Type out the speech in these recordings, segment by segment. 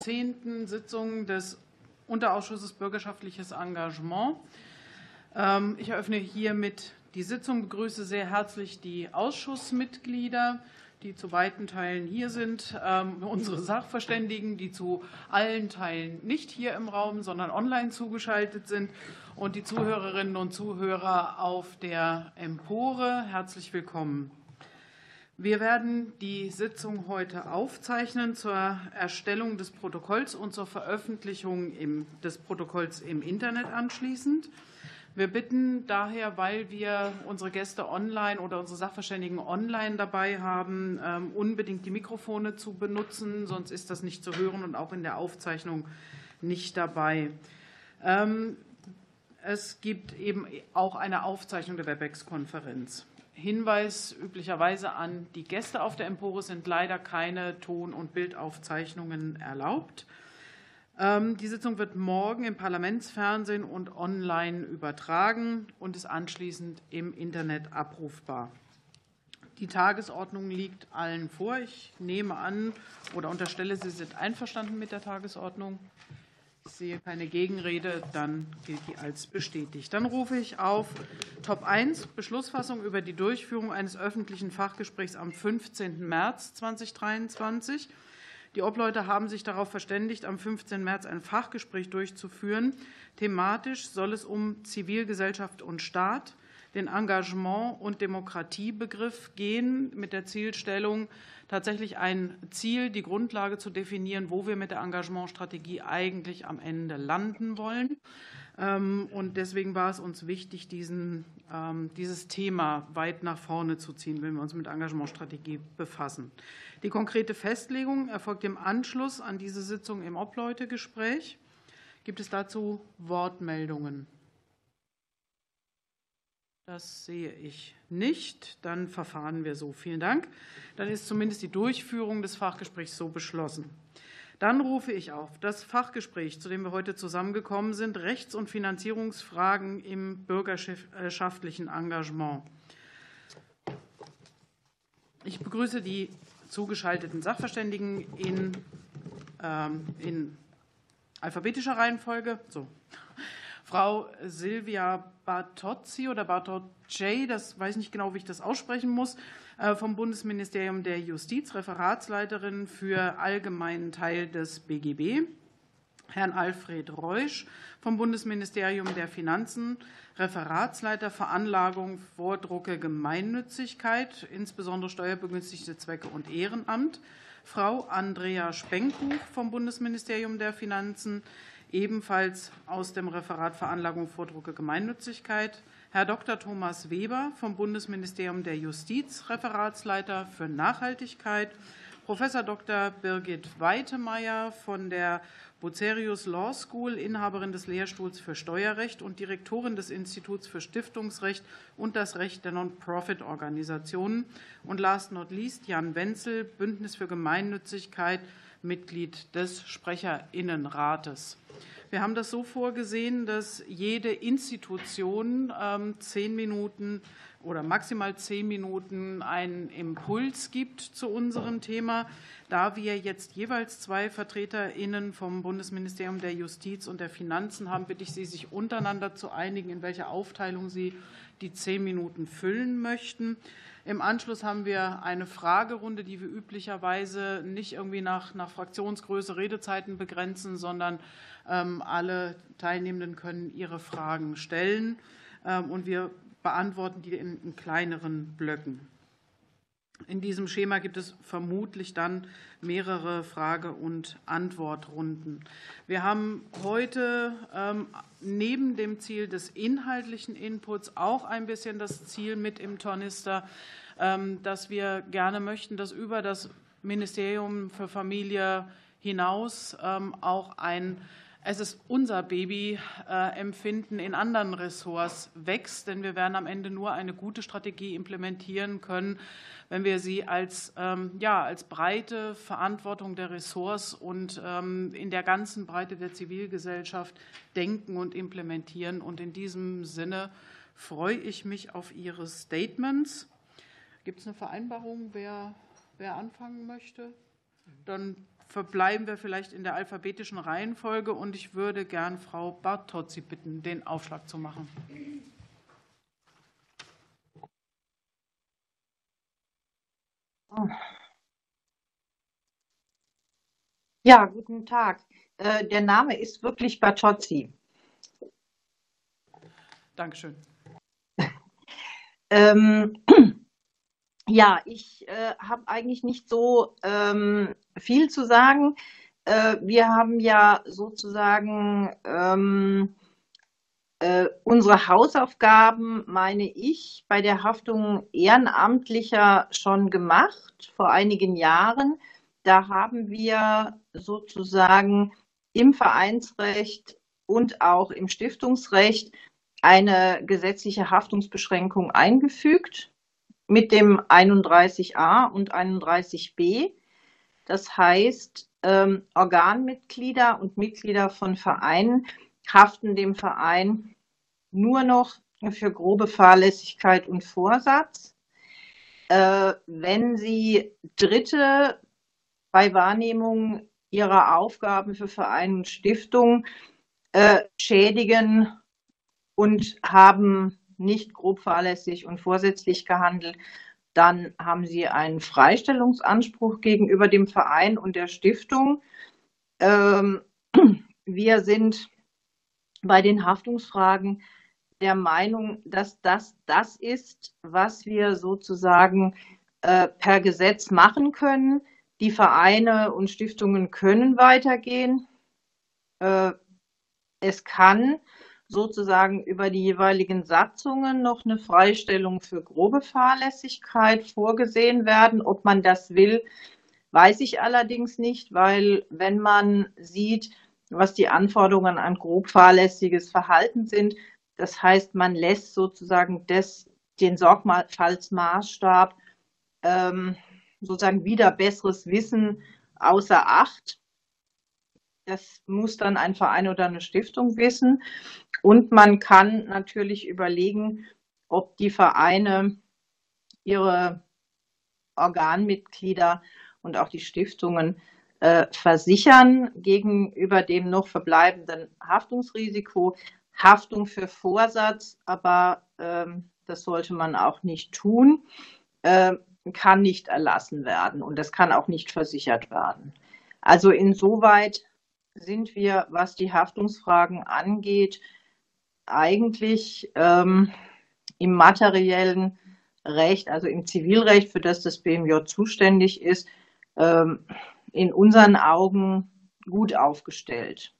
10. Sitzung des Unterausschusses Bürgerschaftliches Engagement. Ich eröffne hiermit die Sitzung, begrüße sehr herzlich die Ausschussmitglieder, die zu weiten Teilen hier sind, unsere Sachverständigen, die zu allen Teilen nicht hier im Raum, sondern online zugeschaltet sind, und die Zuhörerinnen und Zuhörer auf der Empore. Herzlich willkommen. Wir werden die Sitzung heute aufzeichnen zur Erstellung des Protokolls und zur Veröffentlichung des Protokolls im Internet anschließend. Wir bitten daher, weil wir unsere Gäste online oder unsere Sachverständigen online dabei haben, unbedingt die Mikrofone zu benutzen, sonst ist das nicht zu hören und auch in der Aufzeichnung nicht dabei. Es gibt eben auch eine Aufzeichnung der WebEx-Konferenz. Hinweis üblicherweise an die Gäste auf der Empore: sind leider keine Ton- und Bildaufzeichnungen erlaubt. Die Sitzung wird morgen im Parlamentsfernsehen und online übertragen und ist anschließend im Internet abrufbar. Die Tagesordnung liegt allen vor. Ich nehme an oder unterstelle, Sie sind einverstanden mit der Tagesordnung. Ich sehe keine Gegenrede, dann gilt die als bestätigt. Dann rufe ich auf Top 1, Beschlussfassung über die Durchführung eines öffentlichen Fachgesprächs am 15. März 2023. Die Obleute haben sich darauf verständigt, am 15. März ein Fachgespräch durchzuführen. Thematisch soll es um Zivilgesellschaft und Staat, den Engagement- und Demokratiebegriff gehen, mit der Zielstellung, tatsächlich ein Ziel, die Grundlage zu definieren, wo wir mit der Engagementstrategie eigentlich am Ende landen wollen. Und deswegen war es uns wichtig, dieses Thema weit nach vorne zu ziehen, wenn wir uns mit Engagementstrategie befassen. Die konkrete Festlegung erfolgt im Anschluss an diese Sitzung im Obleutegespräch. Gibt es dazu Wortmeldungen? Das sehe ich nicht. Dann verfahren wir so. Vielen Dank. Dann ist zumindest die Durchführung des Fachgesprächs so beschlossen. Dann rufe ich auf das Fachgespräch, zu dem wir heute zusammengekommen sind, Rechts- und Finanzierungsfragen im bürgerschaftlichen Engagement. Ich begrüße die zugeschalteten Sachverständigen in alphabetischer Reihenfolge. So. Frau Silvia Bartocci oder Bartocci, das weiß ich nicht genau, wie ich das aussprechen muss, vom Bundesministerium der Justiz, Referatsleiterin für allgemeinen Teil des BGB. Herrn Alfred Reusch vom Bundesministerium der Finanzen, Referatsleiter Veranlagung, Vordrucke, Gemeinnützigkeit, insbesondere steuerbegünstigte Zwecke und Ehrenamt. Frau Andrea Spenkuch vom Bundesministerium der Finanzen, ebenfalls aus dem Referat Veranlagung, Vordrucke, Gemeinnützigkeit. Herr Dr. Thomas Weber vom Bundesministerium der Justiz, Referatsleiter für Nachhaltigkeit. Professor Dr. Birgit Weitemeyer von der Bucerius Law School, Inhaberin des Lehrstuhls für Steuerrecht und Direktorin des Instituts für Stiftungsrecht und das Recht der Non-Profit-Organisationen. Und last not least Jan Wenzel, Bündnis für Gemeinnützigkeit, Mitglied des Sprecherinnenrates. Wir haben das so vorgesehen, dass jede Institution 10 Minuten oder maximal 10 Minuten einen Impuls gibt zu unserem Thema. Da wir jetzt jeweils 2 VertreterInnen vom Bundesministerium der Justiz und der Finanzen haben, bitte ich Sie, sich untereinander zu einigen, in welcher Aufteilung Sie die 10 Minuten füllen möchten. Im Anschluss haben wir eine Fragerunde, die wir üblicherweise nicht irgendwie nach Fraktionsgröße Redezeiten begrenzen, sondern alle Teilnehmenden können ihre Fragen stellen, und wir beantworten die in kleineren Blöcken. In diesem Schema gibt es vermutlich dann mehrere Frage- und Antwortrunden. Wir haben heute neben dem Ziel des inhaltlichen Inputs auch ein bisschen das Ziel mit im Tornister, dass wir gerne möchten, dass über das Ministerium für Familie hinaus auch ein Es ist unser Baby Empfinden in anderen Ressorts wächst, denn wir werden am Ende nur eine gute Strategie implementieren können, wenn wir sie als breite Verantwortung der Ressorts und in der ganzen Breite der Zivilgesellschaft denken und implementieren. Und in diesem Sinne freue ich mich auf Ihre Statements. Gibt es eine Vereinbarung, wer anfangen möchte? Dann verbleiben wir vielleicht in der alphabetischen Reihenfolge, und ich würde gern Frau Bartozzi bitten, den Aufschlag zu machen. Ja, guten Tag. Der Name ist wirklich Bartozzi. Dankeschön. Ja, ich habe eigentlich nicht so viel zu sagen. Wir haben ja sozusagen unsere Hausaufgaben, meine ich, bei der Haftung Ehrenamtlicher schon gemacht vor einigen Jahren. Da haben wir sozusagen im Vereinsrecht und auch im Stiftungsrecht eine gesetzliche Haftungsbeschränkung eingefügt mit dem 31a und 31b. Das heißt, Organmitglieder und Mitglieder von Vereinen haften dem Verein nur noch für grobe Fahrlässigkeit und Vorsatz. Wenn sie Dritte bei Wahrnehmung ihrer Aufgaben für Verein und Stiftung schädigen und haben nicht grob fahrlässig und vorsätzlich gehandelt, dann haben sie einen Freistellungsanspruch gegenüber dem Verein und der Stiftung. Wir sind bei den Haftungsfragen der Meinung, dass das ist, was wir sozusagen per Gesetz machen können. Die Vereine und Stiftungen können weitergehen. Es kann sozusagen über die jeweiligen Satzungen noch eine Freistellung für grobe Fahrlässigkeit vorgesehen werden. Ob man das will, weiß ich allerdings nicht, weil wenn man sieht, was die Anforderungen an grob fahrlässiges Verhalten sind, das heißt, man lässt sozusagen den Sorgfaltsmaßstab sozusagen wieder besseres Wissen außer Acht. Das muss dann ein Verein oder eine Stiftung wissen. Und man kann natürlich überlegen, ob die Vereine ihre Organmitglieder und auch die Stiftungen versichern gegenüber dem noch verbleibenden Haftungsrisiko. Haftung für Vorsatz, aber das sollte man auch nicht tun, kann nicht erlassen werden und das kann auch nicht versichert werden. Also insoweit sind wir, was die Haftungsfragen angeht, eigentlich im materiellen Recht, also im Zivilrecht, für das BMJ zuständig ist, in unseren Augen gut aufgestellt.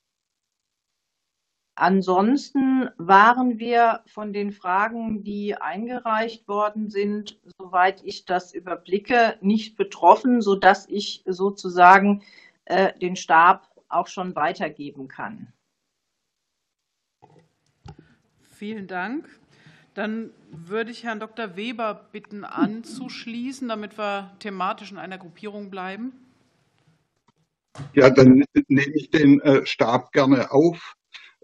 Ansonsten waren wir von den Fragen, die eingereicht worden sind, soweit ich das überblicke, nicht betroffen, sodass ich sozusagen den Stab auch schon weitergeben kann. Vielen Dank. Dann würde ich Herrn Dr. Weber bitten, anzuschließen, damit wir thematisch in einer Gruppierung bleiben. Ja, dann nehme ich den Stab gerne auf.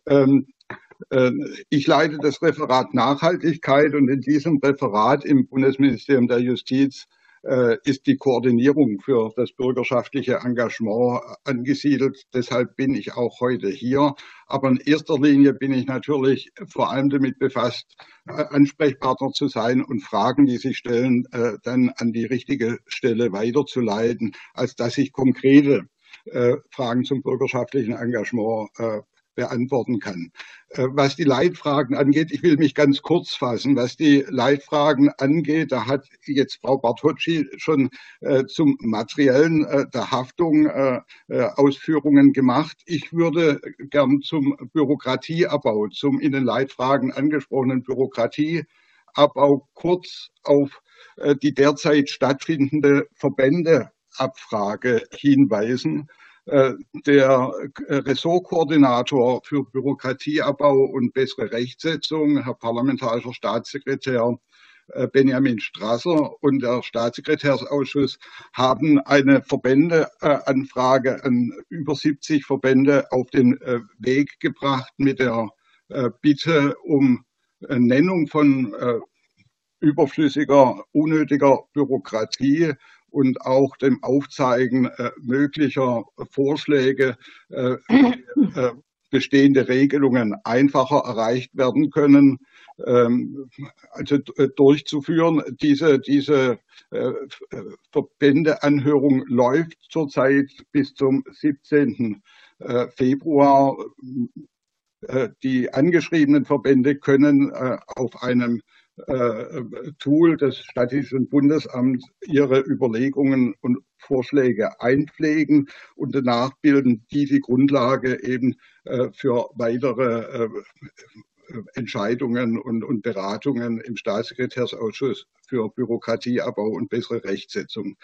Ich leite das Referat Nachhaltigkeit und in diesem Referat im Bundesministerium der Justiz ist die Koordinierung für das bürgerschaftliche Engagement angesiedelt. Deshalb bin ich auch heute hier. Aber in erster Linie bin ich natürlich vor allem damit befasst, Ansprechpartner zu sein und Fragen, die sich stellen, dann an die richtige Stelle weiterzuleiten, als dass ich konkrete Fragen zum bürgerschaftlichen Engagement beantworten kann. Was die Leitfragen angeht, ich will mich ganz kurz fassen. Was die Leitfragen angeht, da hat jetzt Frau Bartocci schon zum materiellen der Haftung Ausführungen gemacht. Ich würde gern zum Bürokratieabbau, zum in den Leitfragen angesprochenen Bürokratieabbau kurz auf die derzeit stattfindende Verbändeabfrage hinweisen. Der Ressortkoordinator für Bürokratieabbau und bessere Rechtsetzung, Herr parlamentarischer Staatssekretär Benjamin Strasser und der Staatssekretärsausschuss haben eine Verbändeanfrage an über 70 Verbände auf den Weg gebracht mit der Bitte um Nennung von überflüssiger, unnötiger Bürokratie und auch dem Aufzeigen möglicher Vorschläge, bestehende Regelungen einfacher erreicht werden können, also durchzuführen. Diese Verbändeanhörung läuft zurzeit bis zum 17. Februar. Die angeschriebenen Verbände können auf einem Tool des Statistischen Bundesamts ihre Überlegungen und Vorschläge einpflegen und danach bilden die Grundlage eben für weitere Entscheidungen und Beratungen im Staatssekretärsausschuss für Bürokratieabbau und bessere Rechtsetzung.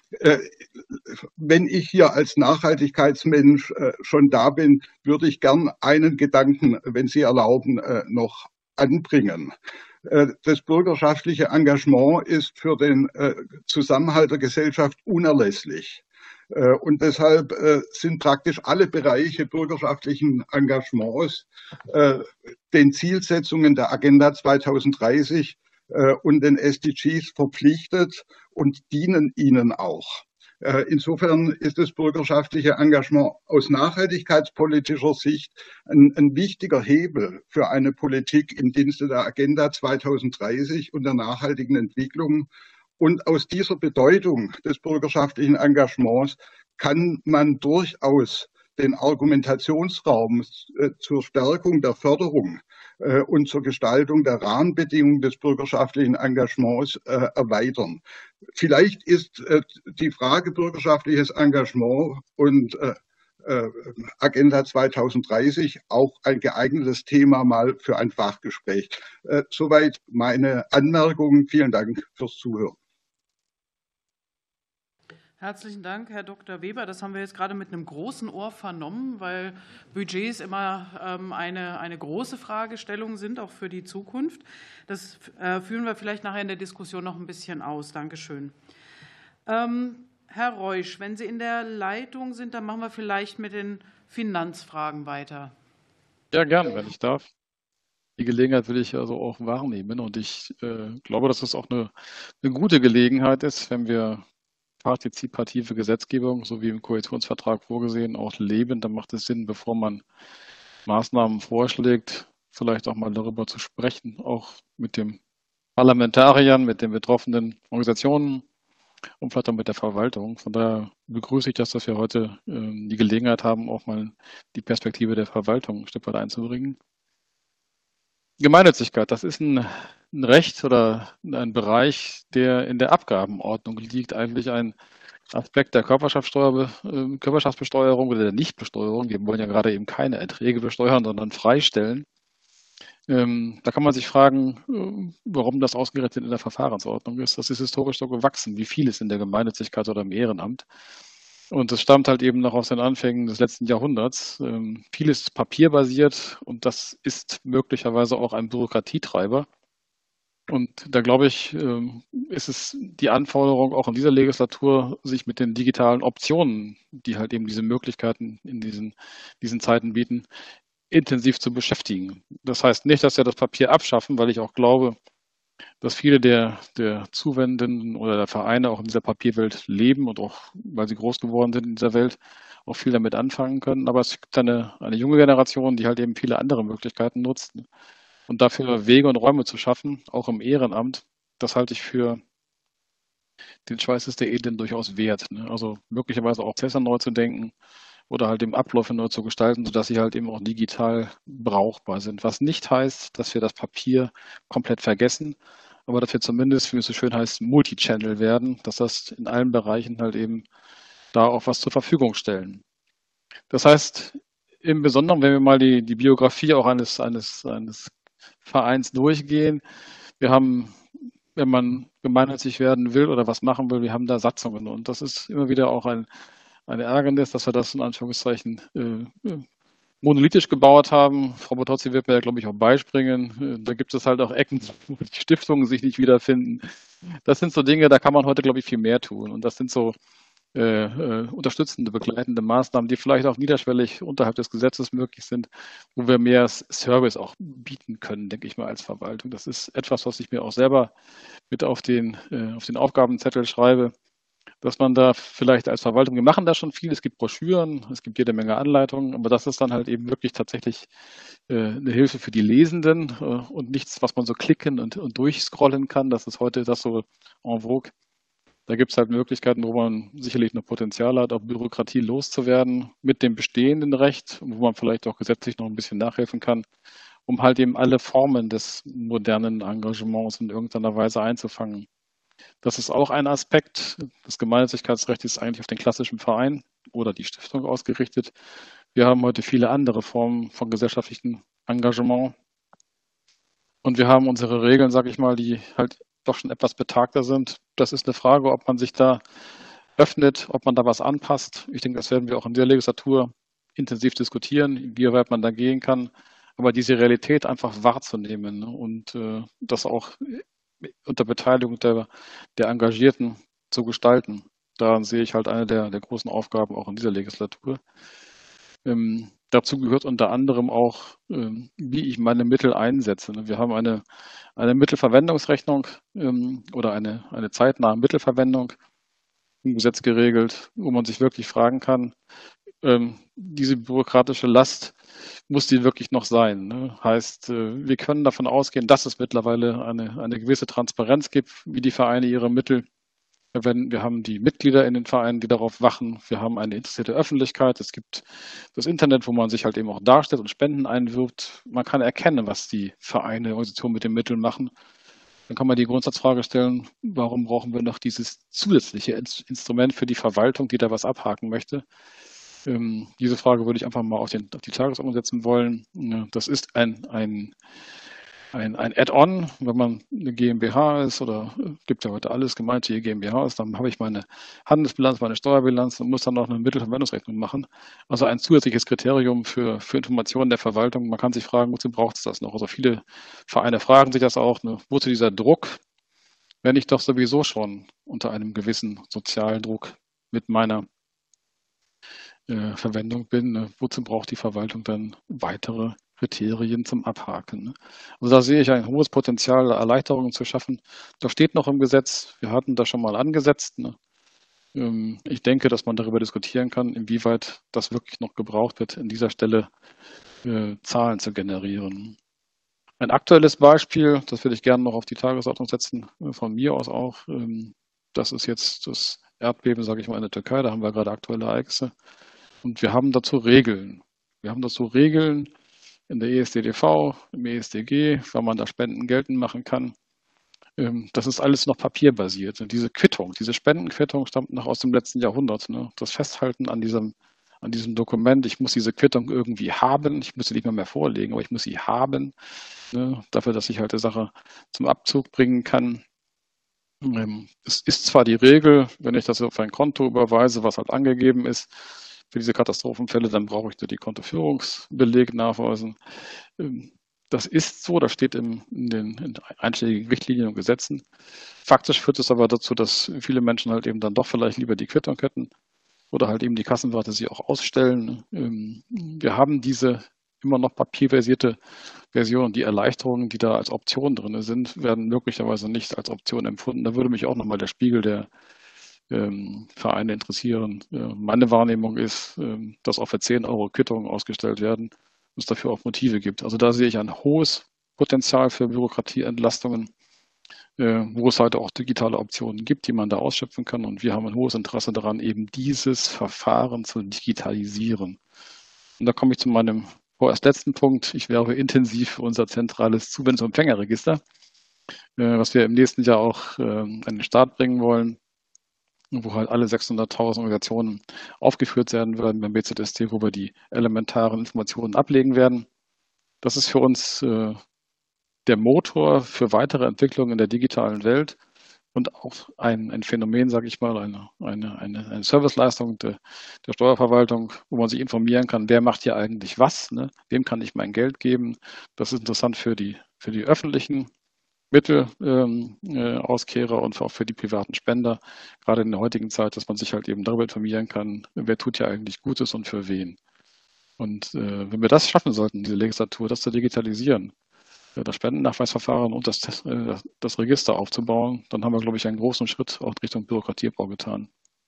Wenn ich hier als Nachhaltigkeitsmensch schon da bin, würde ich gern einen Gedanken, wenn Sie erlauben, noch anbringen. Das bürgerschaftliche Engagement ist für den Zusammenhalt der Gesellschaft unerlässlich. Und deshalb sind praktisch alle Bereiche bürgerschaftlichen Engagements den Zielsetzungen der Agenda 2030 und den SDGs verpflichtet und dienen ihnen auch. Insofern ist das bürgerschaftliche Engagement aus nachhaltigkeitspolitischer Sicht ein wichtiger Hebel für eine Politik im Dienste der Agenda 2030 und der nachhaltigen Entwicklung. Und aus dieser Bedeutung des bürgerschaftlichen Engagements kann man durchaus den Argumentationsraum zur Stärkung der Förderung und zur Gestaltung der Rahmenbedingungen des bürgerschaftlichen Engagements erweitern. Vielleicht ist die Frage bürgerschaftliches Engagement und Agenda 2030 auch ein geeignetes Thema mal für ein Fachgespräch. Soweit meine Anmerkungen. Vielen Dank fürs Zuhören. Herzlichen Dank, Herr Dr. Weber. Das haben wir jetzt gerade mit einem großen Ohr vernommen, weil Budgets immer eine große Fragestellung sind, auch für die Zukunft. Das führen wir vielleicht nachher in der Diskussion noch ein bisschen aus. Dankeschön. Herr Reusch, wenn Sie in der Leitung sind, dann machen wir vielleicht mit den Finanzfragen weiter. Ja, gern, wenn ich darf. Die Gelegenheit will ich also auch wahrnehmen und ich glaube, dass es auch eine gute Gelegenheit ist, wenn wir partizipative Gesetzgebung, so wie im Koalitionsvertrag vorgesehen, auch leben, dann macht es Sinn, bevor man Maßnahmen vorschlägt, vielleicht auch mal darüber zu sprechen, auch mit den Parlamentariern, mit den betroffenen Organisationen und vielleicht auch mit der Verwaltung. Von daher begrüße ich das, dass wir heute die Gelegenheit haben, auch mal die Perspektive der Verwaltung ein Stück weit einzubringen. Gemeinnützigkeit, das ist ein Recht oder ein Bereich, der in der Abgabenordnung liegt, eigentlich ein Aspekt der Körperschaftsbesteuerung oder der Nichtbesteuerung. Wir wollen ja gerade eben keine Erträge besteuern, sondern freistellen. Da kann man sich fragen, warum das ausgerechnet in der Verfahrensordnung ist. Das ist historisch so gewachsen, wie viel ist in der Gemeinnützigkeit oder im Ehrenamt. Und das stammt halt eben noch aus den Anfängen des letzten Jahrhunderts. Vieles papierbasiert und das ist möglicherweise auch ein Bürokratietreiber. Und da glaube ich, ist es die Anforderung auch in dieser Legislatur, sich mit den digitalen Optionen, die halt eben diese Möglichkeiten in diesen Zeiten bieten, intensiv zu beschäftigen. Das heißt nicht, dass wir das Papier abschaffen, weil ich auch glaube, dass viele der Zuwendenden oder der Vereine auch in dieser Papierwelt leben und auch, weil sie groß geworden sind in dieser Welt, auch viel damit anfangen können. Aber es gibt eine junge Generation, die halt eben viele andere Möglichkeiten nutzt. Und dafür Wege und Räume zu schaffen, auch im Ehrenamt, das halte ich für den Schweiß der Edlen durchaus wert. Also möglicherweise auch Prozesse neu zu denken oder halt eben Abläufe neu zu gestalten, sodass sie halt eben auch digital brauchbar sind. Was nicht heißt, dass wir das Papier komplett vergessen, aber dass wir zumindest, wie es so schön heißt, Multichannel werden, dass das in allen Bereichen halt eben da auch was zur Verfügung stellen. Das heißt, im Besonderen, wenn wir mal die Biografie auch eines Vereins durchgehen, wir haben, wenn man gemeinnützig werden will oder was machen will, wir haben da Satzungen und das ist immer wieder auch ein Ärgernis, dass wir das in Anführungszeichen monolithisch gebaut haben. Frau Bartozzi wird mir ja, glaube ich, auch beispringen. Da gibt es halt auch Ecken, wo die Stiftungen sich nicht wiederfinden. Das sind so Dinge, da kann man heute, glaube ich, viel mehr tun. Und das sind so unterstützende, begleitende Maßnahmen, die vielleicht auch niederschwellig unterhalb des Gesetzes möglich sind, wo wir mehr Service auch bieten können, denke ich mal, als Verwaltung. Das ist etwas, was ich mir auch selber mit auf den Aufgabenzettel schreibe, dass man da vielleicht als Verwaltung, wir machen da schon viel, es gibt Broschüren, es gibt jede Menge Anleitungen, aber das ist dann halt eben wirklich tatsächlich eine Hilfe für die Lesenden und nichts, was man so klicken und durchscrollen kann. Das ist heute das so en vogue. Da gibt es halt Möglichkeiten, wo man sicherlich noch Potenzial hat, auch Bürokratie loszuwerden mit dem bestehenden Recht, wo man vielleicht auch gesetzlich noch ein bisschen nachhelfen kann, um halt eben alle Formen des modernen Engagements in irgendeiner Weise einzufangen. Das ist auch ein Aspekt. Das Gemeinnützigkeitsrecht ist eigentlich auf den klassischen Verein oder die Stiftung ausgerichtet. Wir haben heute viele andere Formen von gesellschaftlichem Engagement. Und wir haben unsere Regeln, sage ich mal, die halt doch schon etwas betagter sind. Das ist eine Frage, ob man sich da öffnet, ob man da was anpasst. Ich denke, das werden wir auch in der Legislatur intensiv diskutieren, wie weit man da gehen kann. Aber diese Realität einfach wahrzunehmen, ne, und das auch unter Beteiligung der Engagierten zu gestalten. Daran sehe ich halt eine der großen Aufgaben auch in dieser Legislatur. Dazu gehört unter anderem auch, wie ich meine Mittel einsetze. Wir haben eine Mittelverwendungsrechnung oder eine zeitnahe Mittelverwendung im Gesetz geregelt, wo man sich wirklich fragen kann, diese bürokratische Last, muss die wirklich noch sein? Ne? Heißt, wir können davon ausgehen, dass es mittlerweile eine gewisse Transparenz gibt, wie die Vereine ihre Mittel verwenden. Wir haben die Mitglieder in den Vereinen, die darauf wachen. Wir haben eine interessierte Öffentlichkeit. Es gibt das Internet, wo man sich halt eben auch darstellt und Spenden einwirbt. Man kann erkennen, was die Vereine, Organisationen mit den Mitteln machen. Dann kann man die Grundsatzfrage stellen, warum brauchen wir noch dieses zusätzliche Instrument für die Verwaltung, die da was abhaken möchte? Diese Frage würde ich einfach mal auf die Tagesordnung setzen wollen. Das ist ein Add-on, wenn man eine GmbH ist oder gibt ja heute alles, gemeinnützige GmbH ist, dann habe ich meine Handelsbilanz, meine Steuerbilanz und muss dann noch eine Mittelverwendungsrechnung machen. Also ein zusätzliches Kriterium für Informationen der Verwaltung. Man kann sich fragen, wozu braucht es das noch? Also viele Vereine fragen sich das auch, ne? Wozu dieser Druck, wenn ich doch sowieso schon unter einem gewissen sozialen Druck mit meiner Verwendung bin, wozu braucht die Verwaltung dann weitere Kriterien zum Abhaken? Ne? Also da sehe ich ein hohes Potenzial, Erleichterungen zu schaffen. Das steht noch im Gesetz. Wir hatten das schon mal angesetzt. Ne? Ich denke, dass man darüber diskutieren kann, inwieweit das wirklich noch gebraucht wird, an dieser Stelle Zahlen zu generieren. Ein aktuelles Beispiel, das würde ich gerne noch auf die Tagesordnung setzen, von mir aus auch. Das ist jetzt das Erdbeben, sage ich mal, in der Türkei. Da haben wir gerade aktuelle Ereignisse. Und wir haben dazu Regeln. Wir haben dazu Regeln in der ESDDV, im ESDG, weil man da Spenden geltend machen kann. Das ist alles noch papierbasiert. Und diese Quittung, diese Spendenquittung stammt noch aus dem letzten Jahrhundert. Ne? Das Festhalten an diesem Dokument, ich muss diese Quittung irgendwie haben, ich muss sie nicht mehr vorlegen, aber ich muss sie haben, ne? Dafür, dass ich halt die Sache zum Abzug bringen kann. Es ist zwar die Regel, wenn ich das auf ein Konto überweise, was halt angegeben ist, für diese Katastrophenfälle, dann brauche ich die Kontoführungsbeleg nachweisen. Das ist so, das steht in den einschlägigen Richtlinien und Gesetzen. Faktisch führt es aber dazu, dass viele Menschen halt eben dann doch vielleicht lieber die Quittung hätten oder halt eben die Kassenwarte sie auch ausstellen. Wir haben diese immer noch papierbasierte Version. Die Erleichterungen, die da als Option drin sind, werden möglicherweise nicht als Option empfunden. Da würde mich auch nochmal der Spiegel der Vereine interessieren. Meine Wahrnehmung ist, dass auch für 10 Euro Quittungen ausgestellt werden, es dafür auch Motive gibt. Also da sehe ich ein hohes Potenzial für Bürokratieentlastungen, wo es heute auch digitale Optionen gibt, die man da ausschöpfen kann. Und wir haben ein hohes Interesse daran, eben dieses Verfahren zu digitalisieren. Und da komme ich zu meinem vorerst letzten Punkt. Ich werbe intensiv für unser zentrales Zuwendungsempfängerregister, was wir im nächsten Jahr auch an den Start bringen wollen, wo halt alle 600.000 Organisationen aufgeführt werden werden beim BZST, wo wir die elementaren Informationen ablegen werden. Das ist für uns der Motor für weitere Entwicklungen in der digitalen Welt und auch ein Phänomen, sage ich mal, eine Serviceleistung der Steuerverwaltung, wo man sich informieren kann, wer macht hier eigentlich was, ne? Wem kann ich mein Geld geben. Das ist interessant für die öffentlichen Mittelausკehrer und auch für die privaten Spender, gerade in der heutigen Zeit, dass man sich halt eben darüber informieren kann, wer tut ja eigentlich Gutes und für wen. Und wenn wir das schaffen sollten, diese Legislatur, das zu digitalisieren, das Spendennachweisverfahren und das Register aufzubauen, dann haben wir, glaube ich, einen großen Schritt auch Richtung Bürokratieabbau getan.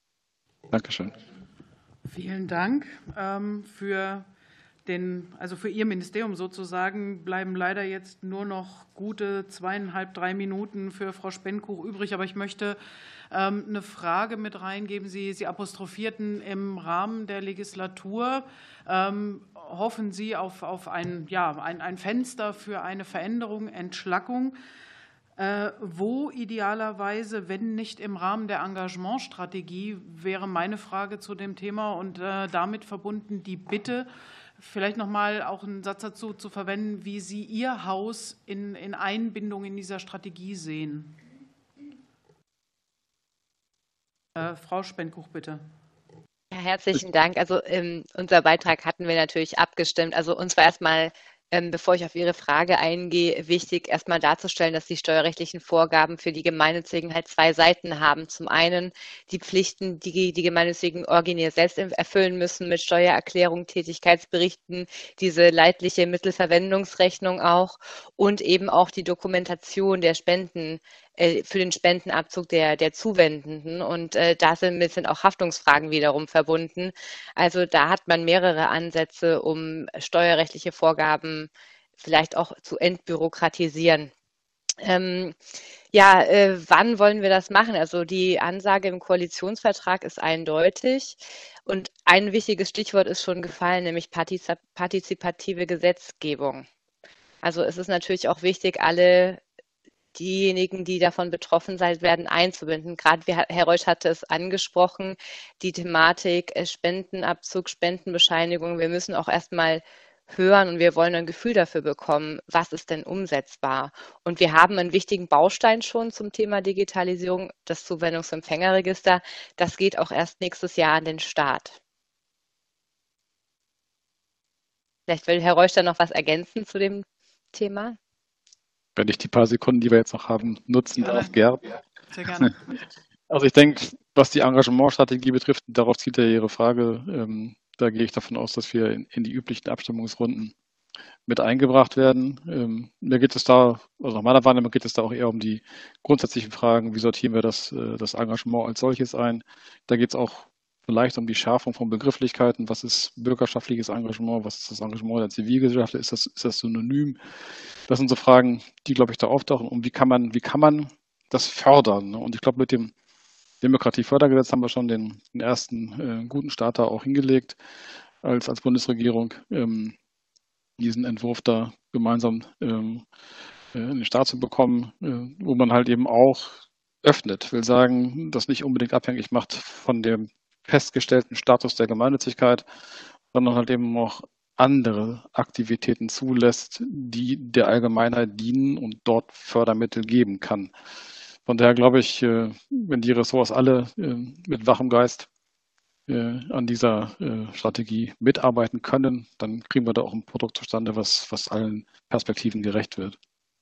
Dankeschön. Vielen Dank. Für Ihr Ministerium sozusagen bleiben leider jetzt nur noch gute 2,5, 3 Minuten für Frau Spenkuch übrig. Aber ich möchte eine Frage mit reingeben. Sie apostrophierten im Rahmen der Legislatur, hoffen Sie auf ein Fenster für eine Veränderung, Entschlackung. Wo idealerweise, wenn nicht im Rahmen der Engagementstrategie, wäre meine Frage zu dem Thema und damit verbunden die Bitte, vielleicht noch mal auch einen Satz dazu zu verwenden, wie Sie Ihr Haus in Einbindung in dieser Strategie sehen. Frau Spenkuch, bitte. Ja, herzlichen Dank. Also unser Beitrag hatten wir natürlich abgestimmt. Also uns war erstmal, bevor ich auf Ihre Frage eingehe, wichtig, erstmal darzustellen, dass die steuerrechtlichen Vorgaben für die Gemeinnützigen halt zwei Seiten haben. Zum einen die Pflichten, die die Gemeinnützigen originär selbst erfüllen müssen mit Steuererklärung, Tätigkeitsberichten, diese leidliche Mittelverwendungsrechnung auch und eben auch die Dokumentation der Spenden für den Spendenabzug der Zuwendenden. Und da sind auch Haftungsfragen wiederum verbunden. Also da hat man mehrere Ansätze, um steuerrechtliche Vorgaben vielleicht auch zu entbürokratisieren. Wann wollen wir das machen? Also die Ansage im Koalitionsvertrag ist eindeutig. Und ein wichtiges Stichwort ist schon gefallen, nämlich partizipative Gesetzgebung. Also es ist natürlich auch wichtig, alle diejenigen, die davon betroffen sein werden, einzubinden. Gerade Herr Reusch hatte es angesprochen, die Thematik Spendenabzug, Spendenbescheinigung. Wir müssen auch erstmal hören und wir wollen ein Gefühl dafür bekommen, was ist denn umsetzbar. Und wir haben einen wichtigen Baustein schon zum Thema Digitalisierung, das Zuwendungsempfängerregister. Das geht auch erst nächstes Jahr an den Start. Vielleicht will Herr Reusch da noch was ergänzen zu dem Thema? Wenn ich die paar Sekunden, die wir jetzt noch haben, nutzen darf, Gerd. Sehr gerne. Also ich denke, was die Engagementstrategie betrifft, darauf zielt ja Ihre Frage, da gehe ich davon aus, dass wir in die üblichen Abstimmungsrunden mit eingebracht werden. Mir geht es da, also nach meiner Wahrnehmung geht es da auch eher um die grundsätzlichen Fragen, wie sortieren wir das Engagement als solches ein. Da geht es auch vielleicht um die Schärfung von Begrifflichkeiten. Was ist bürgerschaftliches Engagement? Was ist das Engagement der Zivilgesellschaft? Ist das synonym? Das sind so Fragen, die, glaube ich, da auftauchen. Und wie kann man das fördern? Und ich glaube, mit dem Demokratiefördergesetz haben wir schon den ersten guten Start da auch hingelegt als Bundesregierung, diesen Entwurf da gemeinsam in den Start zu bekommen, wo man halt eben auch öffnet, will sagen, das nicht unbedingt abhängig macht von dem festgestellten Status der Gemeinnützigkeit, sondern halt eben auch andere Aktivitäten zulässt, die der Allgemeinheit dienen und dort Fördermittel geben kann. Von daher glaube ich, wenn die Ressorts alle mit wachem Geist an dieser Strategie mitarbeiten können, dann kriegen wir da auch ein Produkt zustande, was allen Perspektiven gerecht wird.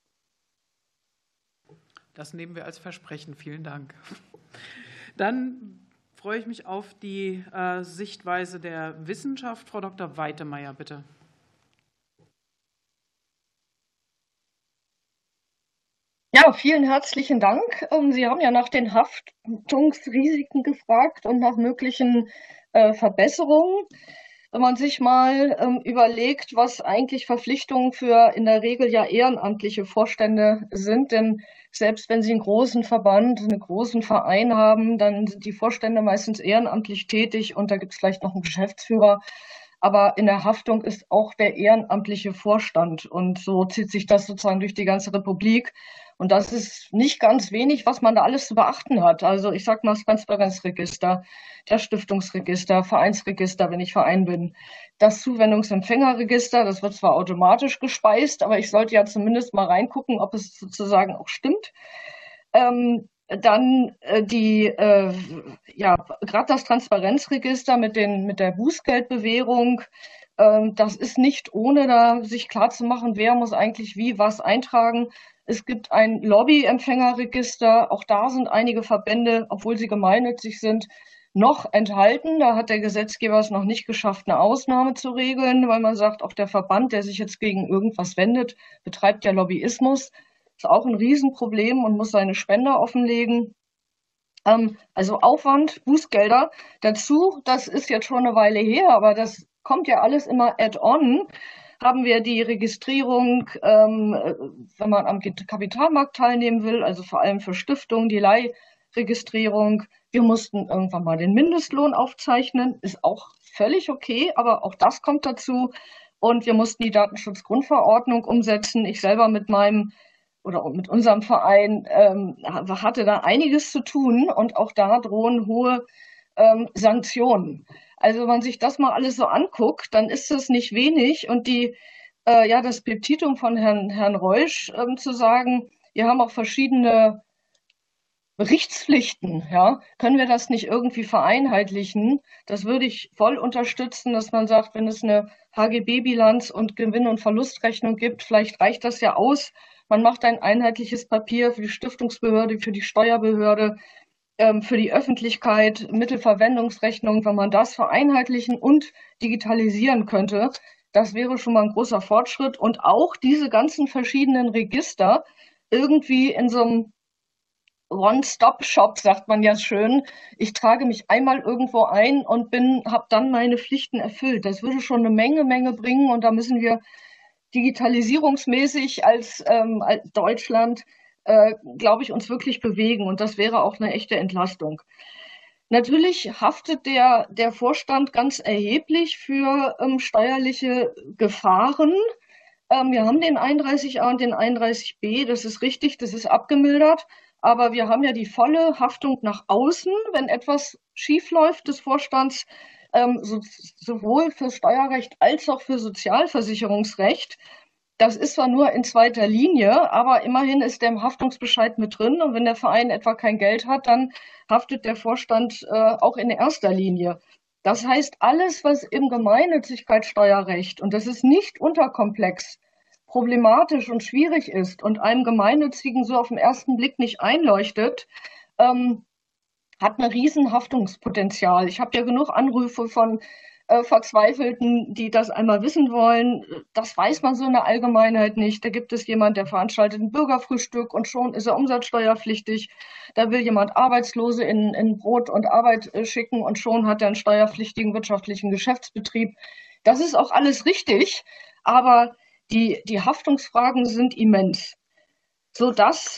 Das nehmen wir als Versprechen. Vielen Dank. Dann freue ich mich auf die Sichtweise der Wissenschaft. Frau Dr. Weitemeyer, bitte. Ja, vielen herzlichen Dank. Sie haben ja nach den Haftungsrisiken gefragt und nach möglichen Verbesserungen. Wenn man sich mal überlegt, was eigentlich Verpflichtungen für in der Regel ja ehrenamtliche Vorstände sind, denn selbst wenn Sie einen großen Verband, einen großen Verein haben, dann sind die Vorstände meistens ehrenamtlich tätig und da gibt es vielleicht noch einen Geschäftsführer. Aber in der Haftung ist auch der ehrenamtliche Vorstand und so zieht sich das sozusagen durch die ganze Republik. Und das ist nicht ganz wenig, was man da alles zu beachten hat. Also ich sage mal das Transparenzregister, das Stiftungsregister, Vereinsregister, wenn ich Verein bin, das Zuwendungsempfängerregister, das wird zwar automatisch gespeist, aber ich sollte ja zumindest mal reingucken, ob es sozusagen auch stimmt. Dann gerade das Transparenzregister mit der Bußgeldbewährung, das ist nicht ohne da sich klar zu machen, wer muss eigentlich wie was eintragen. Es gibt ein Lobbyempfängerregister, auch da sind einige Verbände, obwohl sie gemeinnützig sind, noch enthalten. Da hat der Gesetzgeber es noch nicht geschafft, eine Ausnahme zu regeln, weil man sagt, auch der Verband, der sich jetzt gegen irgendwas wendet, betreibt ja Lobbyismus. Ist auch ein Riesenproblem und muss seine Spender offenlegen. Also Aufwand, Bußgelder dazu, das ist jetzt schon eine Weile her, aber das kommt ja alles immer add-on. Haben wir die Registrierung, wenn man am Kapitalmarkt teilnehmen will, also vor allem für Stiftungen, die Leihregistrierung. Wir mussten irgendwann mal den Mindestlohn aufzeichnen, ist auch völlig okay, aber auch das kommt dazu. Und wir mussten die Datenschutzgrundverordnung umsetzen. Ich selber mit unserem Verein hatte da einiges zu tun und auch da drohen hohe Sanktionen. Also wenn man sich das mal alles so anguckt, dann ist das nicht wenig. Und das Petitum von Herrn Reusch zu sagen, wir haben auch verschiedene Berichtspflichten, ja, können wir das nicht irgendwie vereinheitlichen? Das würde ich voll unterstützen, dass man sagt, wenn es eine HGB-Bilanz und Gewinn- und Verlustrechnung gibt, vielleicht reicht das ja aus. Man macht ein einheitliches Papier für die Stiftungsbehörde, für die Steuerbehörde, für die Öffentlichkeit, Mittelverwendungsrechnung, wenn man das vereinheitlichen und digitalisieren könnte. Das wäre schon mal ein großer Fortschritt. Und auch diese ganzen verschiedenen Register irgendwie in so einem One-Stop-Shop, sagt man ja schön. Ich trage mich einmal irgendwo ein und habe dann meine Pflichten erfüllt. Das würde schon eine Menge bringen. Und da müssen wir digitalisierungsmäßig als Deutschland, glaube ich, uns wirklich bewegen. Und das wäre auch eine echte Entlastung. Natürlich haftet der Vorstand ganz erheblich für steuerliche Gefahren. Wir haben den 31a und den 31b, das ist richtig, das ist abgemildert. Aber wir haben ja die volle Haftung nach außen, wenn etwas schiefläuft des Vorstands, sowohl für Steuerrecht als auch für Sozialversicherungsrecht. Das ist zwar nur in zweiter Linie, aber immerhin ist der im Haftungsbescheid mit drin. Und wenn der Verein etwa kein Geld hat, dann haftet der Vorstand auch in erster Linie. Das heißt, alles, was im Gemeinnützigkeitssteuerrecht, und das ist nicht unterkomplex, problematisch und schwierig ist und einem Gemeinnützigen so auf den ersten Blick nicht einleuchtet, hat ein riesen Haftungspotenzial. Ich habe ja genug Anrufe von Verzweifelten, die das einmal wissen wollen. Das weiß man so in der Allgemeinheit nicht. Da gibt es jemand, der veranstaltet ein Bürgerfrühstück und schon ist er umsatzsteuerpflichtig. Da will jemand Arbeitslose in Brot und Arbeit schicken und schon hat er einen steuerpflichtigen wirtschaftlichen Geschäftsbetrieb. Das ist auch alles richtig, aber die Haftungsfragen sind immens, sodass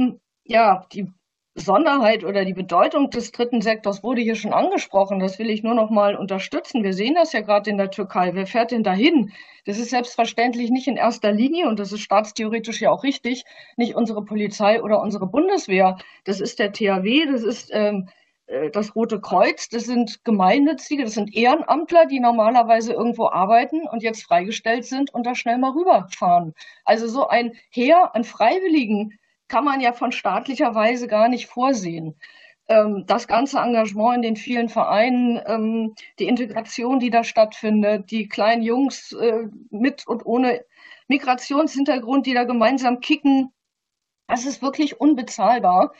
die Besonderheit oder die Bedeutung des dritten Sektors wurde hier schon angesprochen. Das will ich nur noch mal unterstützen. Wir sehen das ja gerade in der Türkei. Wer fährt denn dahin? Das ist selbstverständlich nicht in erster Linie, und das ist staatstheoretisch ja auch richtig, nicht unsere Polizei oder unsere Bundeswehr. Das ist der THW, das ist das Rote Kreuz, das sind Gemeinnützige, das sind Ehrenamtler, die normalerweise irgendwo arbeiten und jetzt freigestellt sind und da schnell mal rüberfahren. Also so ein Heer an Freiwilligen kann man ja von staatlicher Weise gar nicht vorsehen. Das ganze Engagement in den vielen Vereinen, die Integration, die da stattfindet, die kleinen Jungs mit und ohne Migrationshintergrund, die da gemeinsam kicken, das ist wirklich unbezahlbar,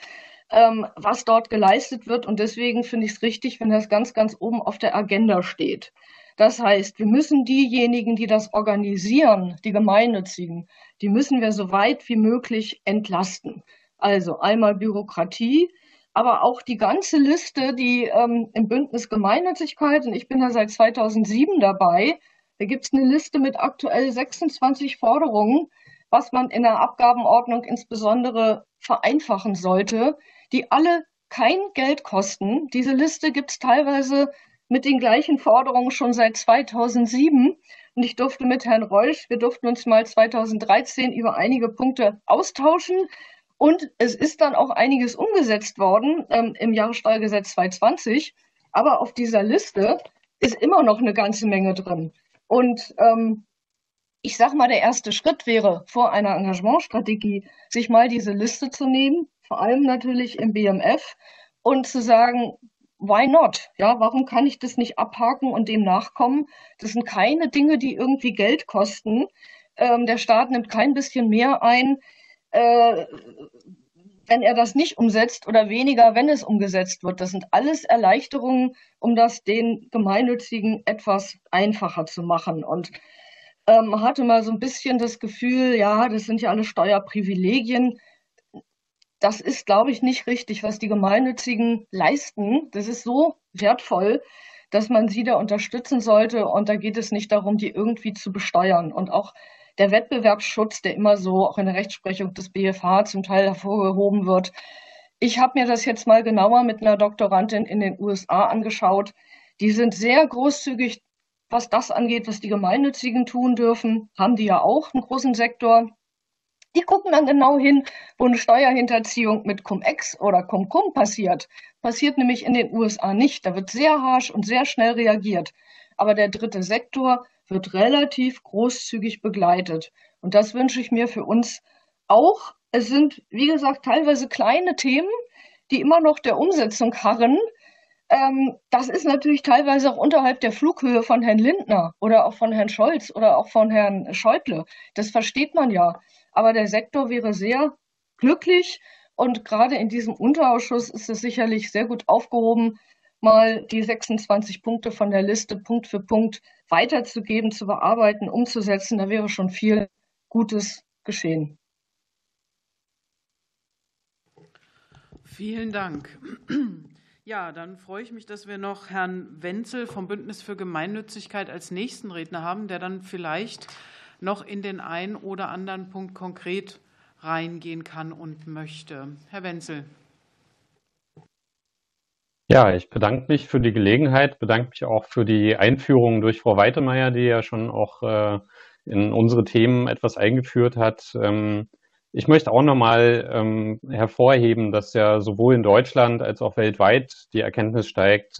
was dort geleistet wird. Und deswegen finde ich es richtig, wenn das ganz oben auf der Agenda steht. Das heißt, wir müssen diejenigen, die das organisieren, die Gemeinnützigen, die müssen wir so weit wie möglich entlasten. Also einmal Bürokratie, aber auch die ganze Liste, die im Bündnis Gemeinnützigkeit, und ich bin da seit 2007 dabei, da gibt es eine Liste mit aktuell 26 Forderungen, was man in der Abgabenordnung insbesondere vereinfachen sollte, die alle kein Geld kosten. Diese Liste gibt es teilweise mit den gleichen Forderungen schon seit 2007. Und ich durfte mit Herrn Reusch, wir durften uns mal 2013 über einige Punkte austauschen. Und es ist dann auch einiges umgesetzt worden im Jahressteuergesetz 2020. Aber auf dieser Liste ist immer noch eine ganze Menge drin. Und ich sage mal, der erste Schritt wäre, vor einer Engagementstrategie, sich mal diese Liste zu nehmen, vor allem natürlich im BMF, und zu sagen, why not? Ja, warum kann ich das nicht abhaken und dem nachkommen? Das sind keine Dinge, die irgendwie Geld kosten. Der Staat nimmt kein bisschen mehr ein, wenn er das nicht umsetzt, oder weniger, wenn es umgesetzt wird. Das sind alles Erleichterungen, um das den Gemeinnützigen etwas einfacher zu machen. Und man hatte mal so ein bisschen das Gefühl, ja, das sind ja alle Steuerprivilegien. das ist, glaube ich, nicht richtig, was die Gemeinnützigen leisten. Das ist so wertvoll, dass man sie da unterstützen sollte. Und da geht es nicht darum, die irgendwie zu besteuern. Und auch der Wettbewerbsschutz, der immer so auch in der Rechtsprechung des BfH zum Teil hervorgehoben wird. Ich habe mir das jetzt mal genauer mit einer Doktorandin in den USA angeschaut. Die sind sehr großzügig, was das angeht, was die Gemeinnützigen tun dürfen. Haben die ja auch einen großen Sektor. Die gucken dann genau hin, wo eine Steuerhinterziehung mit Cum-Ex oder Cum-Cum passiert. Passiert nämlich in den USA nicht. Da wird sehr harsch und sehr schnell reagiert. Aber der dritte Sektor wird relativ großzügig begleitet. Und das wünsche ich mir für uns auch. Es sind, wie gesagt, teilweise kleine Themen, die immer noch der Umsetzung harren. Das ist natürlich teilweise auch unterhalb der Flughöhe von Herrn Lindner oder auch von Herrn Scholz oder auch von Herrn Schäuble. Das versteht man ja. Aber der Sektor wäre sehr glücklich und gerade in diesem Unterausschuss ist es sicherlich sehr gut aufgehoben, mal die 26 Punkte von der Liste Punkt für Punkt weiterzugeben, zu bearbeiten, umzusetzen. Da wäre schon viel Gutes geschehen. Vielen Dank. Ja, dann freue ich mich, dass wir noch Herrn Wenzel vom Bündnis für Gemeinnützigkeit als nächsten Redner haben, der dann vielleicht noch in den einen oder anderen Punkt konkret reingehen kann und möchte. Herr Wenzel. Ja, ich bedanke mich für die Gelegenheit, bedanke mich auch für die Einführung durch Frau Weitemeyer, die ja schon auch in unsere Themen etwas eingeführt hat. Ich möchte auch nochmal hervorheben, dass ja sowohl in Deutschland als auch weltweit die Erkenntnis steigt,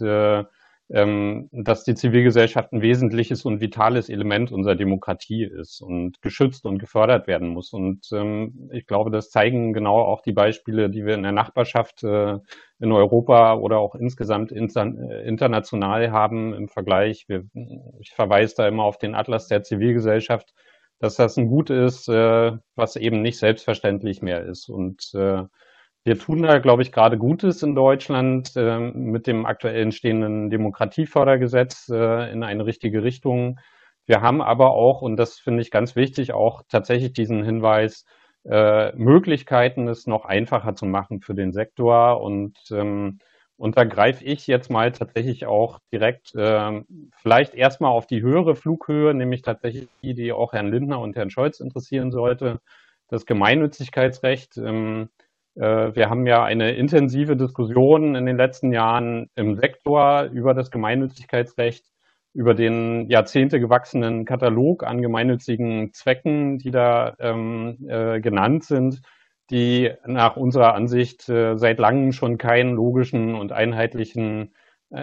dass die Zivilgesellschaft ein wesentliches und vitales Element unserer Demokratie ist und geschützt und gefördert werden muss. Und ich glaube, das zeigen genau auch die Beispiele, die wir in der Nachbarschaft in Europa oder auch insgesamt international haben im Vergleich. Ich verweise da immer auf den Atlas der Zivilgesellschaft, dass das ein Gut ist, was eben nicht selbstverständlich mehr ist. Und wir tun da, glaube ich, gerade Gutes in Deutschland mit dem aktuell stehenden Demokratiefördergesetz in eine richtige Richtung. Wir haben aber auch, und das finde ich ganz wichtig, auch tatsächlich diesen Hinweis, Möglichkeiten, es noch einfacher zu machen für den Sektor. Und da greife ich jetzt mal tatsächlich auch direkt vielleicht erstmal auf die höhere Flughöhe, nämlich tatsächlich die, die auch Herrn Lindner und Herrn Scholz interessieren sollte, das Gemeinnützigkeitsrecht. Wir haben ja eine intensive Diskussion in den letzten Jahren im Sektor über das Gemeinnützigkeitsrecht, über den Jahrzehnte gewachsenen Katalog an gemeinnützigen Zwecken, die da genannt sind, die nach unserer Ansicht seit langem schon keinen logischen und einheitliches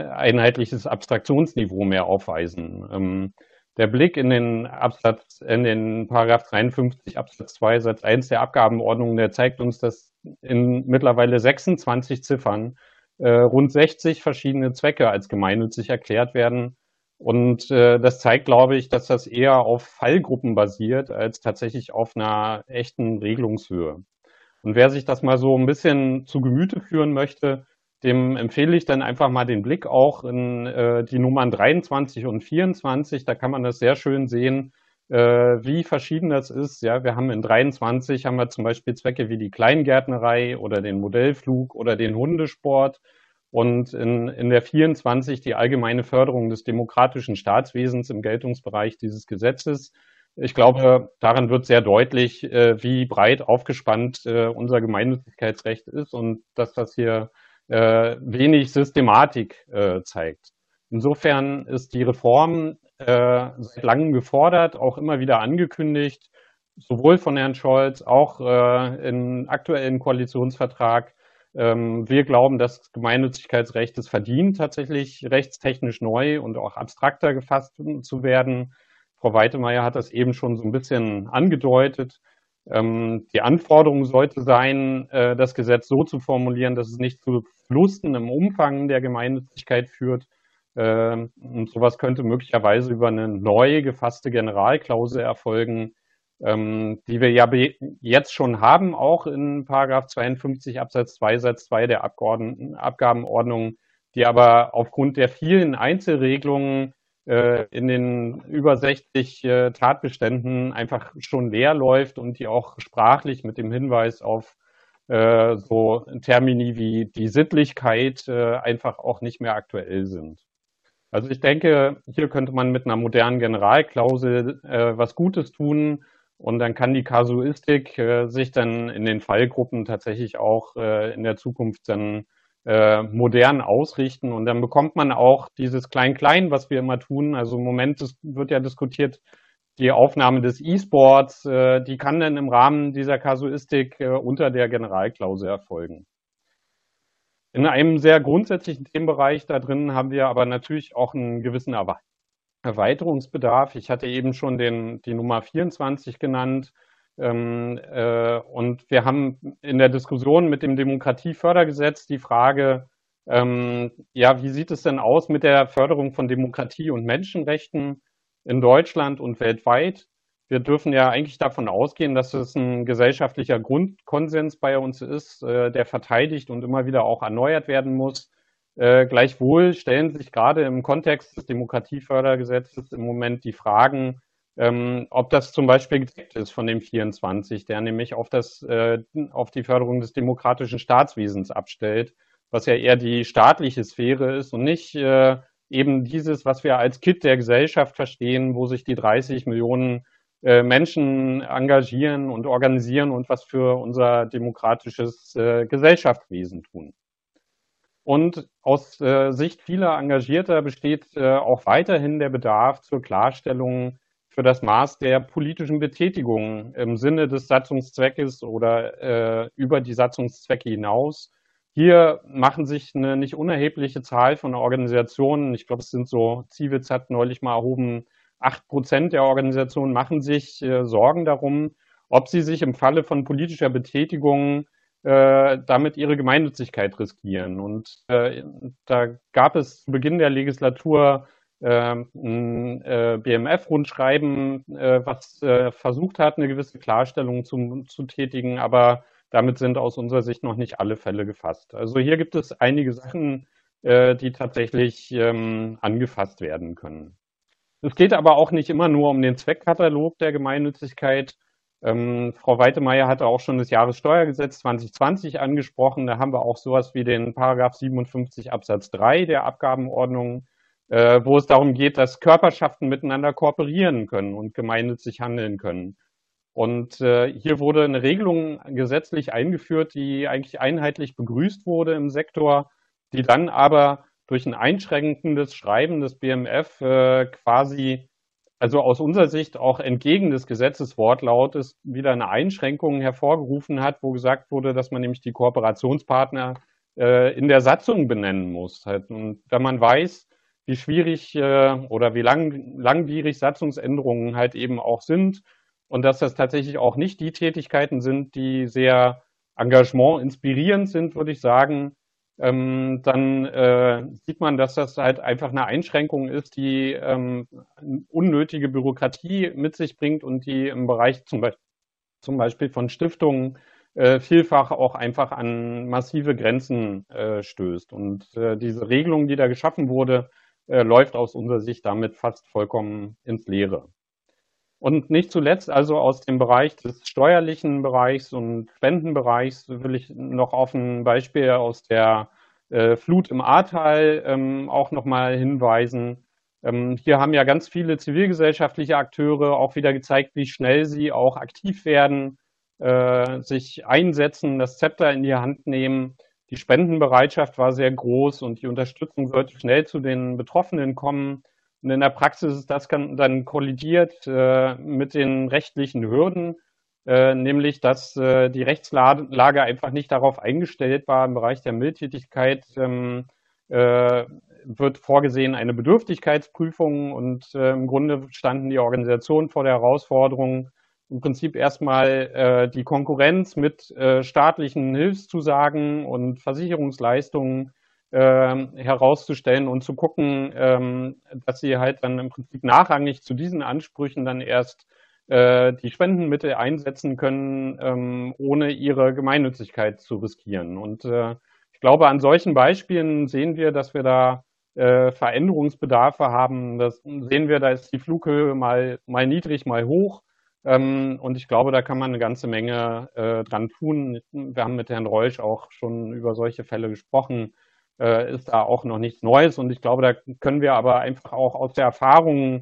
Abstraktionsniveau mehr aufweisen. Der Blick in den Paragraph 53 Absatz 2 Satz 1 der Abgabenordnung, der zeigt uns, dass in mittlerweile 26 Ziffern rund 60 verschiedene Zwecke als gemeinnützig erklärt werden. Und das zeigt, glaube ich, dass das eher auf Fallgruppen basiert, als tatsächlich auf einer echten Regelungshöhe. Und wer sich das mal so ein bisschen zu Gemüte führen möchte, dem empfehle ich dann einfach mal den Blick auch in die Nummern 23 und 24. Da kann man das sehr schön sehen, wie verschieden das ist. Ja, wir haben in 23 haben wir zum Beispiel Zwecke wie die Kleingärtnerei oder den Modellflug oder den Hundesport. Und in der 24 die allgemeine Förderung des demokratischen Staatswesens im Geltungsbereich dieses Gesetzes. Ich glaube, daran wird sehr deutlich, wie breit aufgespannt unser Gemeinnützigkeitsrecht ist und dass das hier wenig Systematik zeigt. Insofern ist die Reform seit langem gefordert, auch immer wieder angekündigt, sowohl von Herrn Scholz, auch im aktuellen Koalitionsvertrag. Wir glauben, das Gemeinnützigkeitsrecht es verdient, tatsächlich rechtstechnisch neu und auch abstrakter gefasst zu werden. Frau Weitemeyer hat das eben schon so ein bisschen angedeutet. Die Anforderung sollte sein, das Gesetz so zu formulieren, dass es nicht zu Verlusten im Umfang der Gemeinnützigkeit führt. Und sowas könnte möglicherweise über eine neu gefasste Generalklausel erfolgen, die wir ja jetzt schon haben, auch in Paragraph 52 Absatz 2 Satz 2 der Abgabenordnung, die aber aufgrund der vielen Einzelregelungen in den über 60 Tatbeständen einfach schon leer läuft und die auch sprachlich mit dem Hinweis auf so Termini wie die Sittlichkeit einfach auch nicht mehr aktuell sind. Also ich denke, hier könnte man mit einer modernen Generalklausel was Gutes tun und dann kann die Kasuistik sich dann in den Fallgruppen tatsächlich auch in der Zukunft dann modern ausrichten und dann bekommt man auch dieses Klein-Klein, was wir immer tun. Also im Moment wird ja diskutiert, die Aufnahme des E-Sports, die kann dann im Rahmen dieser Kasuistik unter der Generalklausel erfolgen. In einem sehr grundsätzlichen Themenbereich da drin haben wir aber natürlich auch einen gewissen Erweiterungsbedarf. Ich hatte eben schon die Nummer 24 genannt. Und wir haben in der Diskussion mit dem Demokratiefördergesetz die Frage, ja, wie sieht es denn aus mit der Förderung von Demokratie und Menschenrechten in Deutschland und weltweit? Wir dürfen ja eigentlich davon ausgehen, dass es ein gesellschaftlicher Grundkonsens bei uns ist, der verteidigt und immer wieder auch erneuert werden muss. Gleichwohl stellen sich gerade im Kontext des Demokratiefördergesetzes im Moment die Fragen, ob das zum Beispiel gedeckt ist von dem 24, der nämlich auf die Förderung des demokratischen Staatswesens abstellt, was ja eher die staatliche Sphäre ist und nicht eben dieses, was wir als Kit der Gesellschaft verstehen, wo sich die 30 Millionen Menschen engagieren und organisieren und was für unser demokratisches Gesellschaftswesen tun. Und aus Sicht vieler Engagierter besteht auch weiterhin der Bedarf zur Klarstellung für das Maß der politischen Betätigung im Sinne des Satzungszweckes oder über die Satzungszwecke hinaus. Hier machen sich eine nicht unerhebliche Zahl von Organisationen, ich glaube, es sind so, Ziewitz hat neulich mal erhoben, 8% der Organisationen machen sich Sorgen darum, ob sie sich im Falle von politischer Betätigung damit ihre Gemeinnützigkeit riskieren. Und da gab es zu Beginn der Legislatur ein BMF-Rundschreiben, was versucht hat, eine gewisse Klarstellung zu tätigen, aber damit sind aus unserer Sicht noch nicht alle Fälle gefasst. Also hier gibt es einige Sachen, die tatsächlich angefasst werden können. Es geht aber auch nicht immer nur um den Zweckkatalog der Gemeinnützigkeit. Frau Weitemeyer hatte auch schon das Jahressteuergesetz 2020 angesprochen. Da haben wir auch sowas wie den Paragraph 57 Absatz 3 der Abgabenordnung, wo es darum geht, dass Körperschaften miteinander kooperieren können und gemeinnützig handeln können. Und hier wurde eine Regelung gesetzlich eingeführt, die eigentlich einheitlich begrüßt wurde im Sektor, die dann aber durch ein einschränkendes Schreiben des BMF quasi, also aus unserer Sicht auch entgegen des Gesetzeswortlautes, wieder eine Einschränkung hervorgerufen hat, wo gesagt wurde, dass man nämlich die Kooperationspartner in der Satzung benennen muss. Und wenn man weiß, wie schwierig oder wie langwierig Satzungsänderungen halt eben auch sind und dass das tatsächlich auch nicht die Tätigkeiten sind, die sehr Engagement inspirierend sind, würde ich sagen, dann sieht man, dass das halt einfach eine Einschränkung ist, die unnötige Bürokratie mit sich bringt und die im Bereich zum Beispiel von Stiftungen vielfach auch einfach an massive Grenzen stößt. Und diese Regelung, die da geschaffen wurde, läuft aus unserer Sicht damit fast vollkommen ins Leere. Und nicht zuletzt also aus dem Bereich des steuerlichen Bereichs und Spendenbereichs will ich noch auf ein Beispiel aus der Flut im Ahrtal auch nochmal hinweisen. Hier haben ja ganz viele zivilgesellschaftliche Akteure auch wieder gezeigt, wie schnell sie auch aktiv werden, sich einsetzen, das Zepter in die Hand nehmen. Die Spendenbereitschaft war sehr groß und die Unterstützung sollte schnell zu den Betroffenen kommen. Und in der Praxis ist das dann kollidiert mit den rechtlichen Hürden, nämlich dass die Rechtslage einfach nicht darauf eingestellt war. Im Bereich der Mildtätigkeit wird vorgesehen eine Bedürftigkeitsprüfung und im Grunde standen die Organisationen vor der Herausforderung, im Prinzip erstmal die Konkurrenz mit staatlichen Hilfszusagen und Versicherungsleistungen herauszustellen und zu gucken, dass sie halt dann im Prinzip nachrangig zu diesen Ansprüchen dann erst die Spendenmittel einsetzen können, ohne ihre Gemeinnützigkeit zu riskieren. Und ich glaube, an solchen Beispielen sehen wir, dass wir da Veränderungsbedarfe haben. Das sehen wir, da ist die Flughöhe mal niedrig, mal hoch. Und ich glaube, da kann man eine ganze Menge dran tun. Wir haben mit Herrn Reusch auch schon über solche Fälle gesprochen. Ist da auch noch nichts Neues. Und ich glaube, da können wir aber einfach auch aus der Erfahrung,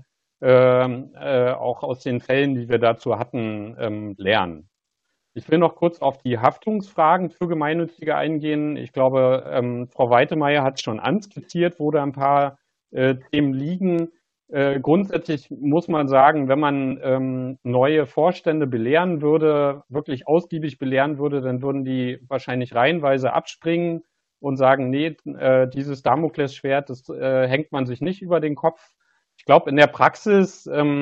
auch aus den Fällen, die wir dazu hatten, lernen. Ich will noch kurz auf die Haftungsfragen für Gemeinnützige eingehen. Ich glaube, Frau Weitemeyer hat es schon anskizziert, wo da ein paar Themen liegen. Grundsätzlich muss man sagen, wenn man neue Vorstände belehren würde, wirklich ausgiebig belehren würde, dann würden die wahrscheinlich reihenweise abspringen und sagen, nee, dieses Damoklesschwert, das hängt man sich nicht über den Kopf. Ich glaube, in der Praxis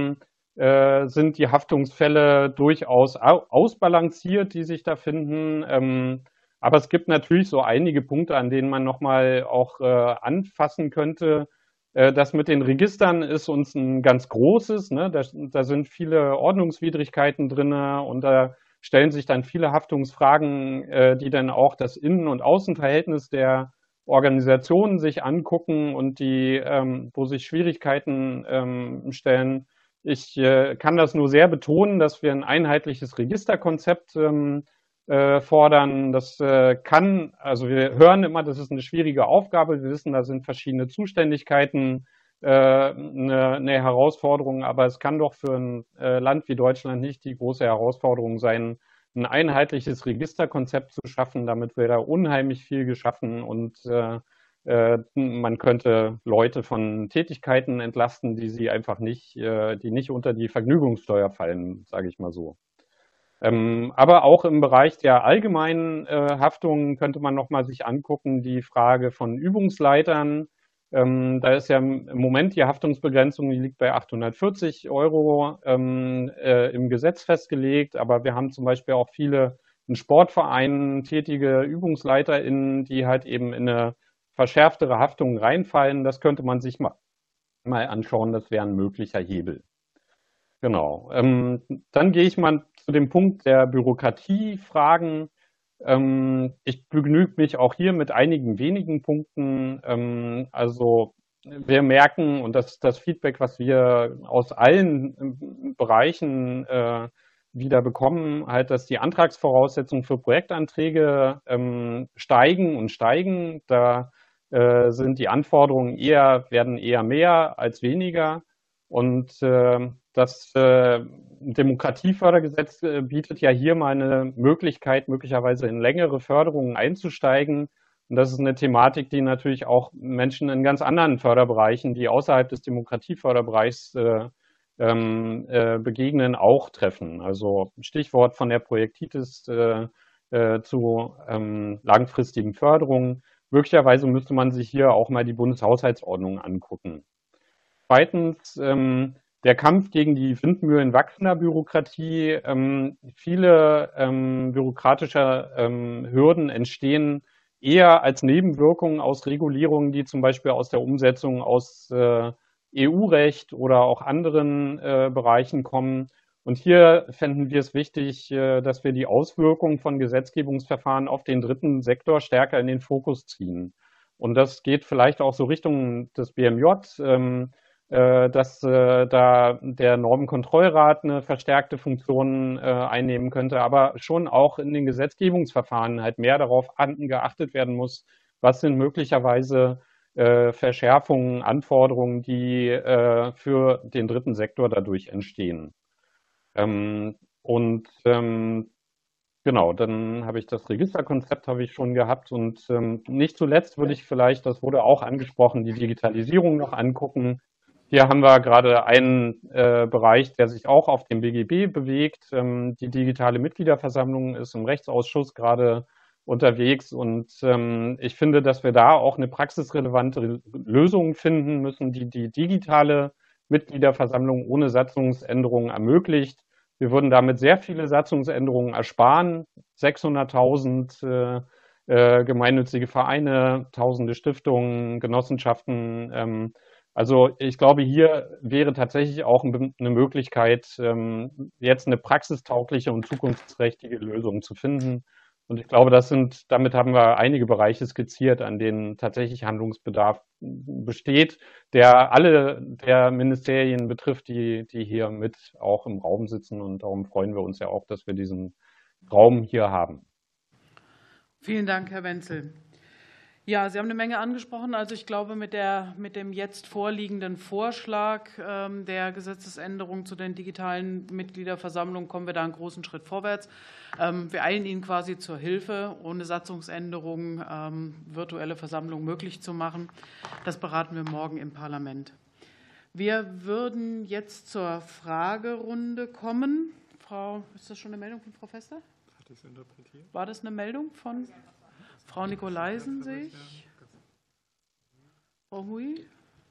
sind die Haftungsfälle durchaus ausbalanciert, die sich da finden. Aber es gibt natürlich so einige Punkte, an denen man nochmal auch anfassen könnte. Das mit den Registern ist uns ein ganz großes. Ne? Da sind viele Ordnungswidrigkeiten drin und da stellen sich dann viele Haftungsfragen, die dann auch das Innen- und Außenverhältnis der Organisationen sich angucken und die, wo sich Schwierigkeiten stellen. Ich kann das nur sehr betonen, dass wir ein einheitliches Registerkonzept fordern. Das also wir hören immer, das ist eine schwierige Aufgabe. Wir wissen, da sind verschiedene Zuständigkeiten eine Herausforderung, aber es kann doch für ein Land wie Deutschland nicht die große Herausforderung sein, ein einheitliches Registerkonzept zu schaffen. Damit wäre da unheimlich viel geschaffen und man könnte Leute von Tätigkeiten entlasten, die sie einfach nicht, die nicht unter die Vergnügungssteuer fallen, sage ich mal so. Aber auch im Bereich der allgemeinen Haftung könnte man nochmal sich angucken, die Frage von Übungsleitern. Da ist ja im Moment die Haftungsbegrenzung, die liegt bei 840 € im Gesetz festgelegt. Aber wir haben zum Beispiel auch viele in Sportvereinen tätige ÜbungsleiterInnen, die halt eben in eine verschärftere Haftung reinfallen. Das könnte man sich mal anschauen. Das wäre ein möglicher Hebel. Genau. Dann gehe ich mal zu dem Punkt der Bürokratiefragen. Ich begnüge mich auch hier mit einigen wenigen Punkten. Also wir merken, und das ist das Feedback, was wir aus allen Bereichen wieder bekommen, halt, dass die Antragsvoraussetzungen für Projektanträge steigen und steigen. Da sind die Anforderungen werden eher mehr als weniger. Und das Demokratiefördergesetz bietet ja hier mal eine Möglichkeit, möglicherweise in längere Förderungen einzusteigen. Und das ist eine Thematik, die natürlich auch Menschen in ganz anderen Förderbereichen, die außerhalb des Demokratieförderbereichs begegnen, auch treffen. Also Stichwort von der Projektitis zu langfristigen Förderungen. Möglicherweise müsste man sich hier auch mal die Bundeshaushaltsordnung angucken. Zweitens, der Kampf gegen die Windmühlen wachsender Bürokratie. Viele bürokratische Hürden entstehen eher als Nebenwirkungen aus Regulierungen, die zum Beispiel aus der Umsetzung aus EU-Recht oder auch anderen Bereichen kommen. Und hier fänden wir es wichtig, dass wir die Auswirkungen von Gesetzgebungsverfahren auf den dritten Sektor stärker in den Fokus ziehen. Und das geht vielleicht auch so Richtung des BMJ, dass da der Normenkontrollrat eine verstärkte Funktion einnehmen könnte, aber schon auch in den Gesetzgebungsverfahren halt mehr darauf geachtet werden muss, was sind möglicherweise Verschärfungen, Anforderungen, die für den dritten Sektor dadurch entstehen. Genau, dann habe ich das Registerkonzept schon gehabt und nicht zuletzt würde ich vielleicht, das wurde auch angesprochen, die Digitalisierung noch angucken. Hier haben wir gerade einen Bereich, der sich auch auf dem BGB bewegt. Die digitale Mitgliederversammlung ist im Rechtsausschuss gerade unterwegs und ich finde, dass wir da auch eine praxisrelevante Lösung finden müssen, die die digitale Mitgliederversammlung ohne Satzungsänderungen ermöglicht. Wir würden damit sehr viele Satzungsänderungen ersparen, 600.000 gemeinnützige Vereine, tausende Stiftungen, Genossenschaften. Also ich glaube, hier wäre tatsächlich auch eine Möglichkeit, jetzt eine praxistaugliche und zukunftsträchtige Lösung zu finden. Und ich glaube, damit haben wir einige Bereiche skizziert, an denen tatsächlich Handlungsbedarf besteht, der alle der Ministerien betrifft, die hier mit auch im Raum sitzen. Und darum freuen wir uns ja auch, dass wir diesen Raum hier haben. Vielen Dank, Herr Wenzel. Ja, Sie haben eine Menge angesprochen. Also ich glaube, mit dem jetzt vorliegenden Vorschlag der Gesetzesänderung zu den digitalen Mitgliederversammlungen kommen wir da einen großen Schritt vorwärts. Wir eilen Ihnen quasi zur Hilfe, ohne Satzungsänderungen virtuelle Versammlungen möglich zu machen. Das beraten wir morgen im Parlament. Wir würden jetzt zur Fragerunde kommen. Ist das schon eine Meldung von Frau Fester? Hat das interpretiert? War das eine Meldung von Frau Nikolaisen, sehe ich? Frau Hui?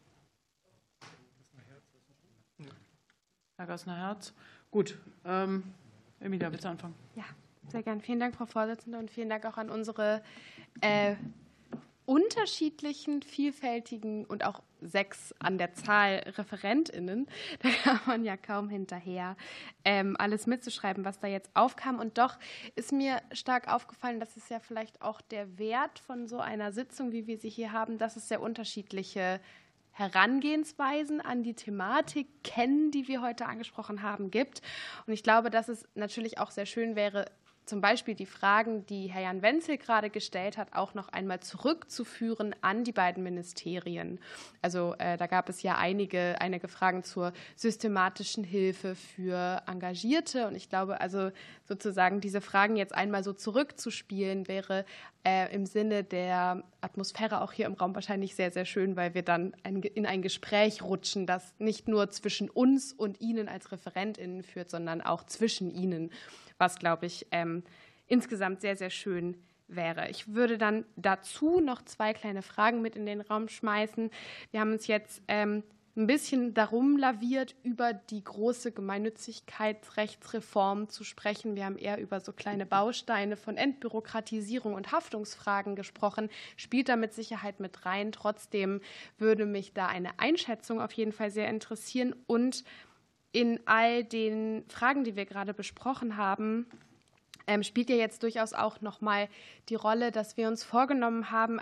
Herr Gassner-Herz? Gut. Emilia, willst du anfangen? Ja, sehr gern. Vielen Dank, Frau Vorsitzende, und vielen Dank auch an unsere unterschiedlichen, vielfältigen und auch 6 an der Zahl ReferentInnen. Da kann man ja kaum hinterher, alles mitzuschreiben, was da jetzt aufkam. Und doch ist mir stark aufgefallen, dass es ja vielleicht auch der Wert von so einer Sitzung, wie wir sie hier haben, dass es sehr unterschiedliche Herangehensweisen an die Thematik kennen, die wir heute angesprochen haben, gibt. Und ich glaube, dass es natürlich auch sehr schön wäre, zum Beispiel die Fragen, die Herr Jan Wenzel gerade gestellt hat, auch noch einmal zurückzuführen an die beiden Ministerien. Also da gab es ja einige Fragen zur systematischen Hilfe für Engagierte. Und ich glaube, also sozusagen diese Fragen jetzt einmal so zurückzuspielen, wäre im Sinne der Atmosphäre auch hier im Raum wahrscheinlich sehr, sehr schön, weil wir dann in ein Gespräch rutschen, das nicht nur zwischen uns und Ihnen als ReferentInnen führt, sondern auch zwischen Ihnen, was, glaube ich, insgesamt sehr, sehr schön wäre. Ich würde dann dazu noch 2 kleine Fragen mit in den Raum schmeißen. Wir haben uns jetzt ein bisschen darum laviert, über die große Gemeinnützigkeitsrechtsreform zu sprechen. Wir haben eher über so kleine Bausteine von Entbürokratisierung und Haftungsfragen gesprochen, spielt da mit Sicherheit mit rein. Trotzdem würde mich da eine Einschätzung auf jeden Fall sehr interessieren. Und in all den Fragen, die wir gerade besprochen haben, spielt ja jetzt durchaus auch nochmal die Rolle, dass wir uns vorgenommen haben,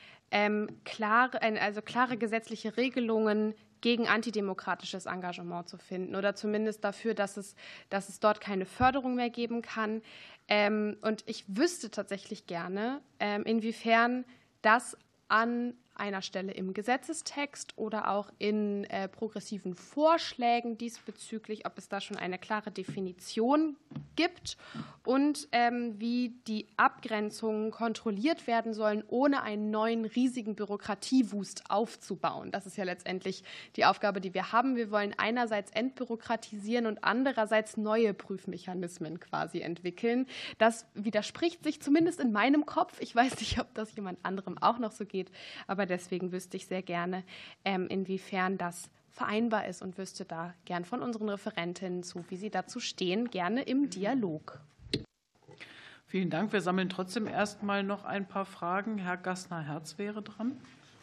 klare gesetzliche Regelungen gegen antidemokratisches Engagement zu finden oder zumindest dafür, dass es dort keine Förderung mehr geben kann. Und ich wüsste tatsächlich gerne, inwiefern das an einer Stelle im Gesetzestext oder auch in progressiven Vorschlägen diesbezüglich, ob es da schon eine klare Definition gibt und wie die Abgrenzungen kontrolliert werden sollen, ohne einen neuen riesigen Bürokratiewust aufzubauen. Das ist ja letztendlich die Aufgabe, die wir haben. Wir wollen einerseits entbürokratisieren und andererseits neue Prüfmechanismen quasi entwickeln. Das widerspricht sich zumindest in meinem Kopf. Ich weiß nicht, ob das jemand anderem auch noch so geht, aber deswegen wüsste ich sehr gerne, inwiefern das vereinbar ist und wüsste da gern von unseren Referentinnen zu, wie sie dazu stehen, gerne im Dialog. Vielen Dank. Wir sammeln trotzdem erst mal noch ein paar Fragen. Herr Gassner-Herz wäre dran.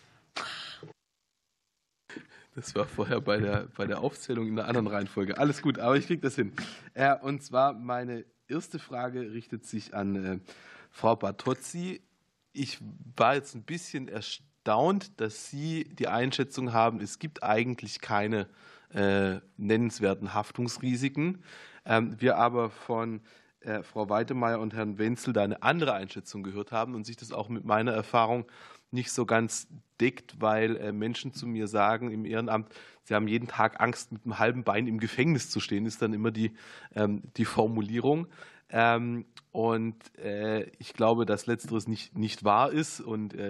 Das war vorher bei der Aufzählung in einer anderen Reihenfolge. Alles gut, aber ich kriege das hin. Und zwar meine erste Frage richtet sich an Frau Bartozzi. Ich war jetzt ein bisschen erstaunt, dass Sie die Einschätzung haben, es gibt eigentlich keine nennenswerten Haftungsrisiken. Wir aber von Frau Weidemeyer und Herrn Wenzel da eine andere Einschätzung gehört haben und sich das auch mit meiner Erfahrung nicht so ganz deckt, weil Menschen zu mir sagen im Ehrenamt, sie haben jeden Tag Angst, mit einem halben Bein im Gefängnis zu stehen, ist dann immer die Formulierung. Und ich glaube, dass Letzteres nicht wahr ist.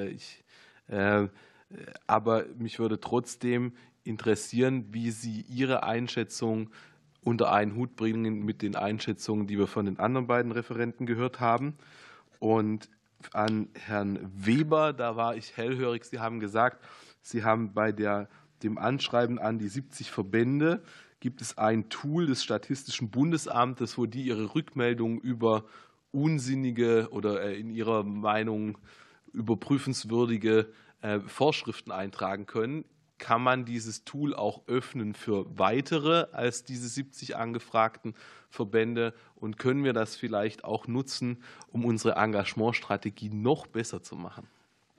Aber mich würde trotzdem interessieren, wie Sie Ihre Einschätzung unter einen Hut bringen mit den Einschätzungen, die wir von den anderen beiden Referenten gehört haben. Und an Herrn Weber, da war ich hellhörig. Sie haben gesagt, Sie haben bei dem Anschreiben an die 70 Verbände gibt es ein Tool des Statistischen Bundesamtes, wo die ihre Rückmeldungen über unsinnige oder in ihrer Meinung überprüfenswürdige Vorschriften eintragen können. kann man dieses Tool auch öffnen für weitere als diese 70 angefragten Verbände und können wir das vielleicht auch nutzen, um unsere Engagementstrategie noch besser zu machen?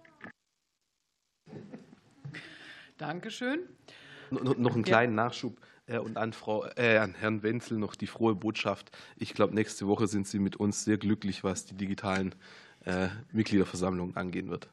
Dankeschön. Noch einen kleinen Nachschub und an Herrn Wenzel noch die frohe Botschaft. Ich glaube, nächste Woche sind Sie mit uns sehr glücklich, was die digitalen Mitgliederversammlungen angehen wird.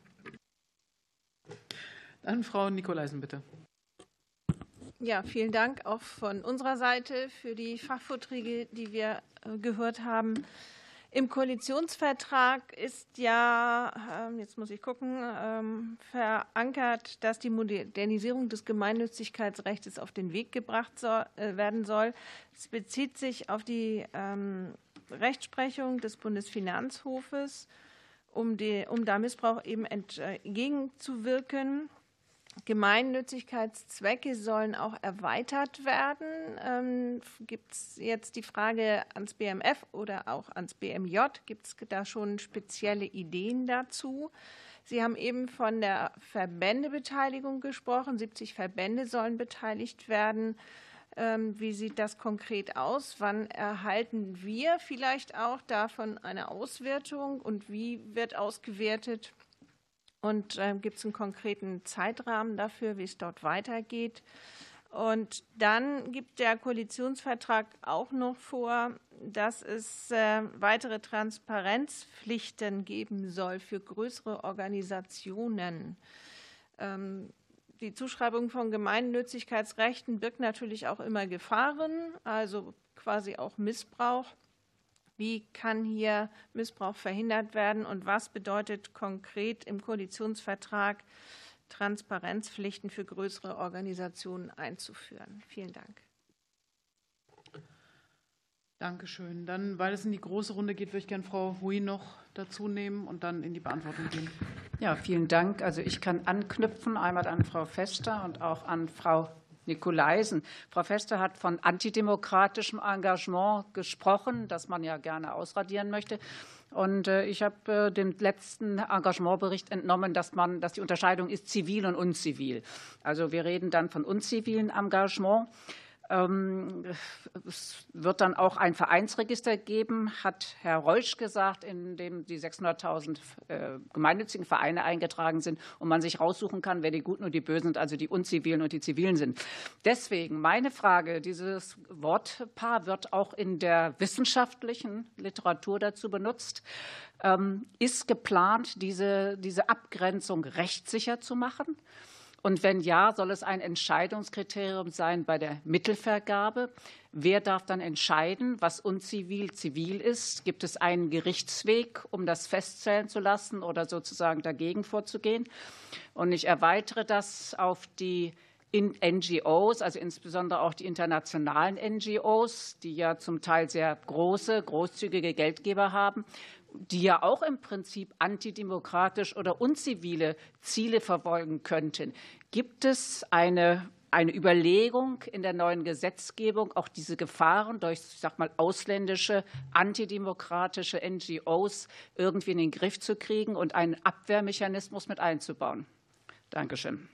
Dann Frau Nikolaisen, bitte. Ja, vielen Dank auch von unserer Seite für die Fachvorträge, die wir gehört haben. Im Koalitionsvertrag ist ja, jetzt muss ich gucken, verankert, dass die Modernisierung des Gemeinnützigkeitsrechts auf den Weg gebracht werden soll. Es bezieht sich auf die Rechtsprechung des Bundesfinanzhofes, um da Missbrauch eben entgegenzuwirken. Gemeinnützigkeitszwecke sollen auch erweitert werden. Gibt es jetzt die Frage ans BMF oder auch ans BMJ? Gibt es da schon spezielle Ideen dazu? Sie haben eben von der Verbändebeteiligung gesprochen. 70 Verbände sollen beteiligt werden. Wie sieht das konkret aus? Wann erhalten wir vielleicht auch davon eine Auswertung und wie wird ausgewertet? Und gibt es einen konkreten Zeitrahmen dafür, wie es dort weitergeht? Und dann gibt der Koalitionsvertrag auch noch vor, dass es weitere Transparenzpflichten geben soll für größere Organisationen. Die Zuschreibung von Gemeinnützigkeitsrechten birgt natürlich auch immer Gefahren, also quasi auch Missbrauch. Wie kann hier Missbrauch verhindert werden und was bedeutet konkret im Koalitionsvertrag, Transparenzpflichten für größere Organisationen einzuführen? Vielen Dank. Dankeschön. Dann, weil es in die große Runde geht, würde ich gerne Frau Hui noch dazu nehmen und dann in die Beantwortung gehen. Ja, vielen Dank. Also ich kann anknüpfen, einmal an Frau Vester und auch an Frau Nikolaisen. Frau Vester hat von antidemokratischem Engagement gesprochen, das man ja gerne ausradieren möchte. Und ich habe dem letzten Engagementbericht entnommen, dass die Unterscheidung ist zivil und unzivil. Also wir reden dann von unzivilem Engagement. Es wird dann auch ein Vereinsregister geben, hat Herr Reusch gesagt, in dem die 600.000 gemeinnützigen Vereine eingetragen sind und man sich raussuchen kann, wer die Guten und die Bösen sind, also die Unzivilen und die Zivilen sind. Deswegen meine Frage, dieses Wortpaar wird auch in der wissenschaftlichen Literatur dazu benutzt. Ist geplant, diese Abgrenzung rechtssicher zu machen? Und wenn ja, soll es ein Entscheidungskriterium sein bei der Mittelvergabe? Wer darf dann entscheiden, was unzivil zivil ist? Gibt es einen Gerichtsweg, um das festzählen zu lassen oder sozusagen dagegen vorzugehen? Und ich erweitere das auf die NGOs, also insbesondere auch die internationalen NGOs, die ja zum Teil sehr großzügige Geldgeber haben, die ja auch im Prinzip antidemokratisch oder unzivile Ziele verfolgen könnten. Gibt es eine Überlegung in der neuen Gesetzgebung, auch diese Gefahren durch, ich sag mal, ausländische, antidemokratische NGOs irgendwie in den Griff zu kriegen und einen Abwehrmechanismus mit einzubauen? Dankeschön.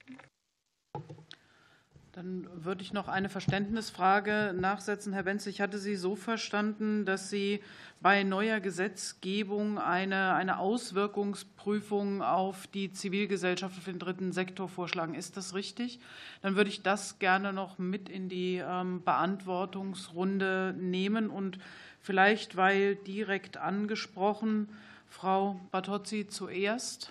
Dann würde ich noch eine Verständnisfrage nachsetzen. Herr Wenzel, ich hatte Sie so verstanden, dass Sie bei neuer Gesetzgebung eine Auswirkungsprüfung auf die Zivilgesellschaft, auf den dritten Sektor vorschlagen. Ist das richtig? Dann würde ich das gerne noch mit in die Beantwortungsrunde nehmen und vielleicht, weil direkt angesprochen, Frau Bartozzi zuerst.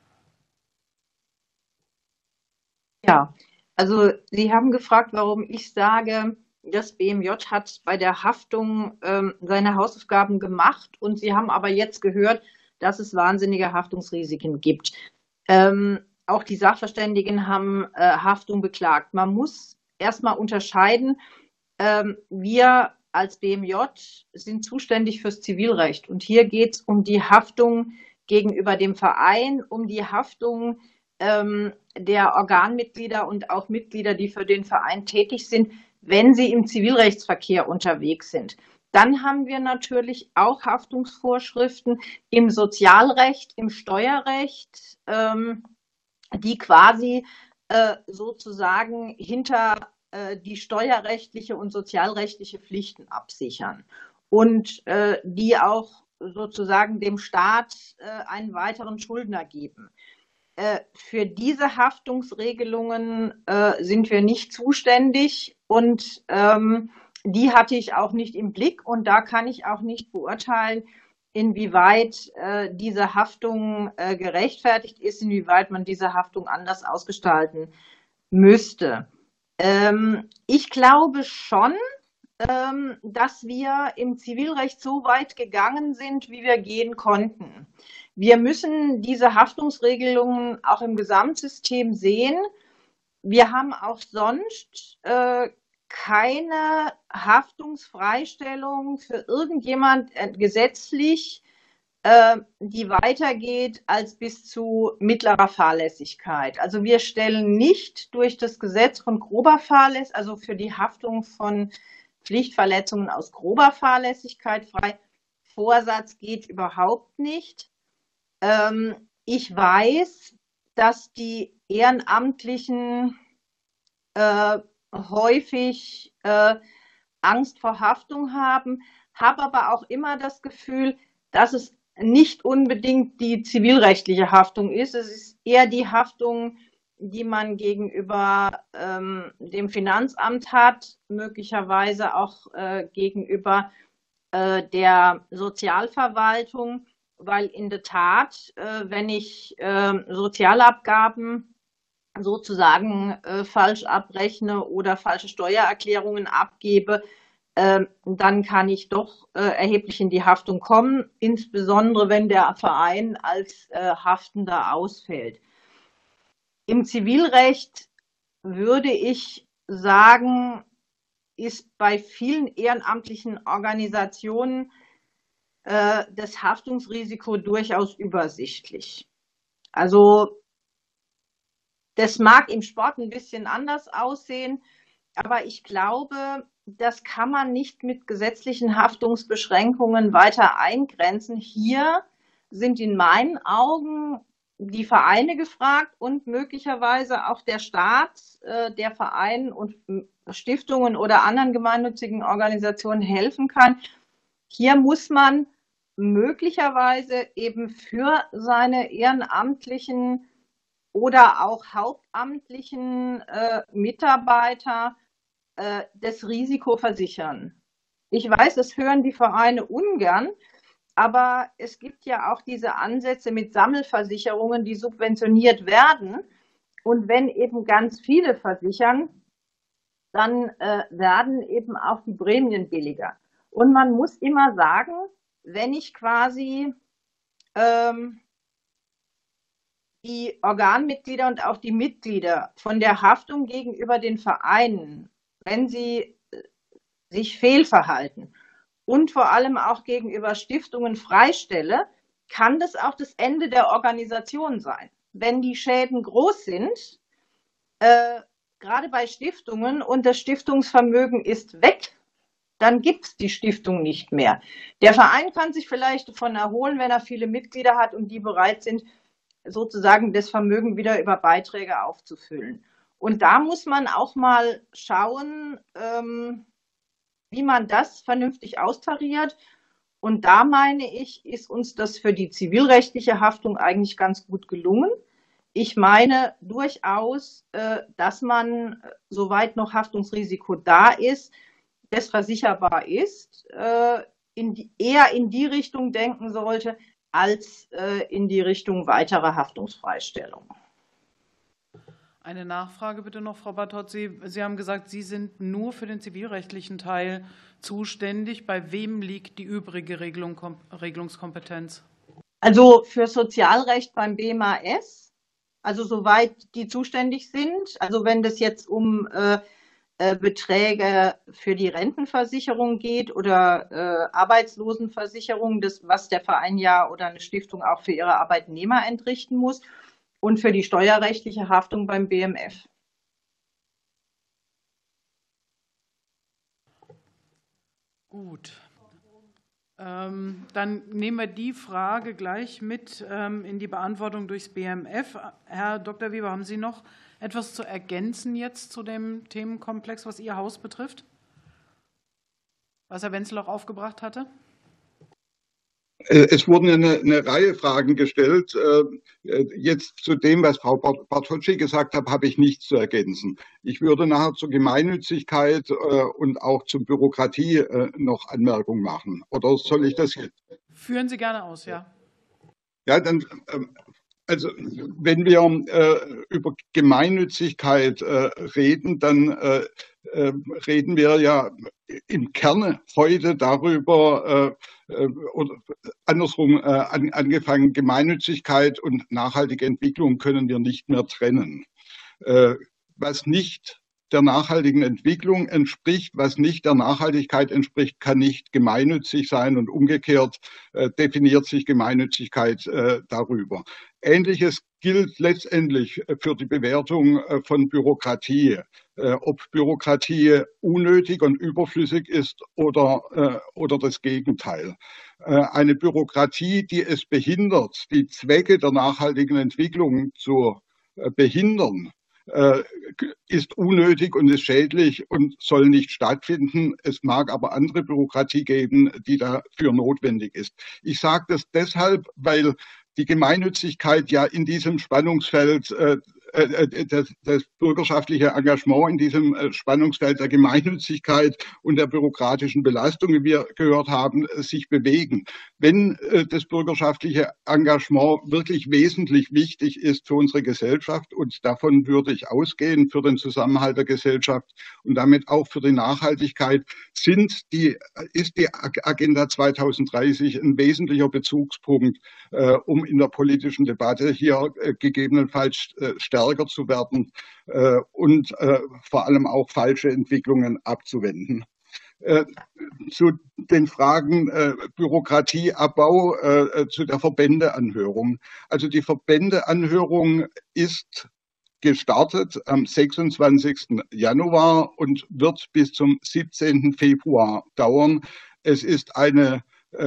Ja. Also Sie haben gefragt, warum ich sage, das BMJ hat bei der Haftung seine Hausaufgaben gemacht und Sie haben aber jetzt gehört, dass es wahnsinnige Haftungsrisiken gibt. Auch die Sachverständigen haben Haftung beklagt. Man muss erstmal unterscheiden, wir als BMJ sind zuständig fürs Zivilrecht und hier geht es um die Haftung gegenüber dem Verein, um die Haftung der Organmitglieder und auch Mitglieder, die für den Verein tätig sind, wenn sie im Zivilrechtsverkehr unterwegs sind. Dann haben wir natürlich auch Haftungsvorschriften im Sozialrecht, im Steuerrecht, die quasi sozusagen hinter die steuerrechtliche und sozialrechtliche Pflichten absichern und die auch sozusagen dem Staat einen weiteren Schuldner geben. Für diese Haftungsregelungen sind wir nicht zuständig und die hatte ich auch nicht im Blick und da kann ich auch nicht beurteilen, inwieweit diese Haftung gerechtfertigt ist, inwieweit man diese Haftung anders ausgestalten müsste. Ich glaube schon, dass wir im Zivilrecht so weit gegangen sind, wie wir gehen konnten. Wir müssen diese Haftungsregelungen auch im Gesamtsystem sehen. Wir haben auch sonst keine Haftungsfreistellung für irgendjemand gesetzlich, die weitergeht als bis zu mittlerer Fahrlässigkeit. Also wir stellen nicht durch das Gesetz von grober Fahrlässigkeit, also für die Haftung von Pflichtverletzungen aus grober Fahrlässigkeit frei. Vorsatz geht überhaupt nicht. Ich weiß, dass die Ehrenamtlichen häufig Angst vor Haftung haben, habe aber auch immer das Gefühl, dass es nicht unbedingt die zivilrechtliche Haftung ist. Es ist eher die Haftung, die man gegenüber dem Finanzamt hat, möglicherweise auch gegenüber der Sozialverwaltung, weil in der Tat, wenn ich Sozialabgaben sozusagen falsch abrechne oder falsche Steuererklärungen abgebe, dann kann ich doch erheblich in die Haftung kommen, insbesondere wenn der Verein als Haftender ausfällt. Im Zivilrecht würde ich sagen, ist bei vielen ehrenamtlichen Organisationen das Haftungsrisiko durchaus übersichtlich. Also das mag im Sport ein bisschen anders aussehen, aber ich glaube, das kann man nicht mit gesetzlichen Haftungsbeschränkungen weiter eingrenzen. Hier sind in meinen Augen die Vereine gefragt und möglicherweise auch der Staat, der Vereinen und Stiftungen oder anderen gemeinnützigen Organisationen helfen kann. Hier muss man möglicherweise eben für seine ehrenamtlichen oder auch hauptamtlichen Mitarbeiter das Risiko versichern. Ich weiß, das hören die Vereine ungern, aber es gibt ja auch diese Ansätze mit Sammelversicherungen, die subventioniert werden. Und wenn eben ganz viele versichern, dann werden eben auch die Prämien billiger. Und man muss immer sagen, wenn ich quasi die Organmitglieder und auch die Mitglieder von der Haftung gegenüber den Vereinen, wenn sie sich fehlverhalten und vor allem auch gegenüber Stiftungen freistelle, kann das auch das Ende der Organisation sein. Wenn die Schäden groß sind, gerade bei Stiftungen und das Stiftungsvermögen ist weg, dann gibt es die Stiftung nicht mehr. Der Verein kann sich vielleicht davon erholen, wenn er viele Mitglieder hat und die bereit sind, sozusagen das Vermögen wieder über Beiträge aufzufüllen. Und da muss man auch mal schauen, wie man das vernünftig austariert. Und da meine ich, ist uns das für die zivilrechtliche Haftung eigentlich ganz gut gelungen. Ich meine durchaus, dass man, soweit noch Haftungsrisiko da ist, das versicherbar ist, eher in die Richtung denken sollte, als in die Richtung weiterer Haftungsfreistellung. Eine Nachfrage bitte noch, Frau Bartozzi. Sie haben gesagt, Sie sind nur für den zivilrechtlichen Teil zuständig. Bei wem liegt die übrige Regelungskompetenz? Also für Sozialrecht beim BMAS, also soweit die zuständig sind. Also wenn das jetzt um Beträge für die Rentenversicherung geht oder Arbeitslosenversicherung, das, was der Verein ja oder eine Stiftung auch für ihre Arbeitnehmer entrichten muss, und für die steuerrechtliche Haftung beim BMF. Gut. Dann nehmen wir die Frage gleich mit in die Beantwortung durchs BMF. Herr Dr. Weber, haben Sie noch etwas zu ergänzen jetzt zu dem Themenkomplex, was Ihr Haus betrifft, was Herr Wenzel auch aufgebracht hatte? Es wurden eine Reihe Fragen gestellt. Jetzt zu dem, was Frau Bartocci gesagt hat, habe ich nichts zu ergänzen. Ich würde nachher zur Gemeinnützigkeit und auch zur Bürokratie noch Anmerkungen machen. Oder soll ich das jetzt? Führen Sie gerne aus, ja. Ja, dann, also wenn wir über Gemeinnützigkeit reden, dann reden wir ja im Kern heute darüber, oder andersrum angefangen, Gemeinnützigkeit und nachhaltige Entwicklung können wir nicht mehr trennen. Was nicht der nachhaltigen Entwicklung entspricht, was nicht der Nachhaltigkeit entspricht, kann nicht gemeinnützig sein und umgekehrt definiert sich Gemeinnützigkeit darüber. Ähnliches gilt letztendlich für die Bewertung von Bürokratie. Ob Bürokratie unnötig und überflüssig ist oder das Gegenteil. Eine Bürokratie, die es behindert, die Zwecke der nachhaltigen Entwicklung zu behindern, ist unnötig und ist schädlich und soll nicht stattfinden. Es mag aber andere Bürokratie geben, die dafür notwendig ist. Ich sage das deshalb, weil die Gemeinnützigkeit ja in diesem Spannungsfeld, das bürgerschaftliche Engagement in diesem Spannungsfeld der Gemeinnützigkeit und der bürokratischen Belastung, wie wir gehört haben, sich bewegen. Wenn das bürgerschaftliche Engagement wirklich wesentlich wichtig ist für unsere Gesellschaft, und davon würde ich ausgehen, für den Zusammenhalt der Gesellschaft und damit auch für die Nachhaltigkeit, ist die Agenda 2030 ein wesentlicher Bezugspunkt, um in der politischen Debatte hier gegebenenfalls stärker zu werden und vor allem auch falsche Entwicklungen abzuwenden. Zu den Fragen Bürokratieabbau, zu der Verbändeanhörung. Also die Verbändeanhörung ist gestartet am 26. Januar und wird bis zum 17. Februar dauern. Es ist eine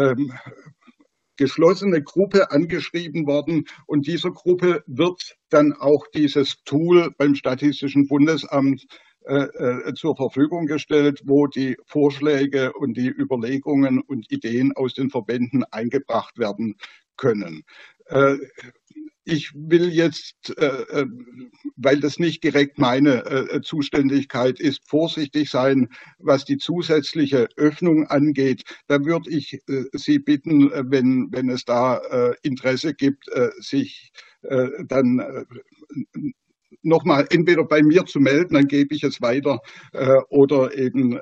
geschlossene Gruppe angeschrieben worden und dieser Gruppe wird dann auch dieses Tool beim Statistischen Bundesamt zur Verfügung gestellt, wo die Vorschläge und die Überlegungen und Ideen aus den Verbänden eingebracht werden können. Ich will jetzt, weil das nicht direkt meine Zuständigkeit ist, vorsichtig sein, was die zusätzliche Öffnung angeht. Da würde ich Sie bitten, wenn es da Interesse gibt, sich dann nochmal entweder bei mir zu melden, dann gebe ich es weiter, oder eben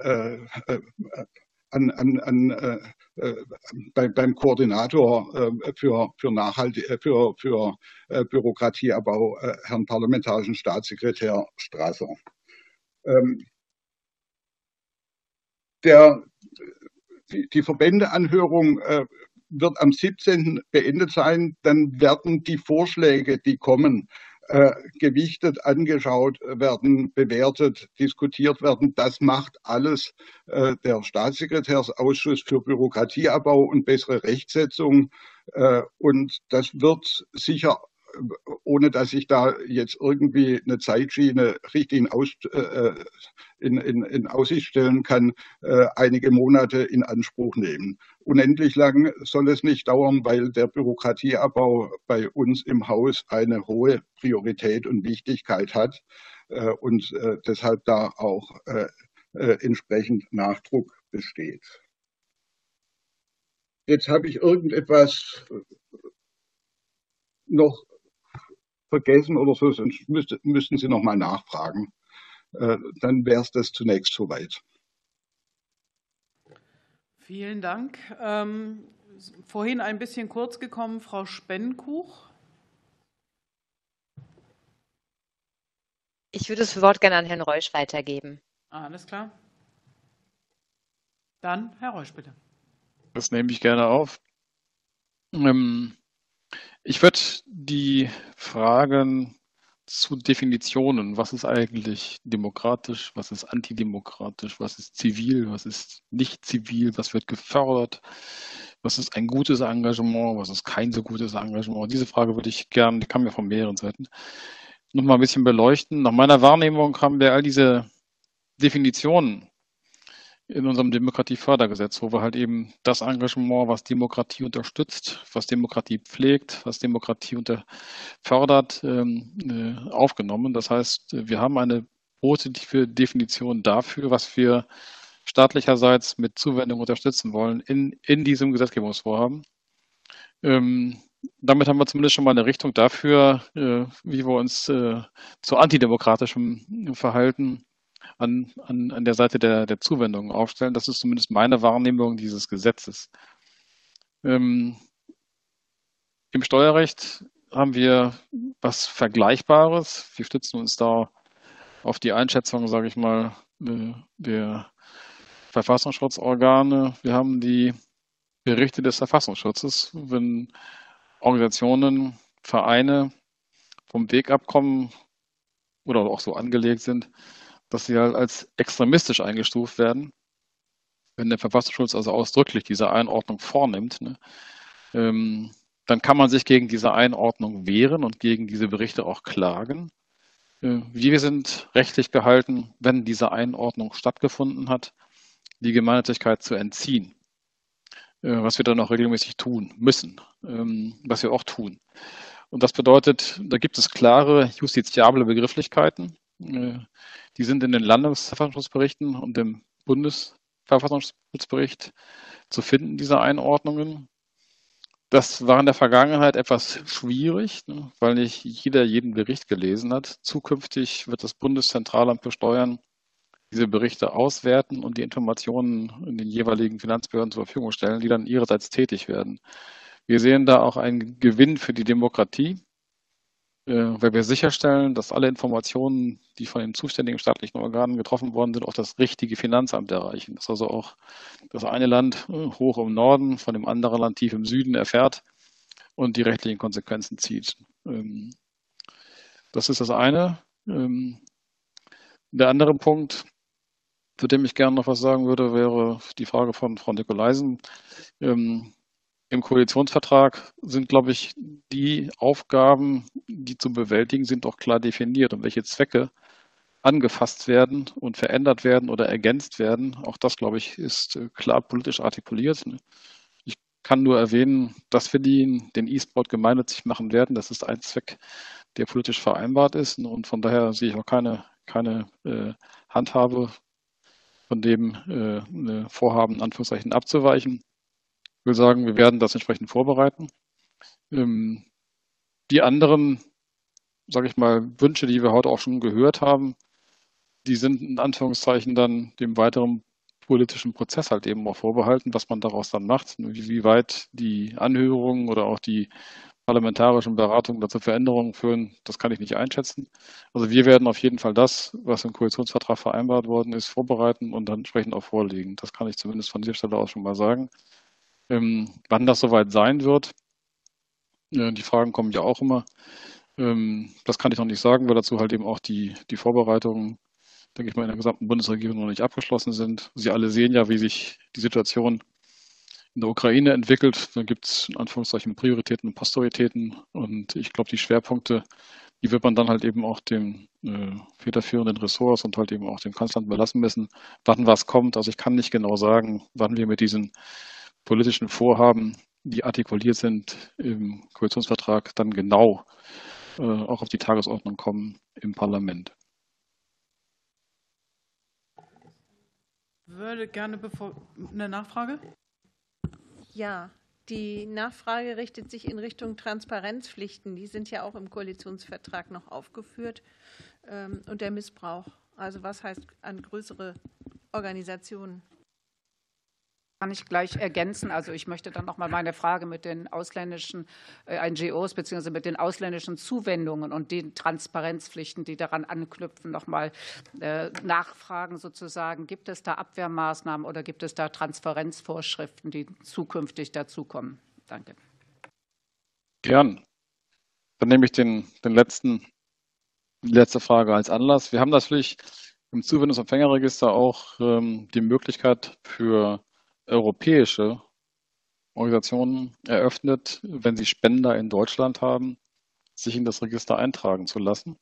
beim Koordinator für Bürokratieabbau, Herrn Parlamentarischen Staatssekretär Strasser. Die Verbändeanhörung wird am 17. beendet sein. Dann werden die Vorschläge, die kommen, gewichtet, angeschaut werden, bewertet, diskutiert werden. Das macht alles der Staatssekretärsausschuss für Bürokratieabbau und bessere Rechtsetzung. Und das wird sicher, ohne dass ich da jetzt irgendwie eine Zeitschiene richtig in Aussicht stellen kann, einige Monate in Anspruch nehmen. Unendlich lang soll es nicht dauern, weil der Bürokratieabbau bei uns im Haus eine hohe Priorität und Wichtigkeit hat und deshalb da auch entsprechend Nachdruck besteht. Jetzt habe ich irgendetwas noch vergessen oder so, sonst müssten Sie noch mal nachfragen. Dann wäre es das zunächst soweit. Vielen Dank. Vorhin ein bisschen kurz gekommen, Frau Spenkuch. Ich würde das Wort gerne an Herrn Reusch weitergeben. Alles klar. Dann Herr Reusch, bitte. Das nehme ich gerne auf. Ich würde die Fragen zu Definitionen, was ist eigentlich demokratisch, was ist antidemokratisch, was ist zivil, was ist nicht zivil, was wird gefördert, was ist ein gutes Engagement, was ist kein so gutes Engagement. Diese Frage würde ich gerne, die kam ja von mehreren Seiten, noch mal ein bisschen beleuchten. Nach meiner Wahrnehmung haben wir all diese Definitionen in unserem Demokratiefördergesetz, wo wir halt eben das Engagement, was Demokratie unterstützt, was Demokratie pflegt, was Demokratie fördert, aufgenommen. Das heißt, wir haben eine positive Definition dafür, was wir staatlicherseits mit Zuwendung unterstützen wollen in diesem Gesetzgebungsvorhaben. Damit haben wir zumindest schon mal eine Richtung dafür, wie wir uns zu antidemokratischem Verhalten an der Seite der Zuwendung aufstellen. Das ist zumindest meine Wahrnehmung dieses Gesetzes. Im Steuerrecht haben wir was Vergleichbares. Wir stützen uns da auf die Einschätzung, sage ich mal, der Verfassungsschutzorgane. Wir haben die Berichte des Verfassungsschutzes, wenn Organisationen, Vereine vom Weg abkommen oder auch so angelegt sind, dass sie halt als extremistisch eingestuft werden. Wenn der Verfassungsschutz also ausdrücklich diese Einordnung vornimmt, ne, dann kann man sich gegen diese Einordnung wehren und gegen diese Berichte auch klagen. Wir sind rechtlich gehalten, wenn diese Einordnung stattgefunden hat, die Gemeinnützigkeit zu entziehen, was wir dann auch regelmäßig tun müssen, was wir auch tun. Und das bedeutet, da gibt es klare justiziable Begrifflichkeiten. Die sind in den Landesverfassungsschutzberichten und dem Bundesverfassungsschutzbericht zu finden, diese Einordnungen. Das war in der Vergangenheit etwas schwierig, weil nicht jeder jeden Bericht gelesen hat. Zukünftig wird das Bundeszentralamt für Steuern diese Berichte auswerten und die Informationen in den jeweiligen Finanzbehörden zur Verfügung stellen, die dann ihrerseits tätig werden. Wir sehen da auch einen Gewinn für die Demokratie, weil wir sicherstellen, dass alle Informationen, die von den zuständigen staatlichen Organen getroffen worden sind, auch das richtige Finanzamt erreichen. Dass also auch das eine Land hoch im Norden von dem anderen Land tief im Süden erfährt und die rechtlichen Konsequenzen zieht. Das ist das eine. Der andere Punkt, zu dem ich gerne noch was sagen würde, wäre die Frage von Frau Nikolaisen. Im Koalitionsvertrag sind, glaube ich, die Aufgaben, die zu bewältigen sind, auch klar definiert und welche Zwecke angefasst werden und verändert werden oder ergänzt werden. Auch das, glaube ich, ist klar politisch artikuliert. Ich kann nur erwähnen, dass wir den E-Sport gemeinnützig machen werden. Das ist ein Zweck, der politisch vereinbart ist. Und von daher sehe ich auch keine Handhabe von dem Vorhaben, in Anführungszeichen, abzuweichen. Ich will sagen, wir werden das entsprechend vorbereiten. Die anderen, sage ich mal, Wünsche, die wir heute auch schon gehört haben, die sind in Anführungszeichen dann dem weiteren politischen Prozess halt eben auch vorbehalten, was man daraus dann macht, wie weit die Anhörungen oder auch die parlamentarischen Beratungen dazu Veränderungen führen, das kann ich nicht einschätzen. Also wir werden auf jeden Fall das, was im Koalitionsvertrag vereinbart worden ist, vorbereiten und dann entsprechend auch vorlegen. Das kann ich zumindest von dieser Stelle aus schon mal sagen. Wann das soweit sein wird, die Fragen kommen ja auch immer. Das kann ich noch nicht sagen, weil dazu halt eben auch die Vorbereitungen, denke ich mal, in der gesamten Bundesregierung noch nicht abgeschlossen sind. Sie alle sehen ja, wie sich die Situation in der Ukraine entwickelt. Da gibt es in Anführungszeichen Prioritäten und Posterioritäten. Und ich glaube, die Schwerpunkte, die wird man dann halt eben auch den federführenden Ressorts und halt eben auch dem Kanzleramt überlassen müssen, wann was kommt. Also ich kann nicht genau sagen, wann wir mit diesen politischen Vorhaben, die artikuliert sind im Koalitionsvertrag, dann genau auch auf die Tagesordnung kommen im Parlament. Würde gerne eine Nachfrage? Ja, die Nachfrage richtet sich in Richtung Transparenzpflichten. Die sind ja auch im Koalitionsvertrag noch aufgeführt. Und der Missbrauch. Also was heißt an größere Organisationen? Kann ich gleich ergänzen. Also ich möchte dann nochmal meine Frage mit den ausländischen NGOs bzw. mit den ausländischen Zuwendungen und den Transparenzpflichten, die daran anknüpfen, nochmal nachfragen sozusagen. Gibt es da Abwehrmaßnahmen oder gibt es da Transparenzvorschriften, die zukünftig dazukommen? Danke. Gern. Dann nehme ich die letzte Frage als Anlass. Wir haben natürlich im Zuwendungsempfängerregister auch die Möglichkeit für europäische Organisationen eröffnet, wenn sie Spender in Deutschland haben, sich in das Register eintragen zu lassen.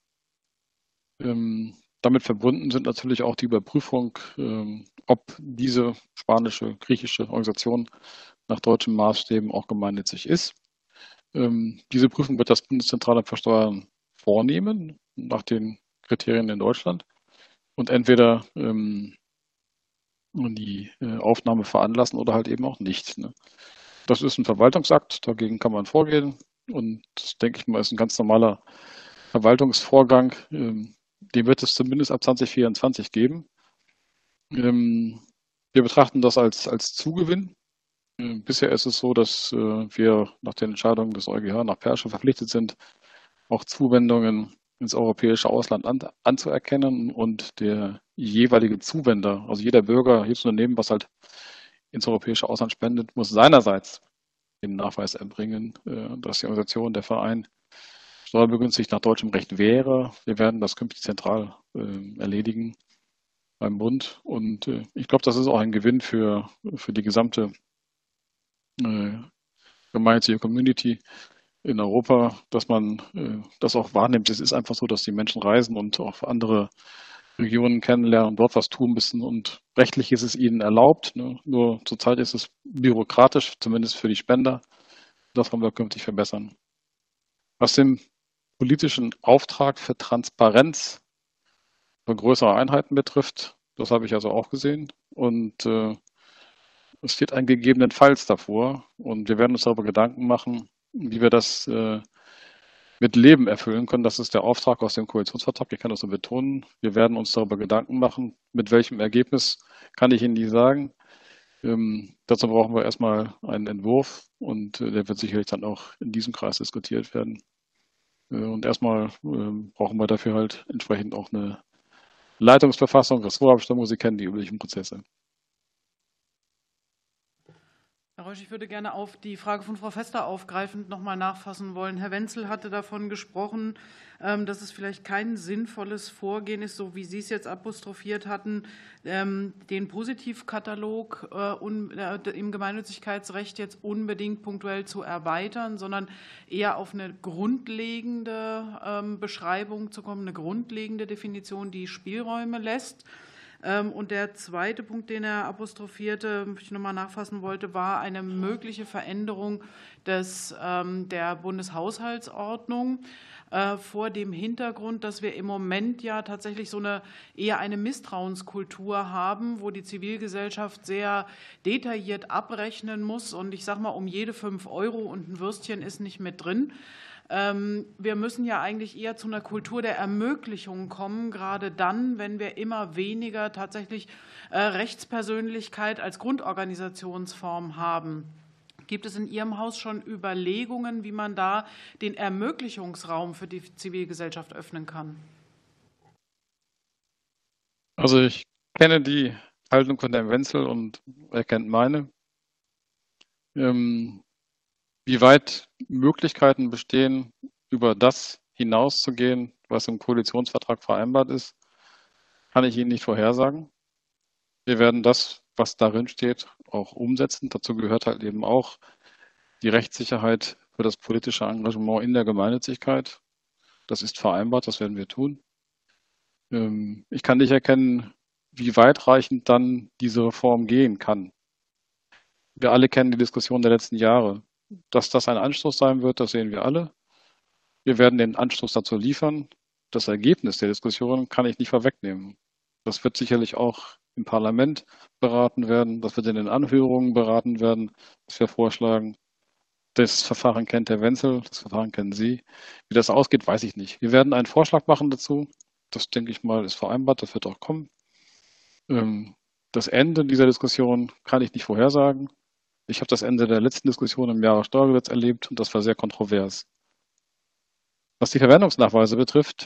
Damit verbunden sind natürlich auch die Überprüfung, ob diese spanische, griechische Organisation nach deutschen Maßstäben auch gemeinnützig ist. Diese Prüfung wird das Bundeszentralamt für Steuern vornehmen, nach den Kriterien in Deutschland, und entweder die Aufnahme veranlassen oder halt eben auch nicht. Ne? Das ist ein Verwaltungsakt, dagegen kann man vorgehen, und das, denke ich mal, ist ein ganz normaler Verwaltungsvorgang. Den wird es zumindest ab 2024 geben. Wir betrachten das als Zugewinn. Bisher ist es so, dass wir nach den Entscheidungen des EuGH nach Persche verpflichtet sind, auch Zuwendungen ins europäische Ausland anzuerkennen, und der jeweilige Zuwender, also jeder Bürger, jedes Unternehmen, was halt ins europäische Ausland spendet, muss seinerseits den Nachweis erbringen, dass die Organisation, der Verein, steuerbegünstigt nach deutschem Recht wäre. Wir werden das künftig zentral erledigen beim Bund, und ich glaube, das ist auch ein Gewinn für die gesamte gemeinnützige Community in Europa, dass man das auch wahrnimmt. Es ist einfach so, dass die Menschen reisen und auch andere Regionen kennenlernen und dort was tun müssen, und rechtlich ist es ihnen erlaubt. Ne? Nur zurzeit ist es bürokratisch, zumindest für die Spender. Das wollen wir künftig verbessern. Was den politischen Auftrag für Transparenz für größere Einheiten betrifft, das habe ich also auch gesehen, und es steht ein gegebenenfalls davor, und wir werden uns darüber Gedanken machen, wie wir das mit Leben erfüllen können. Das ist der Auftrag aus dem Koalitionsvertrag, ich kann das nur betonen. Wir werden uns darüber Gedanken machen, mit welchem Ergebnis, kann ich Ihnen nicht sagen. Dazu brauchen wir erstmal einen Entwurf, und der wird sicherlich dann auch in diesem Kreis diskutiert werden. Und erstmal brauchen wir dafür halt entsprechend auch eine Leitungsverfassung, Ressortabstimmung, Sie kennen die üblichen Prozesse. Herr Reusch, ich würde gerne auf die Frage von Frau Fester aufgreifend nochmal nachfassen wollen. Herr Wenzel hatte davon gesprochen, dass es vielleicht kein sinnvolles Vorgehen ist, so wie Sie es jetzt apostrophiert hatten, den Positivkatalog im Gemeinnützigkeitsrecht jetzt unbedingt punktuell zu erweitern, sondern eher auf eine grundlegende Beschreibung zu kommen, eine grundlegende Definition, die Spielräume lässt. Und der zweite Punkt, den er apostrophierte, ich nochmal nachfassen wollte, war eine mögliche Veränderung der Bundeshaushaltsordnung vor dem Hintergrund, dass wir im Moment ja tatsächlich eher eine Misstrauenskultur haben, wo die Zivilgesellschaft sehr detailliert abrechnen muss. Und ich sage mal, um jede 5 Euro und ein Würstchen ist nicht mit drin. Wir müssen ja eigentlich eher zu einer Kultur der Ermöglichung kommen, gerade dann, wenn wir immer weniger tatsächlich Rechtspersönlichkeit als Grundorganisationsform haben. Gibt es in Ihrem Haus schon Überlegungen, wie man da den Ermöglichungsraum für die Zivilgesellschaft öffnen kann? Also ich kenne die Haltung von Herrn Wenzel und er kennt meine. Wie weit Möglichkeiten bestehen, über das hinauszugehen, was im Koalitionsvertrag vereinbart ist, kann ich Ihnen nicht vorhersagen. Wir werden das, was darin steht, auch umsetzen. Dazu gehört halt eben auch die Rechtssicherheit für das politische Engagement in der Gemeinnützigkeit. Das ist vereinbart, das werden wir tun. Ich kann nicht erkennen, wie weitreichend dann diese Reform gehen kann. Wir alle kennen die Diskussion der letzten Jahre. Dass das ein Anstoß sein wird, das sehen wir alle. Wir werden den Anstoß dazu liefern. Das Ergebnis der Diskussion kann ich nicht vorwegnehmen. Das wird sicherlich auch im Parlament beraten werden. Das wird in den Anhörungen beraten werden, was wir vorschlagen. Das Verfahren kennt Herr Wenzel, das Verfahren kennen Sie. Wie das ausgeht, weiß ich nicht. Wir werden einen Vorschlag machen dazu. Das, denke ich mal, ist vereinbart. Das wird auch kommen. Das Ende dieser Diskussion kann ich nicht vorhersagen. Ich habe das Ende der letzten Diskussion im Jahressteuergesetz erlebt und das war sehr kontrovers. Was die Verwendungsnachweise betrifft,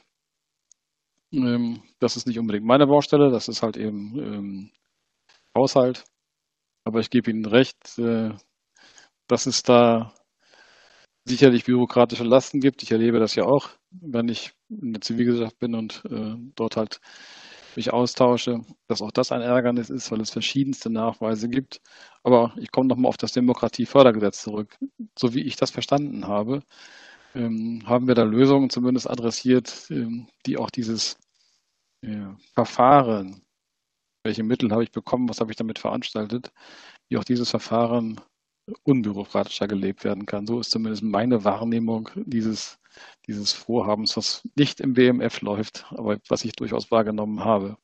das ist nicht unbedingt meine Baustelle, das ist halt eben Haushalt. Aber ich gebe Ihnen recht, dass es da sicherlich bürokratische Lasten gibt. Ich erlebe das ja auch, wenn ich in der Zivilgesellschaft bin und dort halt mich austausche, dass auch das ein Ärgernis ist, weil es verschiedenste Nachweise gibt. Aber ich komme nochmal auf das Demokratiefördergesetz zurück. So wie ich das verstanden habe, haben wir da Lösungen zumindest adressiert, die auch dieses Verfahren, welche Mittel habe ich bekommen, was habe ich damit veranstaltet, wie auch dieses Verfahren unbürokratischer gelebt werden kann. So ist zumindest meine Wahrnehmung dieses Vorhabens, was nicht im BMF läuft, aber was ich durchaus wahrgenommen habe.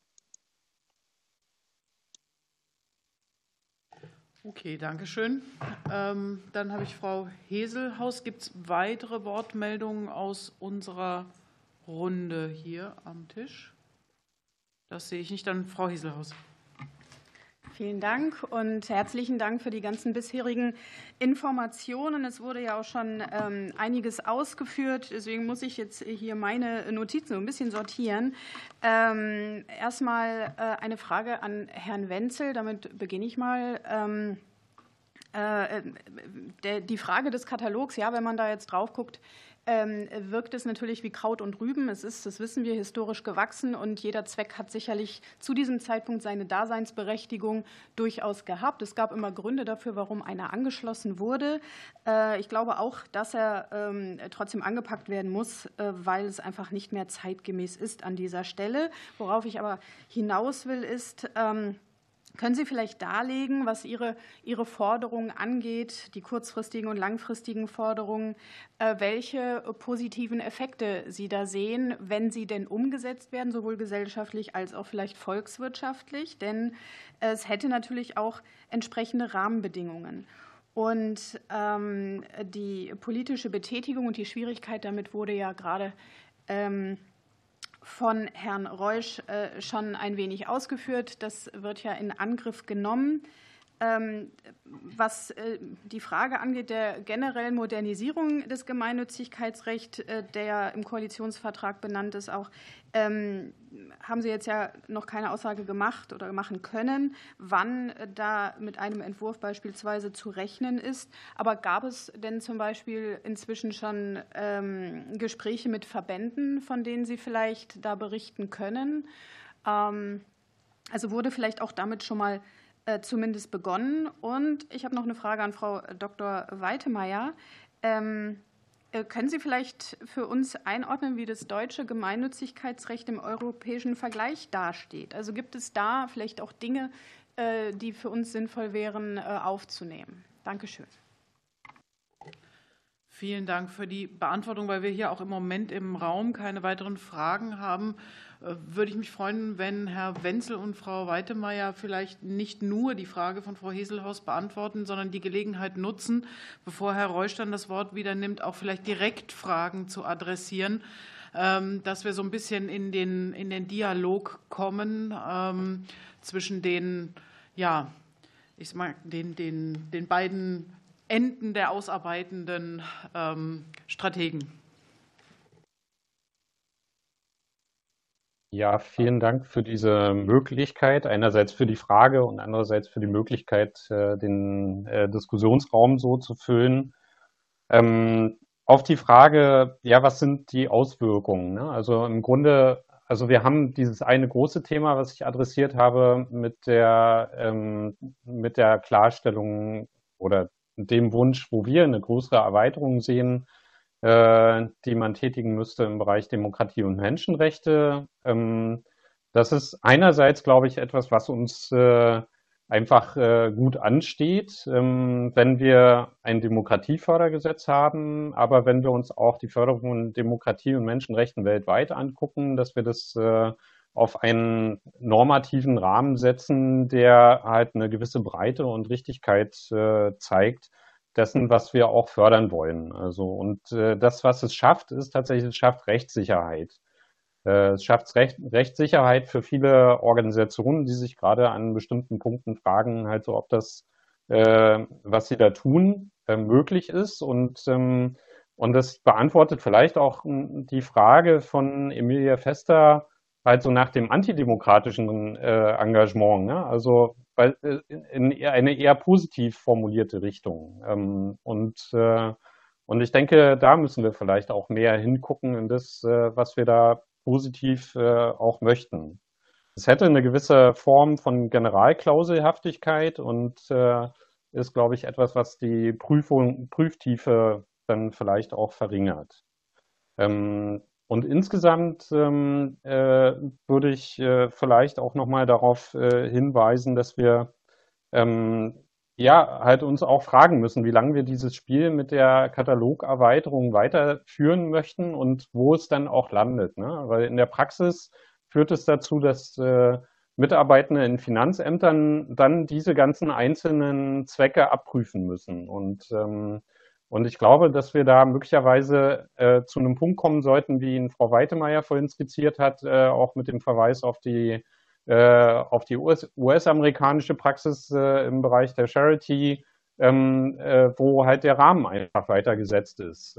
Okay, danke schön. Dann habe ich Frau Heselhaus. Gibt es weitere Wortmeldungen aus unserer Runde hier am Tisch? Das sehe ich nicht. Dann Frau Heselhaus. Vielen Dank und herzlichen Dank für die ganzen bisherigen Informationen. Es wurde ja auch schon einiges ausgeführt, deswegen muss ich jetzt hier meine Notizen so ein bisschen sortieren. Erstmal eine Frage an Herrn Wenzel, damit beginne ich mal. Die Frage des Katalogs, ja, wenn man da jetzt drauf guckt, wirkt es natürlich wie Kraut und Rüben. Es ist, das wissen wir, historisch gewachsen und jeder Zweck hat sicherlich zu diesem Zeitpunkt seine Daseinsberechtigung durchaus gehabt. Es gab immer Gründe dafür, warum einer angeschlossen wurde. Ich glaube auch, dass er trotzdem angepackt werden muss, weil es einfach nicht mehr zeitgemäß ist an dieser Stelle. Worauf ich aber hinaus will, ist, können Sie vielleicht darlegen, was Ihre Forderungen angeht, die kurzfristigen und langfristigen Forderungen, welche positiven Effekte Sie da sehen, wenn sie denn umgesetzt werden, sowohl gesellschaftlich als auch vielleicht volkswirtschaftlich? Denn es hätte natürlich auch entsprechende Rahmenbedingungen. Und die politische Betätigung und die Schwierigkeit damit wurde ja gerade von Herrn Reusch schon ein wenig ausgeführt. Das wird ja in Angriff genommen. Was die Frage angeht der generellen Modernisierung des Gemeinnützigkeitsrechts, der im Koalitionsvertrag benannt ist, auch haben Sie jetzt ja noch keine Aussage gemacht oder machen können, wann da mit einem Entwurf beispielsweise zu rechnen ist. Aber gab es denn zum Beispiel inzwischen schon Gespräche mit Verbänden, von denen Sie vielleicht da berichten können? Also wurde vielleicht auch damit schon mal zumindest begonnen. Und ich habe noch eine Frage an Frau Dr. Weitemeyer. Können Sie vielleicht für uns einordnen, wie das deutsche Gemeinnützigkeitsrecht im europäischen Vergleich dasteht? Also gibt es da vielleicht auch Dinge, die für uns sinnvoll wären, aufzunehmen? Dankeschön. Vielen Dank für die Beantwortung. Weil wir hier auch im Moment im Raum keine weiteren Fragen haben, würde ich mich freuen, wenn Herr Wenzel und Frau Weitemeyer vielleicht nicht nur die Frage von Frau Heselhaus beantworten, sondern die Gelegenheit nutzen, bevor Herr Reusch dann das Wort wieder nimmt, auch vielleicht direkt Fragen zu adressieren, dass wir so ein bisschen in den Dialog kommen zwischen den beiden Enden der ausarbeitenden Strategen. Ja, vielen Dank für diese Möglichkeit. Einerseits für die Frage und andererseits für die Möglichkeit, den Diskussionsraum so zu füllen. Auf die Frage, ja, was sind die Auswirkungen? Ne? Also im Grunde, also wir haben dieses eine große Thema, was ich adressiert habe, mit der Klarstellung oder dem Wunsch, wo wir eine größere Erweiterung sehen, die man tätigen müsste im Bereich Demokratie und Menschenrechte. Das ist einerseits, glaube ich, etwas, was uns einfach gut ansteht, wenn wir ein Demokratiefördergesetz haben, aber wenn wir uns auch die Förderung von Demokratie und Menschenrechten weltweit angucken, dass wir das auf einen normativen Rahmen setzen, der halt eine gewisse Breite und Richtigkeit zeigt, dessen, was wir auch fördern wollen. Also, und das, was es schafft, ist tatsächlich, es schafft Rechtssicherheit. Es schafft Rechtssicherheit für viele Organisationen, die sich gerade an bestimmten Punkten fragen, halt so, ob das, was sie da tun, möglich ist. Und das beantwortet vielleicht auch die Frage von Emilia Vester, halt so nach dem antidemokratischen Engagement, ne? Also weil in eine eher positiv formulierte Richtung. Und ich denke, da müssen wir vielleicht auch mehr hingucken in das, was wir da positiv auch möchten. Es hätte eine gewisse Form von Generalklauselhaftigkeit und ist, glaube ich, etwas, was die Prüftiefe dann vielleicht auch verringert. Und insgesamt würde ich vielleicht auch nochmal darauf hinweisen, dass wir halt uns auch fragen müssen, wie lange wir dieses Spiel mit der Katalogerweiterung weiterführen möchten und wo es dann auch landet. Ne? Weil in der Praxis führt es dazu, dass Mitarbeitende in Finanzämtern dann diese ganzen einzelnen Zwecke abprüfen müssen. Und ich glaube, dass wir da möglicherweise zu einem Punkt kommen sollten, wie ihn Frau Weitemeyer vorhin skizziert hat, auch mit dem Verweis auf die US-amerikanische Praxis im Bereich der Charity, wo halt der Rahmen einfach weiter gesetzt ist.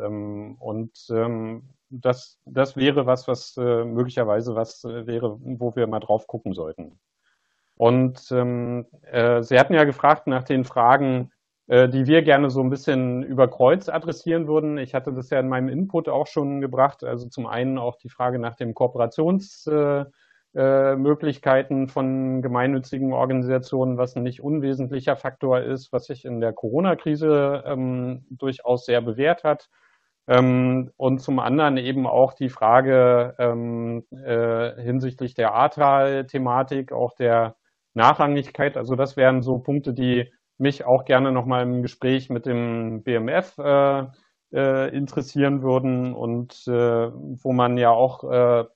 Das wäre was möglicherweise wäre, wo wir mal drauf gucken sollten. Und Sie hatten ja gefragt nach den Fragen, die wir gerne so ein bisschen über Kreuz adressieren würden. Ich hatte das ja in meinem Input auch schon gebracht. Also zum einen auch die Frage nach dem Kooperationsmöglichkeiten von gemeinnützigen Organisationen, was ein nicht unwesentlicher Faktor ist, was sich in der Corona-Krise durchaus sehr bewährt hat. Und zum anderen eben auch die Frage hinsichtlich der Ahrtal-Thematik, auch der Nachrangigkeit. Also das wären so Punkte, die mich auch gerne nochmal im Gespräch mit dem BMF interessieren würden und wo man ja auch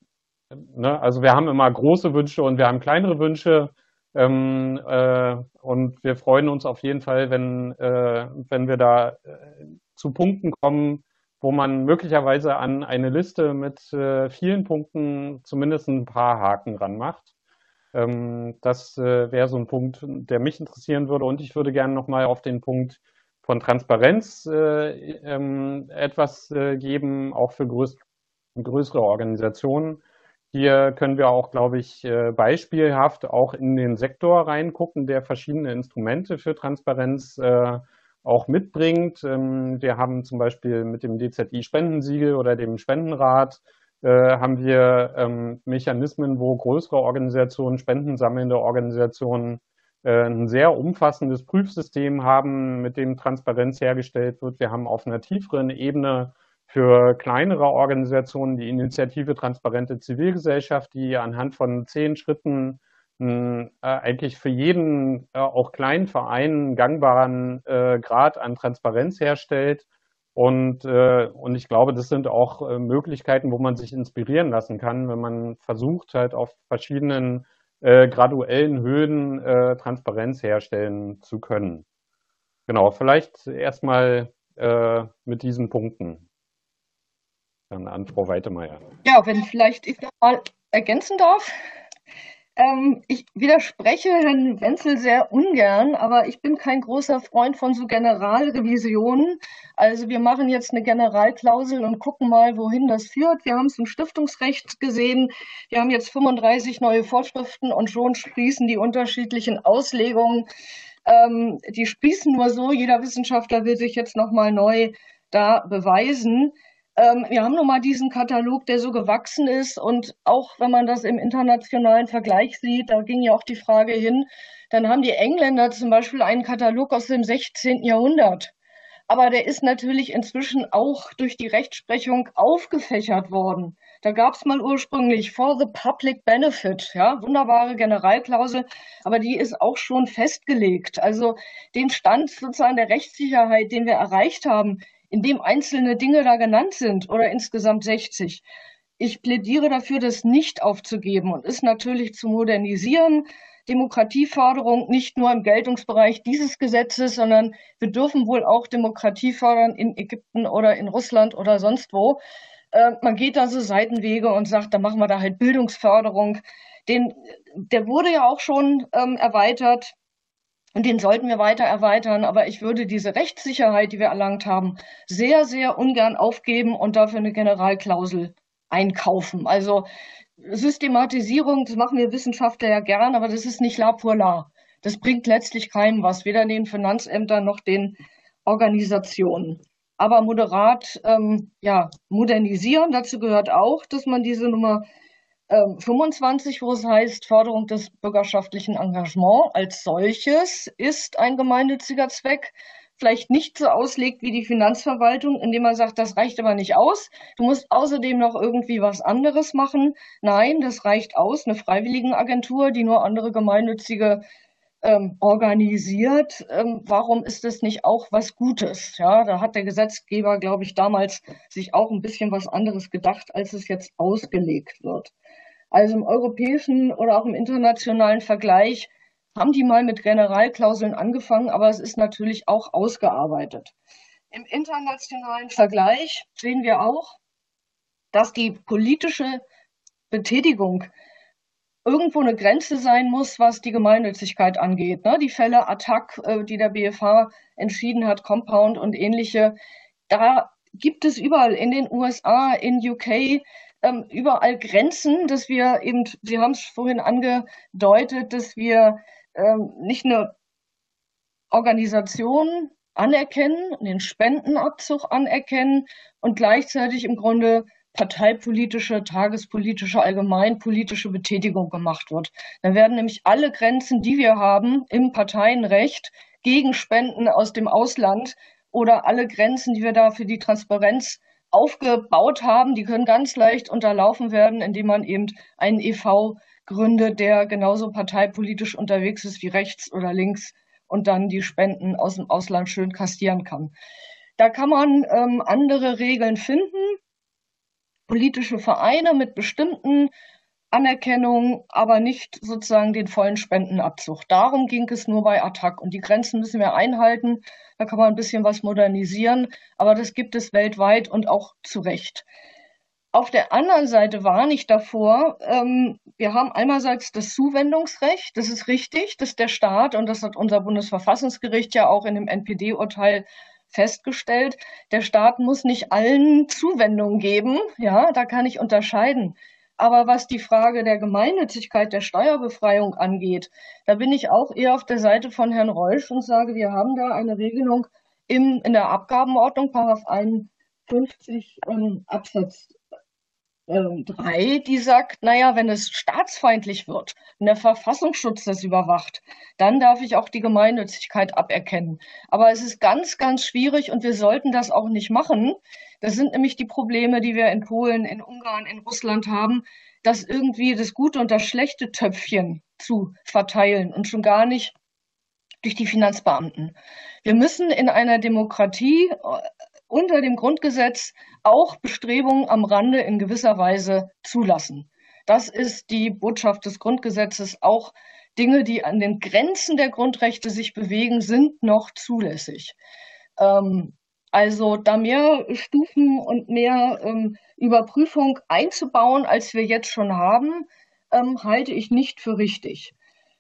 also wir haben immer große Wünsche und wir haben kleinere Wünsche und wir freuen uns auf jeden Fall, wenn wir da zu Punkten kommen, wo man möglicherweise an eine Liste mit vielen Punkten zumindest ein paar Haken ranmacht. Das wäre so ein Punkt, der mich interessieren würde und ich würde gerne nochmal auf den Punkt von Transparenz etwas geben, auch für größere Organisationen. Hier können wir auch, glaube ich, beispielhaft auch in den Sektor reingucken, der verschiedene Instrumente für Transparenz auch mitbringt. Wir haben zum Beispiel mit dem DZI-Spendensiegel oder dem Spendenrat haben wir Mechanismen, wo größere Organisationen, spendensammelnde Organisationen ein sehr umfassendes Prüfsystem haben, mit dem Transparenz hergestellt wird. Wir haben auf einer tieferen Ebene für kleinere Organisationen die Initiative Transparente Zivilgesellschaft, die anhand von 10 Schritten eigentlich für jeden, auch kleinen Verein, einen gangbaren Grad an Transparenz herstellt. Und ich glaube, das sind auch Möglichkeiten, wo man sich inspirieren lassen kann, wenn man versucht, halt auf verschiedenen graduellen Höhen Transparenz herstellen zu können. Genau, vielleicht erstmal mit diesen Punkten. Dann an Frau Weitemeyer. Ja, wenn vielleicht ich noch mal ergänzen darf. Ich widerspreche Herrn Wenzel sehr ungern, aber ich bin kein großer Freund von so Generalrevisionen. Also wir machen jetzt eine Generalklausel und gucken mal, wohin das führt. Wir haben es im Stiftungsrecht gesehen. Wir haben jetzt 35 neue Vorschriften und schon sprießen die unterschiedlichen Auslegungen. Die sprießen nur so. Jeder Wissenschaftler will sich jetzt noch mal neu da beweisen. Wir haben nun mal diesen Katalog, der so gewachsen ist und auch wenn man das im internationalen Vergleich sieht, da ging ja auch die Frage hin, dann haben die Engländer zum Beispiel einen Katalog aus dem 16. Jahrhundert. Aber der ist natürlich inzwischen auch durch die Rechtsprechung aufgefächert worden. Da gab es mal ursprünglich for the public benefit, ja, wunderbare Generalklausel, aber die ist auch schon festgelegt. Also den Stand sozusagen der Rechtssicherheit, den wir erreicht haben, in dem einzelne Dinge da genannt sind oder insgesamt 60. Ich plädiere dafür, das nicht aufzugeben und ist natürlich zu modernisieren. Demokratieförderung nicht nur im Geltungsbereich dieses Gesetzes, sondern wir dürfen wohl auch Demokratie fördern in Ägypten oder in Russland oder sonst wo. Man geht da so Seitenwege und sagt, da machen wir da halt Bildungsförderung. Der wurde ja auch schon erweitert. Und den sollten wir weiter erweitern. Aber ich würde diese Rechtssicherheit, die wir erlangt haben, sehr, sehr ungern aufgeben und dafür eine Generalklausel einkaufen. Also Systematisierung, das machen wir Wissenschaftler ja gern, aber das ist nicht la pour la. Das bringt letztlich keinem was, weder den Finanzämtern noch den Organisationen. Aber moderat modernisieren, dazu gehört auch, dass man diese Nummer 25, wo es heißt, Förderung des bürgerschaftlichen Engagements als solches ist ein gemeinnütziger Zweck, vielleicht nicht so auslegt wie die Finanzverwaltung, indem man sagt, das reicht aber nicht aus. Du musst außerdem noch irgendwie was anderes machen. Nein, das reicht aus. Eine Freiwilligenagentur, die nur andere gemeinnützige organisiert. Warum ist das nicht auch was Gutes? Ja, da hat der Gesetzgeber, glaube ich, damals sich auch ein bisschen was anderes gedacht, als es jetzt ausgelegt wird. Also im europäischen oder auch im internationalen Vergleich haben die mal mit Generalklauseln angefangen, aber es ist natürlich auch ausgearbeitet. Im internationalen Vergleich sehen wir auch, dass die politische Betätigung irgendwo eine Grenze sein muss, was die Gemeinnützigkeit angeht. Die Fälle Attac, die der BfH entschieden hat, Compound und ähnliche, da gibt es überall in den USA, in UK, überall Grenzen, dass wir eben, Sie haben es vorhin angedeutet, dass wir nicht eine Organisation anerkennen, den Spendenabzug anerkennen und gleichzeitig im Grunde parteipolitische, tagespolitische, allgemeinpolitische Betätigung gemacht wird. Dann werden nämlich alle Grenzen, die wir haben im Parteienrecht gegen Spenden aus dem Ausland oder alle Grenzen, die wir da für die Transparenz aufgebaut haben, die können ganz leicht unterlaufen werden, indem man eben einen e.V. gründet, der genauso parteipolitisch unterwegs ist wie rechts oder links und dann die Spenden aus dem Ausland schön kassieren kann. Da kann man andere Regeln finden, politische Vereine mit bestimmten Anerkennungen, aber nicht sozusagen den vollen Spendenabzug. Darum ging es nur bei Attac und die Grenzen müssen wir einhalten. Da kann man ein bisschen was modernisieren, aber das gibt es weltweit und auch zu Recht. Auf der anderen Seite warne ich davor, wir haben einerseits das Zuwendungsrecht, das ist richtig, dass der Staat, und das hat unser Bundesverfassungsgericht ja auch in dem NPD-Urteil festgestellt, der Staat muss nicht allen Zuwendungen geben, ja, da kann ich unterscheiden. Aber was die Frage der Gemeinnützigkeit der Steuerbefreiung angeht, da bin ich auch eher auf der Seite von Herrn Reusch und sage, wir haben da eine Regelung in der Abgabenordnung, § 51 Absatz 3, die sagt, naja, wenn es staatsfeindlich wird, wenn der Verfassungsschutz das überwacht, dann darf ich auch die Gemeinnützigkeit aberkennen. Aber es ist ganz, ganz schwierig und wir sollten das auch nicht machen. Das sind nämlich die Probleme, die wir in Polen, in Ungarn, in Russland haben, das irgendwie das gute und das schlechte Töpfchen zu verteilen und schon gar nicht durch die Finanzbeamten. Wir müssen in einer Demokratie unter dem Grundgesetz auch Bestrebungen am Rande in gewisser Weise zulassen. Das ist die Botschaft des Grundgesetzes. Auch Dinge, die an den Grenzen der Grundrechte sich bewegen, sind noch zulässig. Also da mehr Stufen und mehr Überprüfung einzubauen, als wir jetzt schon haben, halte ich nicht für richtig.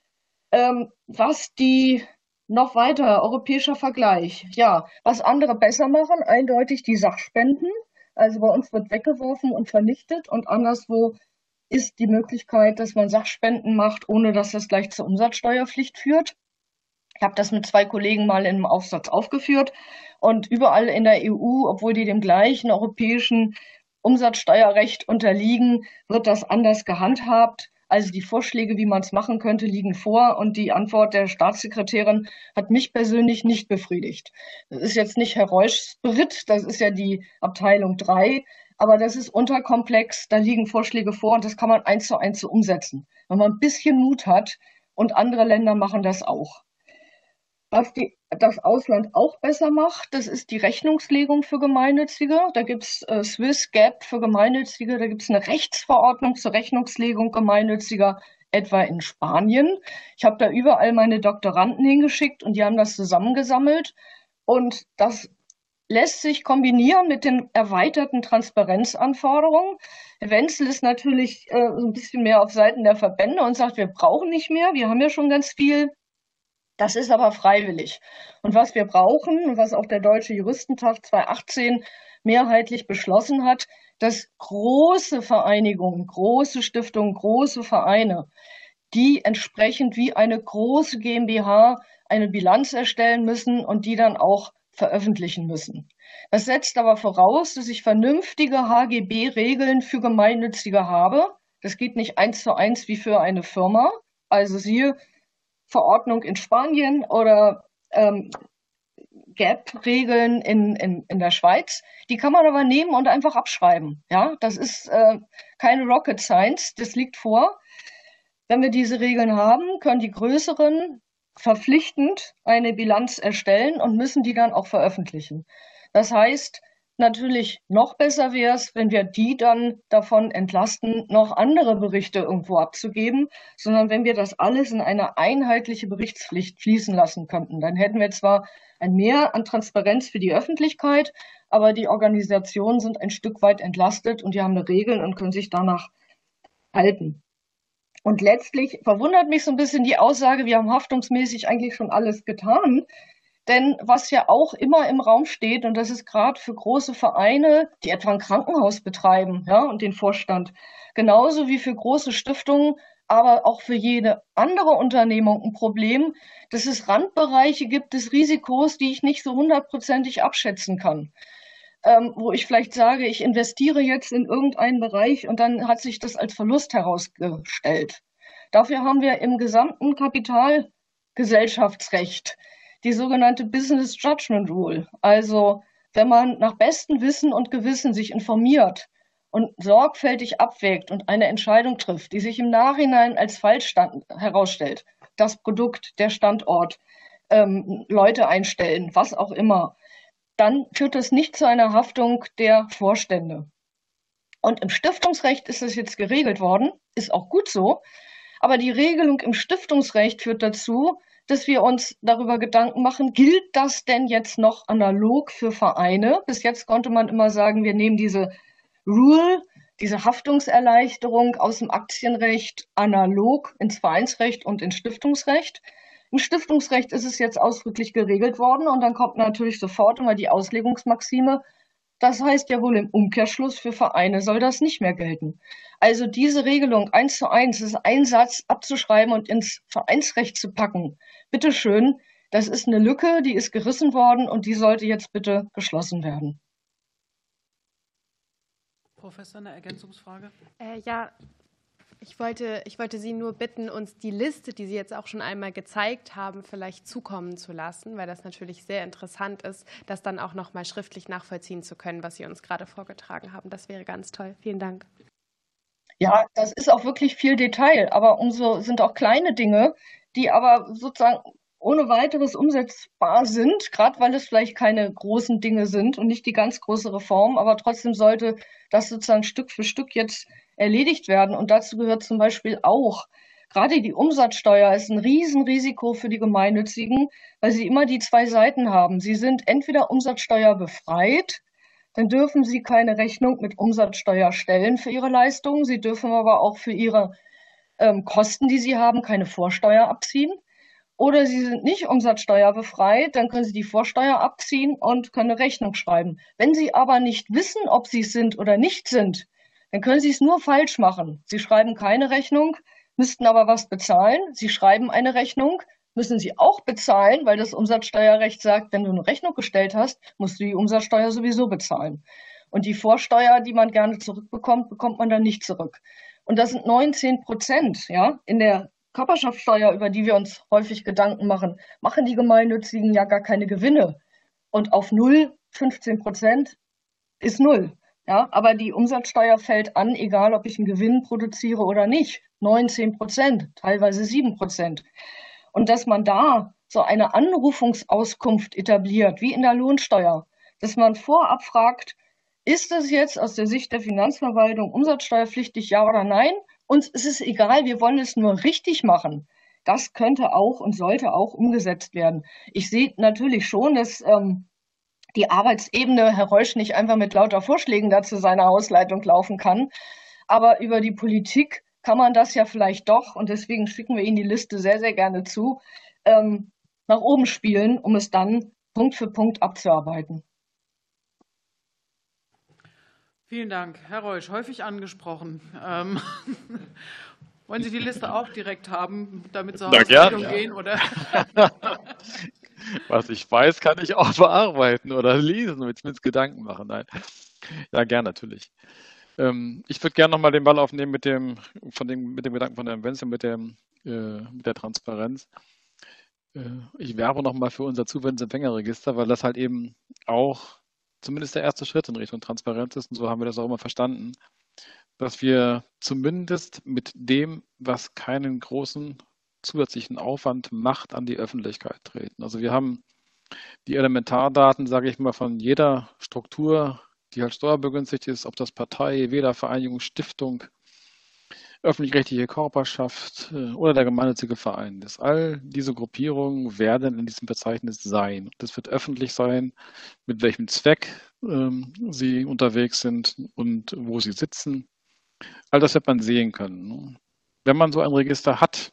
Was die noch weiter, europäischer Vergleich. Ja, was andere besser machen, eindeutig die Sachspenden. Also bei uns wird weggeworfen und vernichtet und anderswo ist die Möglichkeit, dass man Sachspenden macht, ohne dass das gleich zur Umsatzsteuerpflicht führt. Ich habe das mit 2 Kollegen mal in einem Aufsatz aufgeführt und überall in der EU, obwohl die dem gleichen europäischen Umsatzsteuerrecht unterliegen, wird das anders gehandhabt. Also die Vorschläge, wie man es machen könnte, liegen vor und die Antwort der Staatssekretärin hat mich persönlich nicht befriedigt. Das ist jetzt nicht Herr Reuschs Beritt, das ist ja die Abteilung 3, aber das ist unterkomplex, da liegen Vorschläge vor und das kann man 1:1 so umsetzen, wenn man ein bisschen Mut hat und andere Länder machen das auch. Was das Ausland auch besser macht, das ist die Rechnungslegung für Gemeinnützige. Da gibt es Swiss GAAP für Gemeinnützige, da gibt es eine Rechtsverordnung zur Rechnungslegung Gemeinnütziger, etwa in Spanien. Ich habe da überall meine Doktoranden hingeschickt und die haben das zusammengesammelt. Und das lässt sich kombinieren mit den erweiterten Transparenzanforderungen. Herr Wenzel ist natürlich so ein bisschen mehr auf Seiten der Verbände und sagt, wir brauchen nicht mehr, wir haben ja schon ganz viel. Das ist aber freiwillig. Und was wir brauchen, was auch der Deutsche Juristentag 2018 mehrheitlich beschlossen hat, dass große Vereinigungen, große Stiftungen, große Vereine, die entsprechend wie eine große GmbH eine Bilanz erstellen müssen und die dann auch veröffentlichen müssen. Das setzt aber voraus, dass ich vernünftige HGB-Regeln für Gemeinnützige habe. Das geht nicht 1:1 wie für eine Firma. Also siehe Verordnung in Spanien oder GAP-Regeln in der Schweiz. Die kann man aber nehmen und einfach abschreiben. Ja, das ist keine Rocket Science, das liegt vor. Wenn wir diese Regeln haben, können die Größeren verpflichtend eine Bilanz erstellen und müssen die dann auch veröffentlichen. Das heißt, natürlich noch besser wäre es, wenn wir die dann davon entlasten, noch andere Berichte irgendwo abzugeben, sondern wenn wir das alles in eine einheitliche Berichtspflicht fließen lassen könnten. Dann hätten wir zwar ein Mehr an Transparenz für die Öffentlichkeit, aber die Organisationen sind ein Stück weit entlastet und die haben eine Regel und können sich danach halten. Und letztlich verwundert mich so ein bisschen die Aussage, wir haben haftungsmäßig eigentlich schon alles getan. Denn was ja auch immer im Raum steht, und das ist gerade für große Vereine, die etwa ein Krankenhaus betreiben, ja, und den Vorstand, genauso wie für große Stiftungen, aber auch für jede andere Unternehmung ein Problem, dass es Randbereiche gibt des Risikos, die ich nicht so 100%ig abschätzen kann. Wo ich vielleicht sage, ich investiere jetzt in irgendeinen Bereich und dann hat sich das als Verlust herausgestellt. Dafür haben wir im gesamten Kapitalgesellschaftsrecht die sogenannte Business Judgment Rule. Also wenn man nach bestem Wissen und Gewissen sich informiert und sorgfältig abwägt und eine Entscheidung trifft, die sich im Nachhinein als falsch herausstellt, das Produkt, der Standort, Leute einstellen, was auch immer, dann führt das nicht zu einer Haftung der Vorstände. Und im Stiftungsrecht ist das jetzt geregelt worden, ist auch gut so, aber die Regelung im Stiftungsrecht führt dazu, dass wir uns darüber Gedanken machen, gilt das denn jetzt noch analog für Vereine? Bis jetzt konnte man immer sagen, wir nehmen diese Rule, diese Haftungserleichterung aus dem Aktienrecht analog ins Vereinsrecht und ins Stiftungsrecht. Im Stiftungsrecht ist es jetzt ausdrücklich geregelt worden und dann kommt natürlich sofort immer die Auslegungsmaxime. Das heißt ja wohl im Umkehrschluss, für Vereine soll das nicht mehr gelten. Also diese Regelung 1:1, ist ein Satz abzuschreiben und ins Vereinsrecht zu packen. Bitteschön, das ist eine Lücke, die ist gerissen worden und die sollte jetzt bitte geschlossen werden. Professor, eine Ergänzungsfrage? Ja, ich wollte Sie nur bitten, uns die Liste, die Sie jetzt auch schon einmal gezeigt haben, vielleicht zukommen zu lassen, weil das natürlich sehr interessant ist, das dann auch noch mal schriftlich nachvollziehen zu können, was Sie uns gerade vorgetragen haben. Das wäre ganz toll. Vielen Dank. Ja, das ist auch wirklich viel Detail, aber sind auch kleine Dinge, die aber sozusagen ohne weiteres umsetzbar sind, gerade weil es vielleicht keine großen Dinge sind und nicht die ganz große Reform, aber trotzdem sollte das sozusagen Stück für Stück jetzt erledigt werden. Und dazu gehört zum Beispiel auch, gerade die Umsatzsteuer ist ein Riesenrisiko für die Gemeinnützigen, weil sie immer die zwei Seiten haben. Sie sind entweder umsatzsteuerbefreit, dann dürfen sie keine Rechnung mit Umsatzsteuer stellen für ihre Leistungen. Sie dürfen aber auch für ihre Kosten, die sie haben, keine Vorsteuer abziehen. Oder sie sind nicht umsatzsteuerbefreit, dann können sie die Vorsteuer abziehen und können eine Rechnung schreiben. Wenn sie aber nicht wissen, ob sie es sind oder nicht sind, dann können sie es nur falsch machen. Sie schreiben keine Rechnung, müssten aber was bezahlen. Sie schreiben eine Rechnung, müssen sie auch bezahlen, weil das Umsatzsteuerrecht sagt, wenn du eine Rechnung gestellt hast, musst du die Umsatzsteuer sowieso bezahlen. Und die Vorsteuer, die man gerne zurückbekommt, bekommt man dann nicht zurück. Und das sind 19%, ja, in der Körperschaftsteuer, über die wir uns häufig Gedanken machen, machen die Gemeinnützigen ja gar keine Gewinne. Und auf 15% ist 0. Ja, aber die Umsatzsteuer fällt an, egal ob ich einen Gewinn produziere oder nicht. 19%, teilweise 7%. Und dass man da so eine Anrufungsauskunft etabliert, wie in der Lohnsteuer, dass man vorab fragt, ist das jetzt aus der Sicht der Finanzverwaltung umsatzsteuerpflichtig, ja oder nein? Uns ist es egal, wir wollen es nur richtig machen. Das könnte auch und sollte auch umgesetzt werden. Ich sehe natürlich schon, dass die Arbeitsebene Herr Reusch nicht einfach mit lauter Vorschlägen da zu seiner Hausleitung laufen kann. Aber über die Politik kann man das ja vielleicht doch, und deswegen schicken wir Ihnen die Liste sehr, sehr gerne zu, nach oben spielen, um es dann Punkt für Punkt abzuarbeiten. Vielen Dank. Herr Reusch, häufig angesprochen. Wollen Sie die Liste auch direkt haben, damit zur Hausleitung gehen? Oder? Was ich weiß, kann ich auch bearbeiten oder lesen, mit Gedanken machen. Nein. Ja, gern natürlich. Ich würde gerne nochmal den Ball aufnehmen mit dem Gedanken von Herrn Wenzel, mit der Transparenz. Ich werbe nochmal für unser Zuwendungsempfängerregister, weil das halt eben auch zumindest der erste Schritt in Richtung Transparenz ist, und so haben wir das auch immer verstanden, dass wir zumindest mit dem, was keinen großen zusätzlichen Aufwand macht, an die Öffentlichkeit treten. Also wir haben die Elementardaten, sage ich mal, von jeder Struktur, die halt steuerbegünstigt ist, ob das Partei, Wählervereinigung, Stiftung, öffentlich-rechtliche Körperschaft oder der gemeinnützige Verein ist. All diese Gruppierungen werden in diesem Verzeichnis sein. Das wird öffentlich sein, mit welchem Zweck sie unterwegs sind und wo sie sitzen. All das wird man sehen können. Wenn man so ein Register hat,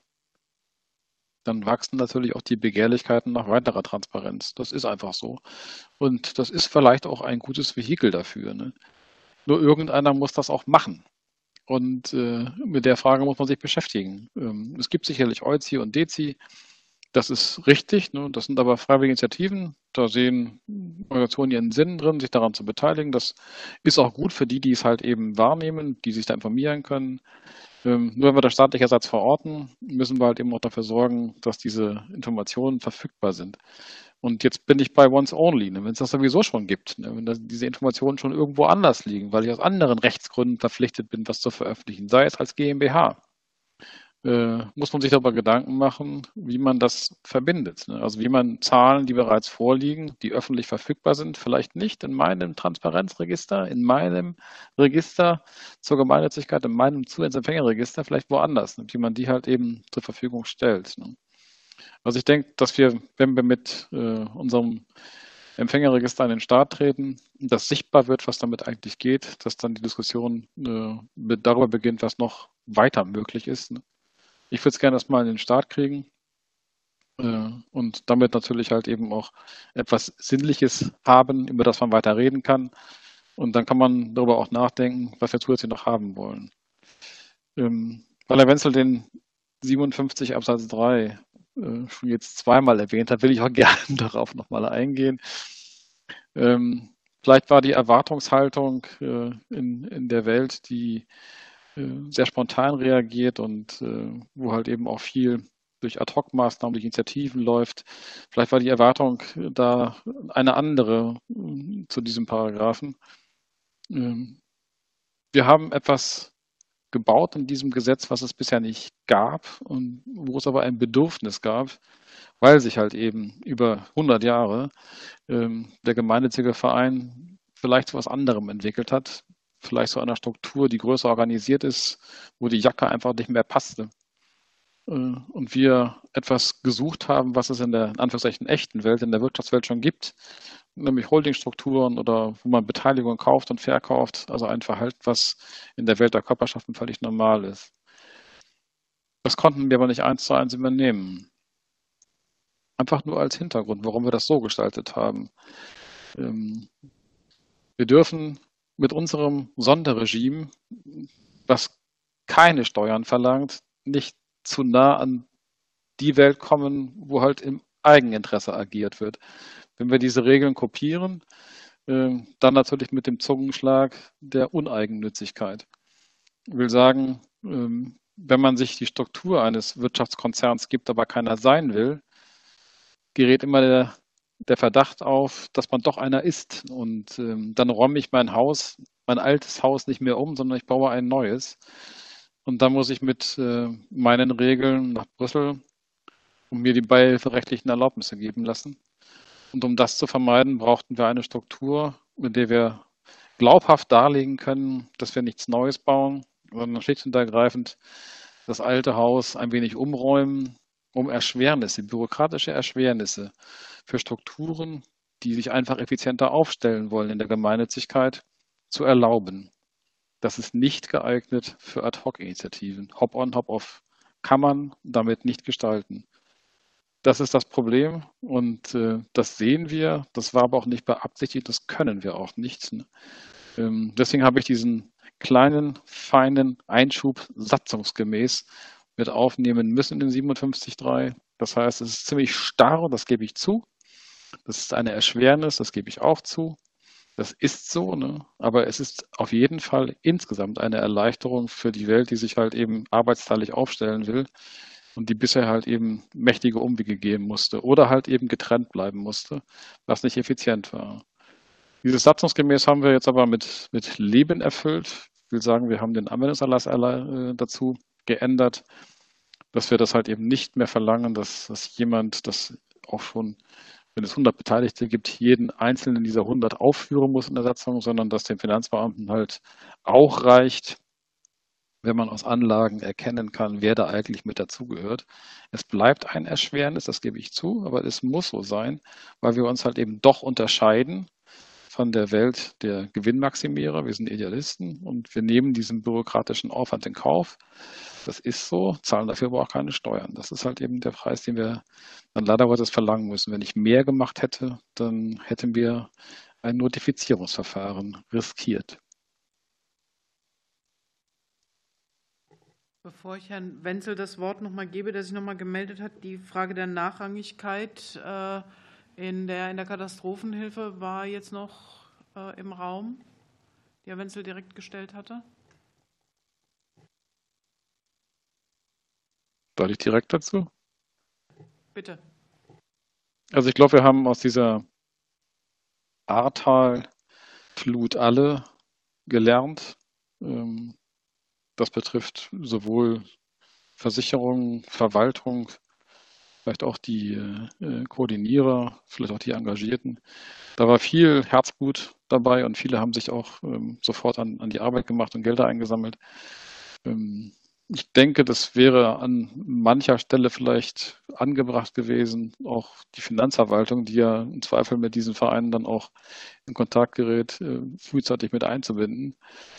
dann wachsen natürlich auch die Begehrlichkeiten nach weiterer Transparenz. Das ist einfach so. Und das ist vielleicht auch ein gutes Vehikel dafür. Ne? Nur irgendeiner muss das auch machen. Und mit der Frage muss man sich beschäftigen. Es gibt sicherlich EUZI und DEZI. Das ist richtig. Ne? Das sind aber freiwillige Initiativen. Da sehen Organisationen ihren Sinn drin, sich daran zu beteiligen. Das ist auch gut für die, die es halt eben wahrnehmen, die sich da informieren können. Nur wenn wir das staatliche Ersatz verorten, müssen wir halt eben auch dafür sorgen, dass diese Informationen verfügbar sind. Und jetzt bin ich bei Once Only, ne? Wenn es das sowieso schon gibt, ne? Wenn diese Informationen schon irgendwo anders liegen, weil ich aus anderen Rechtsgründen verpflichtet bin, was zu veröffentlichen, sei es als GmbH, muss man sich darüber Gedanken machen, wie man das verbindet. Ne? Also wie man Zahlen, die bereits vorliegen, die öffentlich verfügbar sind, vielleicht nicht in meinem Transparenzregister, in meinem Register zur Gemeinnützigkeit, in meinem Zuwendungsempfängerregister, vielleicht woanders, ne? Wie man die halt eben zur Verfügung stellt. Ne? Also ich denke, dass wir, wenn wir mit unserem Empfängerregister an den Start treten, dass sichtbar wird, was damit eigentlich geht, dass dann die Diskussion darüber beginnt, was noch weiter möglich ist. Ne? Ich würde es gerne erstmal in den Start kriegen und damit natürlich halt eben auch etwas Sinnliches haben, über das man weiter reden kann. Und dann kann man darüber auch nachdenken, was wir zusätzlich noch haben wollen. Weil Herr Wenzel den 57 Absatz 3 schon jetzt zweimal erwähnt hat, will ich auch gerne darauf nochmal eingehen. Vielleicht war die Erwartungshaltung in der Welt, die sehr spontan reagiert und wo halt eben auch viel durch Ad-Hoc-Maßnahmen, durch Initiativen läuft. Vielleicht war die Erwartung da eine andere zu diesem Paragraphen. Wir haben etwas gebaut in diesem Gesetz, was es bisher nicht gab und wo es aber ein Bedürfnis gab, weil sich halt eben über 100 Jahre der gemeinnützige Verein vielleicht zu was anderem entwickelt hat, vielleicht zu einer Struktur, die größer organisiert ist, wo die Jacke einfach nicht mehr passte. Und wir etwas gesucht haben, was es in der in Anführungszeichen echten Welt, in der Wirtschaftswelt schon gibt, nämlich Holdingstrukturen oder wo man Beteiligung kauft und verkauft, also ein Verhalten, was in der Welt der Körperschaften völlig normal ist. Das konnten wir aber nicht 1:1 übernehmen. Einfach nur als Hintergrund, warum wir das so gestaltet haben. Wir dürfen mit unserem Sonderregime, was keine Steuern verlangt, nicht zu nah an die Welt kommen, wo halt im Eigeninteresse agiert wird. Wenn wir diese Regeln kopieren, dann natürlich mit dem Zungenschlag der Uneigennützigkeit. Ich will sagen, wenn man sich die Struktur eines Wirtschaftskonzerns gibt, aber keiner sein will, gerät immer der Verdacht auf, dass man doch einer ist. Und dann räume ich mein altes Haus nicht mehr um, sondern ich baue ein neues. Und dann muss ich mit meinen Regeln nach Brüssel und mir die beihilferechtlichen Erlaubnisse geben lassen. Und um das zu vermeiden, brauchten wir eine Struktur, mit der wir glaubhaft darlegen können, dass wir nichts Neues bauen, sondern schlicht und ergreifend das alte Haus ein wenig umräumen, um Erschwernisse, bürokratische Erschwernisse für Strukturen, die sich einfach effizienter aufstellen wollen in der Gemeinnützigkeit, zu erlauben. Das ist nicht geeignet für Ad-Hoc-Initiativen. Hop-on, Hop-off kann man damit nicht gestalten. Das ist das Problem und das sehen wir. Das war aber auch nicht beabsichtigt, das können wir auch nicht. Deswegen habe ich diesen kleinen, feinen Einschub satzungsgemäß mit aufnehmen müssen in den 57.3. Das heißt, es ist ziemlich starr, das gebe ich zu. Das ist eine Erschwernis, das gebe ich auch zu. Das ist so, ne? Aber es ist auf jeden Fall insgesamt eine Erleichterung für die Welt, die sich halt eben arbeitsteilig aufstellen will und die bisher halt eben mächtige Umwege gehen musste oder halt eben getrennt bleiben musste, was nicht effizient war. Dieses satzungsgemäß haben wir jetzt aber mit Leben erfüllt. Ich will sagen, wir haben den Anwendungserlass dazu geändert, dass wir das halt eben nicht mehr verlangen, dass jemand das auch schon, wenn es 100 Beteiligte gibt, jeden einzelnen dieser 100 aufführen muss in der Satzung, sondern dass dem Finanzbeamten halt auch reicht, wenn man aus Anlagen erkennen kann, wer da eigentlich mit dazugehört. Es bleibt ein Erschwernis, das gebe ich zu, aber es muss so sein, weil wir uns halt eben doch unterscheiden von der Welt der Gewinnmaximierer. Wir sind Idealisten und wir nehmen diesen bürokratischen Aufwand in Kauf. Das ist so, zahlen dafür aber auch keine Steuern. Das ist halt eben der Preis, den wir dann leider Gottes verlangen müssen. Wenn ich mehr gemacht hätte, dann hätten wir ein Notifizierungsverfahren riskiert. Bevor ich Herrn Wenzel das Wort nochmal gebe, der sich nochmal gemeldet hat, die Frage der Nachrangigkeit in der Katastrophenhilfe war jetzt noch im Raum, die Herr Wenzel direkt gestellt hatte. Soll ich direkt dazu? Bitte. Also ich glaube, wir haben aus dieser Ahrtal-Flut alle gelernt. Das betrifft sowohl Versicherung, Verwaltung, vielleicht auch die Koordinierer, vielleicht auch die Engagierten. Da war viel Herzblut dabei und viele haben sich auch sofort an die Arbeit gemacht und Gelder eingesammelt. Ich denke, das wäre an mancher Stelle vielleicht angebracht gewesen, auch die Finanzverwaltung, die ja im Zweifel mit diesen Vereinen dann auch in Kontakt gerät, frühzeitig mit einzubinden.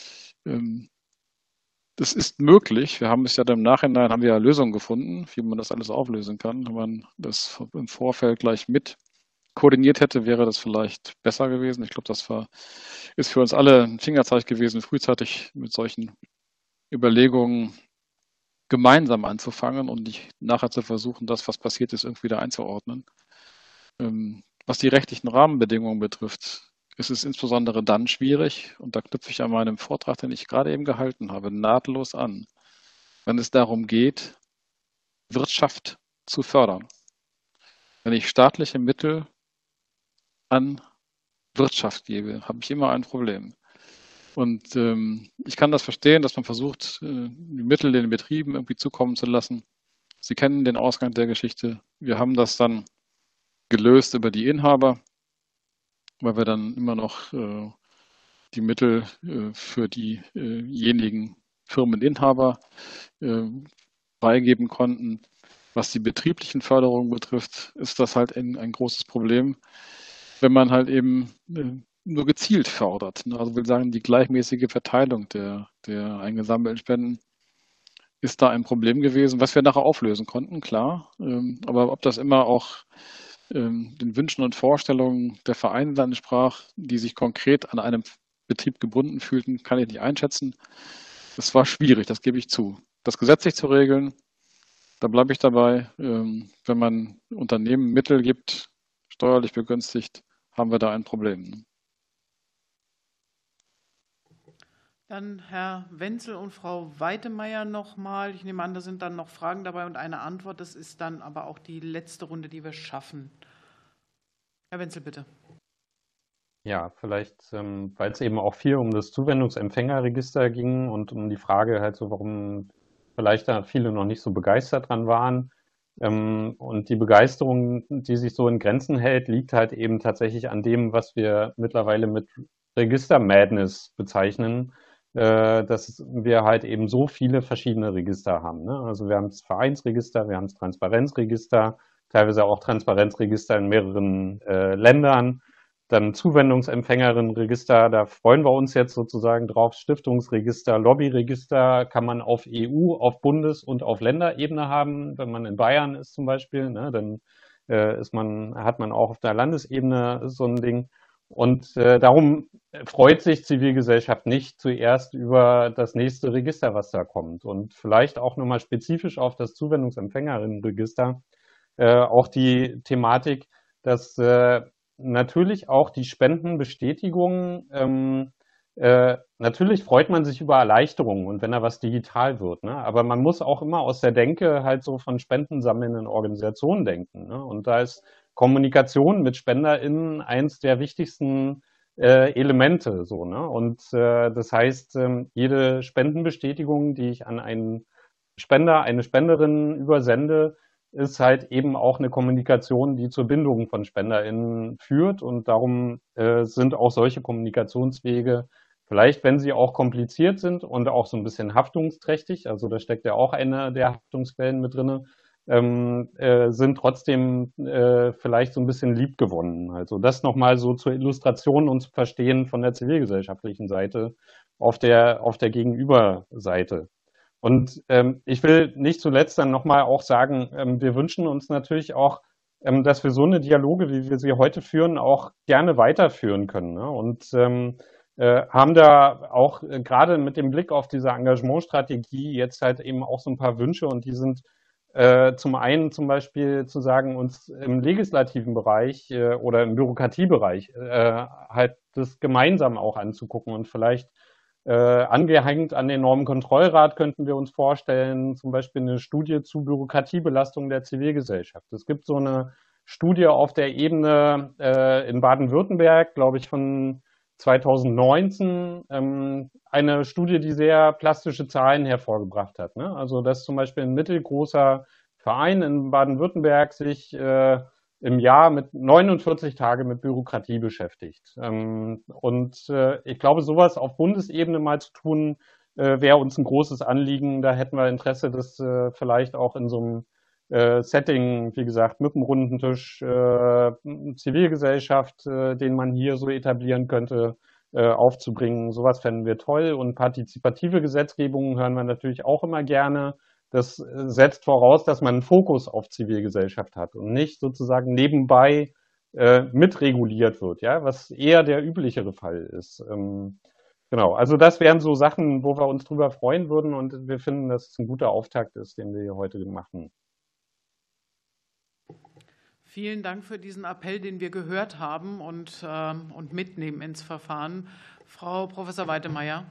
Das ist möglich. Wir haben es ja im Nachhinein, haben wir ja Lösungen gefunden, wie man das alles auflösen kann. Wenn man das im Vorfeld gleich mit koordiniert hätte, wäre das vielleicht besser gewesen. Ich glaube, ist für uns alle ein Fingerzeig gewesen, frühzeitig mit solchen Überlegungen gemeinsam anzufangen und nicht nachher zu versuchen, das, was passiert ist, irgendwie wieder einzuordnen. Was die rechtlichen Rahmenbedingungen betrifft, ist es insbesondere dann schwierig, und da knüpfe ich an meinem Vortrag, den ich gerade eben gehalten habe, nahtlos an, wenn es darum geht, Wirtschaft zu fördern. Wenn ich staatliche Mittel an Wirtschaft gebe, habe ich immer ein Problem. Und ich kann das verstehen, dass man versucht, die Mittel den Betrieben irgendwie zukommen zu lassen. Sie kennen den Ausgang der Geschichte. Wir haben das dann gelöst über die Inhaber, weil wir dann immer noch die Mittel für diejenigen Firmeninhaber beigeben konnten. Was die betrieblichen Förderungen betrifft, ist das halt ein großes Problem, wenn man halt eben nur gezielt fördert. Also will sagen, die gleichmäßige Verteilung der eingesammelten Spenden ist da ein Problem gewesen, was wir nachher auflösen konnten, klar. Aber ob das immer auch den Wünschen und Vorstellungen der Vereine dann entsprach, die sich konkret an einem Betrieb gebunden fühlten, kann ich nicht einschätzen. Das war schwierig, das gebe ich zu. Das gesetzlich zu regeln, da bleibe ich dabei. Wenn man Unternehmen Mittel gibt, steuerlich begünstigt, haben wir da ein Problem. Dann Herr Wenzel und Frau Weitemeier nochmal. Ich nehme an, da sind dann noch Fragen dabei und eine Antwort. Das ist dann aber auch die letzte Runde, die wir schaffen. Herr Wenzel, bitte. Ja, vielleicht, weil es eben auch viel um das Zuwendungsempfängerregister ging und um die Frage halt so, warum vielleicht da viele noch nicht so begeistert dran waren. Und die Begeisterung, die sich so in Grenzen hält, liegt halt eben tatsächlich an dem, was wir mittlerweile mit Register-Madness bezeichnen, dass wir halt eben so viele verschiedene Register haben. Ne? Also wir haben das Vereinsregister, wir haben das Transparenzregister, teilweise auch Transparenzregister in mehreren Ländern, dann Zuwendungsempfängerinnenregister, da freuen wir uns jetzt sozusagen drauf, Stiftungsregister, Lobbyregister kann man auf EU, auf Bundes- und auf Länderebene haben. Wenn man in Bayern ist zum Beispiel, ne, dann hat man auch auf der Landesebene so ein Ding. Und darum freut sich Zivilgesellschaft nicht zuerst über das nächste Register, was da kommt. Und vielleicht auch nochmal spezifisch auf das Zuwendungsempfängerinnenregister auch die Thematik, dass natürlich auch die Spendenbestätigung. Natürlich freut man sich über Erleichterungen und wenn da was digital wird, ne? Aber man muss auch immer aus der Denke halt so von spendensammelnden Organisationen denken, ne? Und da ist Kommunikation mit SpenderInnen eins der wichtigsten Elemente, so, ne? Und das heißt, jede Spendenbestätigung, die ich an einen Spender, eine Spenderin übersende, ist halt eben auch eine Kommunikation, die zur Bindung von SpenderInnen führt. Und darum sind auch solche Kommunikationswege, vielleicht wenn sie auch kompliziert sind und auch so ein bisschen haftungsträchtig, also da steckt ja auch eine der Haftungsquellen mit drin, sind trotzdem vielleicht so ein bisschen liebgewonnen. Also das nochmal so zur Illustration und zu verstehen von der zivilgesellschaftlichen Seite auf der Gegenüberseite. Und ich will nicht zuletzt dann nochmal auch sagen, wir wünschen uns natürlich auch, dass wir so eine Dialoge, wie wir sie heute führen, auch gerne weiterführen können. Ne? Und haben da auch gerade mit dem Blick auf diese Engagementstrategie jetzt halt eben auch so ein paar Wünsche und die sind zum einen zum Beispiel zu sagen, uns im legislativen Bereich oder im Bürokratiebereich halt das gemeinsam auch anzugucken und vielleicht angehängt an den Normenkontrollrat könnten wir uns vorstellen, zum Beispiel eine Studie zu Bürokratiebelastung der Zivilgesellschaft. Es gibt so eine Studie auf der Ebene in Baden-Württemberg, glaube ich, von 2019, eine Studie, die sehr plastische Zahlen hervorgebracht hat. Ne? Also, dass zum Beispiel ein mittelgroßer Verein in Baden-Württemberg sich im Jahr mit 49 Tage mit Bürokratie beschäftigt. Und ich glaube, sowas auf Bundesebene mal zu tun, wäre uns ein großes Anliegen. Da hätten wir Interesse, das vielleicht auch in so einem Setting, wie gesagt, mit einem runden Tisch, Zivilgesellschaft, den man hier so etablieren könnte, aufzubringen. Sowas fänden wir toll. Und partizipative Gesetzgebungen hören wir natürlich auch immer gerne. Das setzt voraus, dass man einen Fokus auf Zivilgesellschaft hat und nicht sozusagen nebenbei mitreguliert wird, ja, was eher der üblichere Fall ist. Genau, also das wären so Sachen, wo wir uns drüber freuen würden und wir finden, dass es ein guter Auftakt ist, den wir hier heute machen. Vielen Dank für diesen Appell, den wir gehört haben und mitnehmen ins Verfahren. Frau Professor Weitemeier.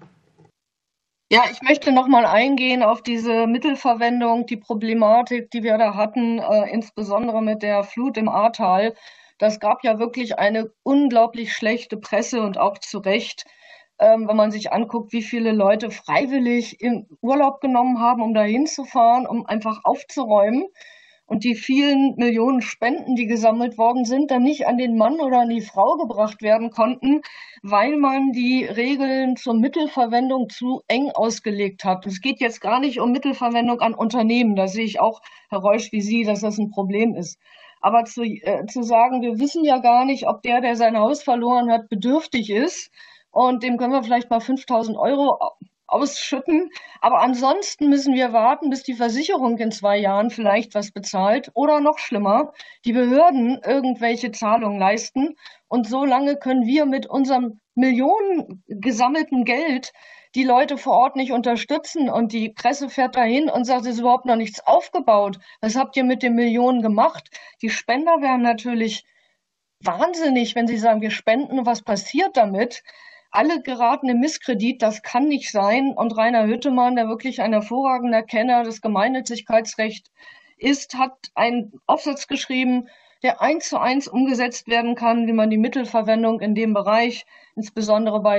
Ja, ich möchte noch mal eingehen auf diese Mittelverwendung, die Problematik, die wir da hatten, insbesondere mit der Flut im Ahrtal. Das gab ja wirklich eine unglaublich schlechte Presse und auch zu Recht, wenn man sich anguckt, wie viele Leute freiwillig in Urlaub genommen haben, um da hinzufahren, um einfach aufzuräumen. Und die vielen Millionen Spenden, die gesammelt worden sind, dann nicht an den Mann oder an die Frau gebracht werden konnten, weil man die Regeln zur Mittelverwendung zu eng ausgelegt hat. Es geht jetzt gar nicht um Mittelverwendung an Unternehmen. Da sehe ich auch, Herr Reusch, wie Sie, dass das ein Problem ist. Aber zu sagen, wir wissen ja gar nicht, ob der sein Haus verloren hat, bedürftig ist und dem können wir vielleicht mal 5.000 € ausschütten. Aber ansonsten müssen wir warten, bis die Versicherung in 2 Jahren vielleicht was bezahlt oder noch schlimmer, die Behörden irgendwelche Zahlungen leisten. Und so lange können wir mit unserem Millionen gesammelten Geld die Leute vor Ort nicht unterstützen. Und die Presse fährt dahin und sagt, es ist überhaupt noch nichts aufgebaut. Was habt ihr mit den Millionen gemacht? Die Spender wären natürlich wahnsinnig, wenn sie sagen, wir spenden und was passiert damit? Alle geraten im Misskredit, das kann nicht sein. Und Rainer Hüttemann, der wirklich ein hervorragender Kenner des Gemeinnützigkeitsrechts ist, hat einen Aufsatz geschrieben, der 1:1 umgesetzt werden kann, wie man die Mittelverwendung in dem Bereich, insbesondere bei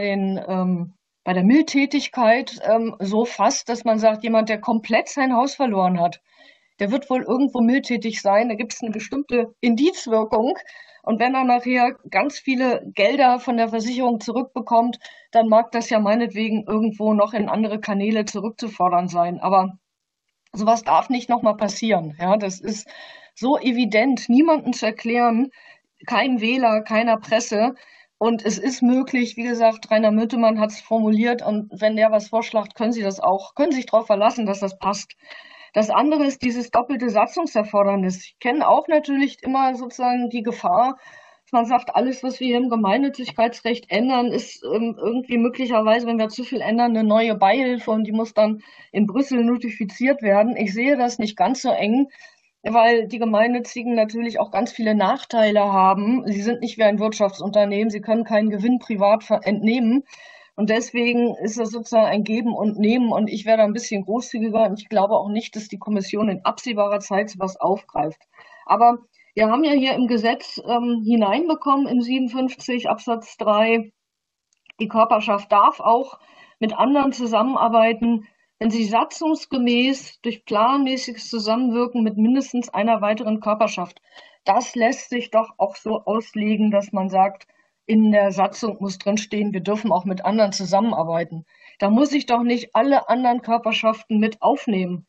der Mildtätigkeit, so fasst, dass man sagt, jemand, der komplett sein Haus verloren hat, der wird wohl irgendwo mildtätig sein. Da gibt es eine bestimmte Indizwirkung. Und wenn er nachher ganz viele Gelder von der Versicherung zurückbekommt, dann mag das ja meinetwegen irgendwo noch in andere Kanäle zurückzufordern sein. Aber sowas darf nicht nochmal passieren. Ja, das ist so evident, niemandem zu erklären, kein Wähler, keiner Presse. Und es ist möglich, wie gesagt, Rainer Hüttemann hat es formuliert. Und wenn der was vorschlägt, können Sie sich darauf verlassen, dass das passt. Das andere ist dieses doppelte Satzungserfordernis. Ich kenne auch natürlich immer sozusagen die Gefahr, dass man sagt, alles, was wir hier im Gemeinnützigkeitsrecht ändern, ist irgendwie möglicherweise, wenn wir zu viel ändern, eine neue Beihilfe und die muss dann in Brüssel notifiziert werden. Ich sehe das nicht ganz so eng. weil die Gemeinnützigen natürlich auch ganz viele Nachteile haben. Sie sind nicht wie ein Wirtschaftsunternehmen, sie können keinen Gewinn privat entnehmen. Und deswegen ist das sozusagen ein Geben und Nehmen. Und ich wäre da ein bisschen großzügiger. Und ich glaube auch nicht, dass die Kommission in absehbarer Zeit sowas aufgreift. Aber wir haben ja hier im Gesetz hineinbekommen, in 57 Absatz 3, die Körperschaft darf auch mit anderen zusammenarbeiten, wenn sie satzungsgemäß durch planmäßiges Zusammenwirken mit mindestens einer weiteren Körperschaft. Das lässt sich doch auch so auslegen, dass man sagt, in der Satzung muss drinstehen, wir dürfen auch mit anderen zusammenarbeiten. Da muss ich doch nicht alle anderen Körperschaften mit aufnehmen.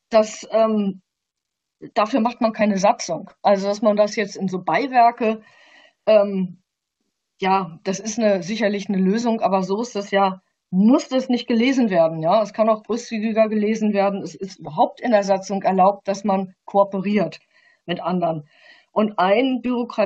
Dafür macht man keine Satzung. Also, dass man das jetzt in so Beiwerke, ja, das ist sicherlich eine Lösung, aber so ist das ja, muss das nicht gelesen werden. Ja, es kann auch großzügiger gelesen werden. Es ist überhaupt in der Satzung erlaubt, dass man kooperiert mit anderen. Und ein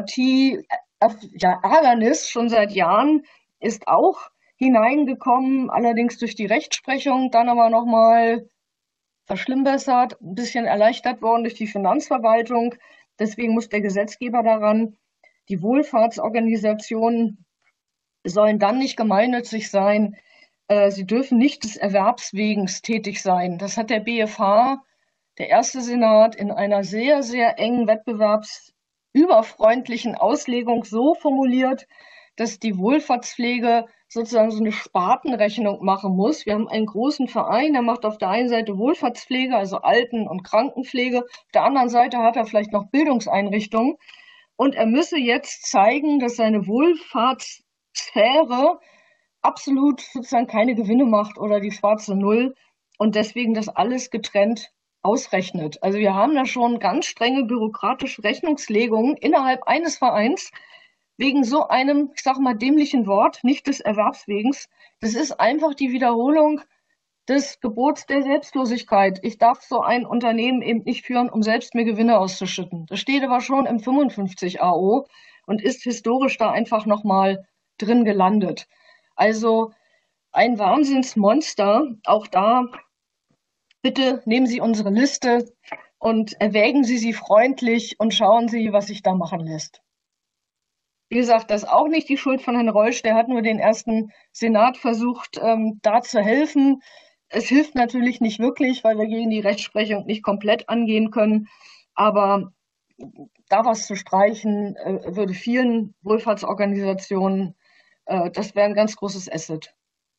Ärgernis schon seit Jahren ist auch hineingekommen, allerdings durch die Rechtsprechung, dann aber nochmal verschlimmbessert, ein bisschen erleichtert worden durch die Finanzverwaltung. Deswegen muss der Gesetzgeber daran, die Wohlfahrtsorganisationen sollen dann nicht gemeinnützig sein, sie dürfen nicht des Erwerbs wegen tätig sein. Das hat der BfH, der erste Senat, in einer sehr, sehr engen wettbewerbsüberfreundlichen Auslegung so formuliert, dass die Wohlfahrtspflege sozusagen so eine Spartenrechnung machen muss. Wir haben einen großen Verein, der macht auf der einen Seite Wohlfahrtspflege, also Alten- und Krankenpflege, auf der anderen Seite hat er vielleicht noch Bildungseinrichtungen und er müsse jetzt zeigen, dass seine Wohlfahrtssphäre absolut sozusagen keine Gewinne macht oder die schwarze Null und deswegen das alles getrennt ausrechnet. Also wir haben da schon ganz strenge bürokratische Rechnungslegungen innerhalb eines Vereins wegen so einem, ich sag mal, dämlichen Wort, nicht des Erwerbswegens. Das ist einfach die Wiederholung des Gebots der Selbstlosigkeit. Ich darf so ein Unternehmen eben nicht führen, um selbst mir Gewinne auszuschütten. Das steht aber schon im 55 AO und ist historisch da einfach nochmal drin gelandet. Also ein Wahnsinnsmonster. Auch da, bitte nehmen Sie unsere Liste und erwägen Sie sie freundlich und schauen Sie, was sich da machen lässt. Wie gesagt, das ist auch nicht die Schuld von Herrn Reusch. Der hat nur den ersten Senat versucht, da zu helfen. Es hilft natürlich nicht wirklich, weil wir gegen die Rechtsprechung nicht komplett angehen können. Aber da was zu streichen, würde vielen Wohlfahrtsorganisationen, das wäre ein ganz großes Asset.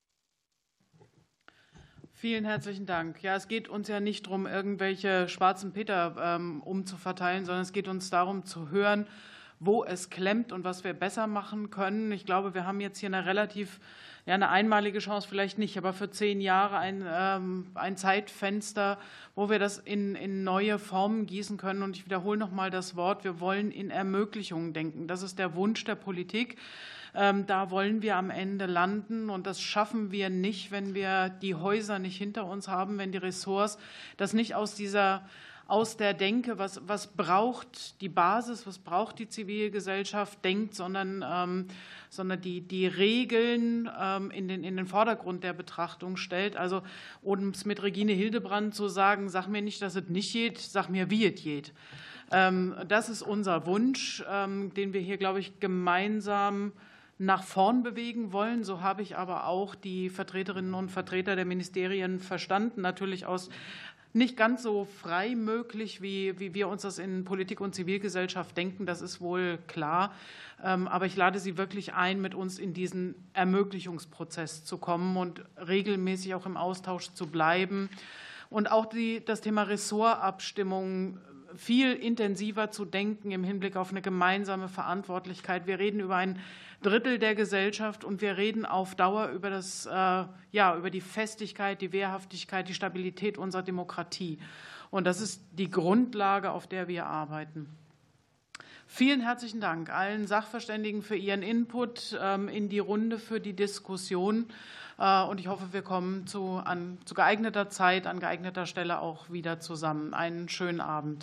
Vielen herzlichen Dank. Ja, es geht uns ja nicht darum, irgendwelche schwarzen Peter umzuverteilen, sondern es geht uns darum zu hören, wo es klemmt und was wir besser machen können. Ich glaube, wir haben jetzt hier eine einmalige Chance, vielleicht nicht, aber für 10 Jahre ein Zeitfenster, wo wir das in neue Formen gießen können. Und ich wiederhole noch mal das Wort, wir wollen in Ermöglichungen denken. Das ist der Wunsch der Politik. Da wollen wir am Ende landen und das schaffen wir nicht, wenn wir die Häuser nicht hinter uns haben, wenn die Ressorts das nicht aus der Denke, was braucht die Basis, was braucht die Zivilgesellschaft, denkt, sondern die Regeln in den Vordergrund der Betrachtung stellt. Also, um es mit Regine Hildebrand zu sagen, sag mir nicht, dass es nicht geht, sag mir, wie es geht. Das ist unser Wunsch, den wir hier, glaube ich, gemeinsam nach vorn bewegen wollen. So habe ich aber auch die Vertreterinnen und Vertreter der Ministerien verstanden, natürlich aus nicht ganz so frei möglich, wie wir uns das in Politik und Zivilgesellschaft denken, das ist wohl klar. Aber ich lade Sie wirklich ein, mit uns in diesen Ermöglichungsprozess zu kommen und regelmäßig auch im Austausch zu bleiben. Und auch das Thema Ressortabstimmung viel intensiver zu denken im Hinblick auf eine gemeinsame Verantwortlichkeit. Wir reden über ein Drittel der Gesellschaft und wir reden auf Dauer über über die Festigkeit, die Wehrhaftigkeit, die Stabilität unserer Demokratie. Und das ist die Grundlage, auf der wir arbeiten. Vielen herzlichen Dank allen Sachverständigen für Ihren Input in die Runde, für die Diskussion. Und ich hoffe, wir kommen zu geeigneter Zeit, an geeigneter Stelle auch wieder zusammen. Einen schönen Abend.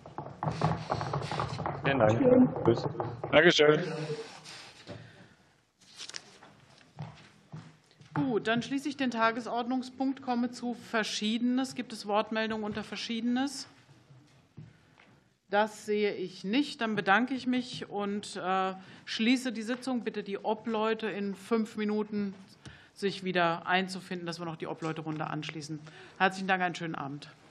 Vielen Dank. Tschüss. Dankeschön. Gut, dann schließe ich den Tagesordnungspunkt, komme zu Verschiedenes. Gibt es Wortmeldungen unter Verschiedenes? Das sehe ich nicht. Dann bedanke ich mich und schließe die Sitzung. Bitte die Obleute in 5 Minuten sich wieder einzufinden, dass wir noch die Obleute-Runde anschließen. Herzlichen Dank, einen schönen Abend.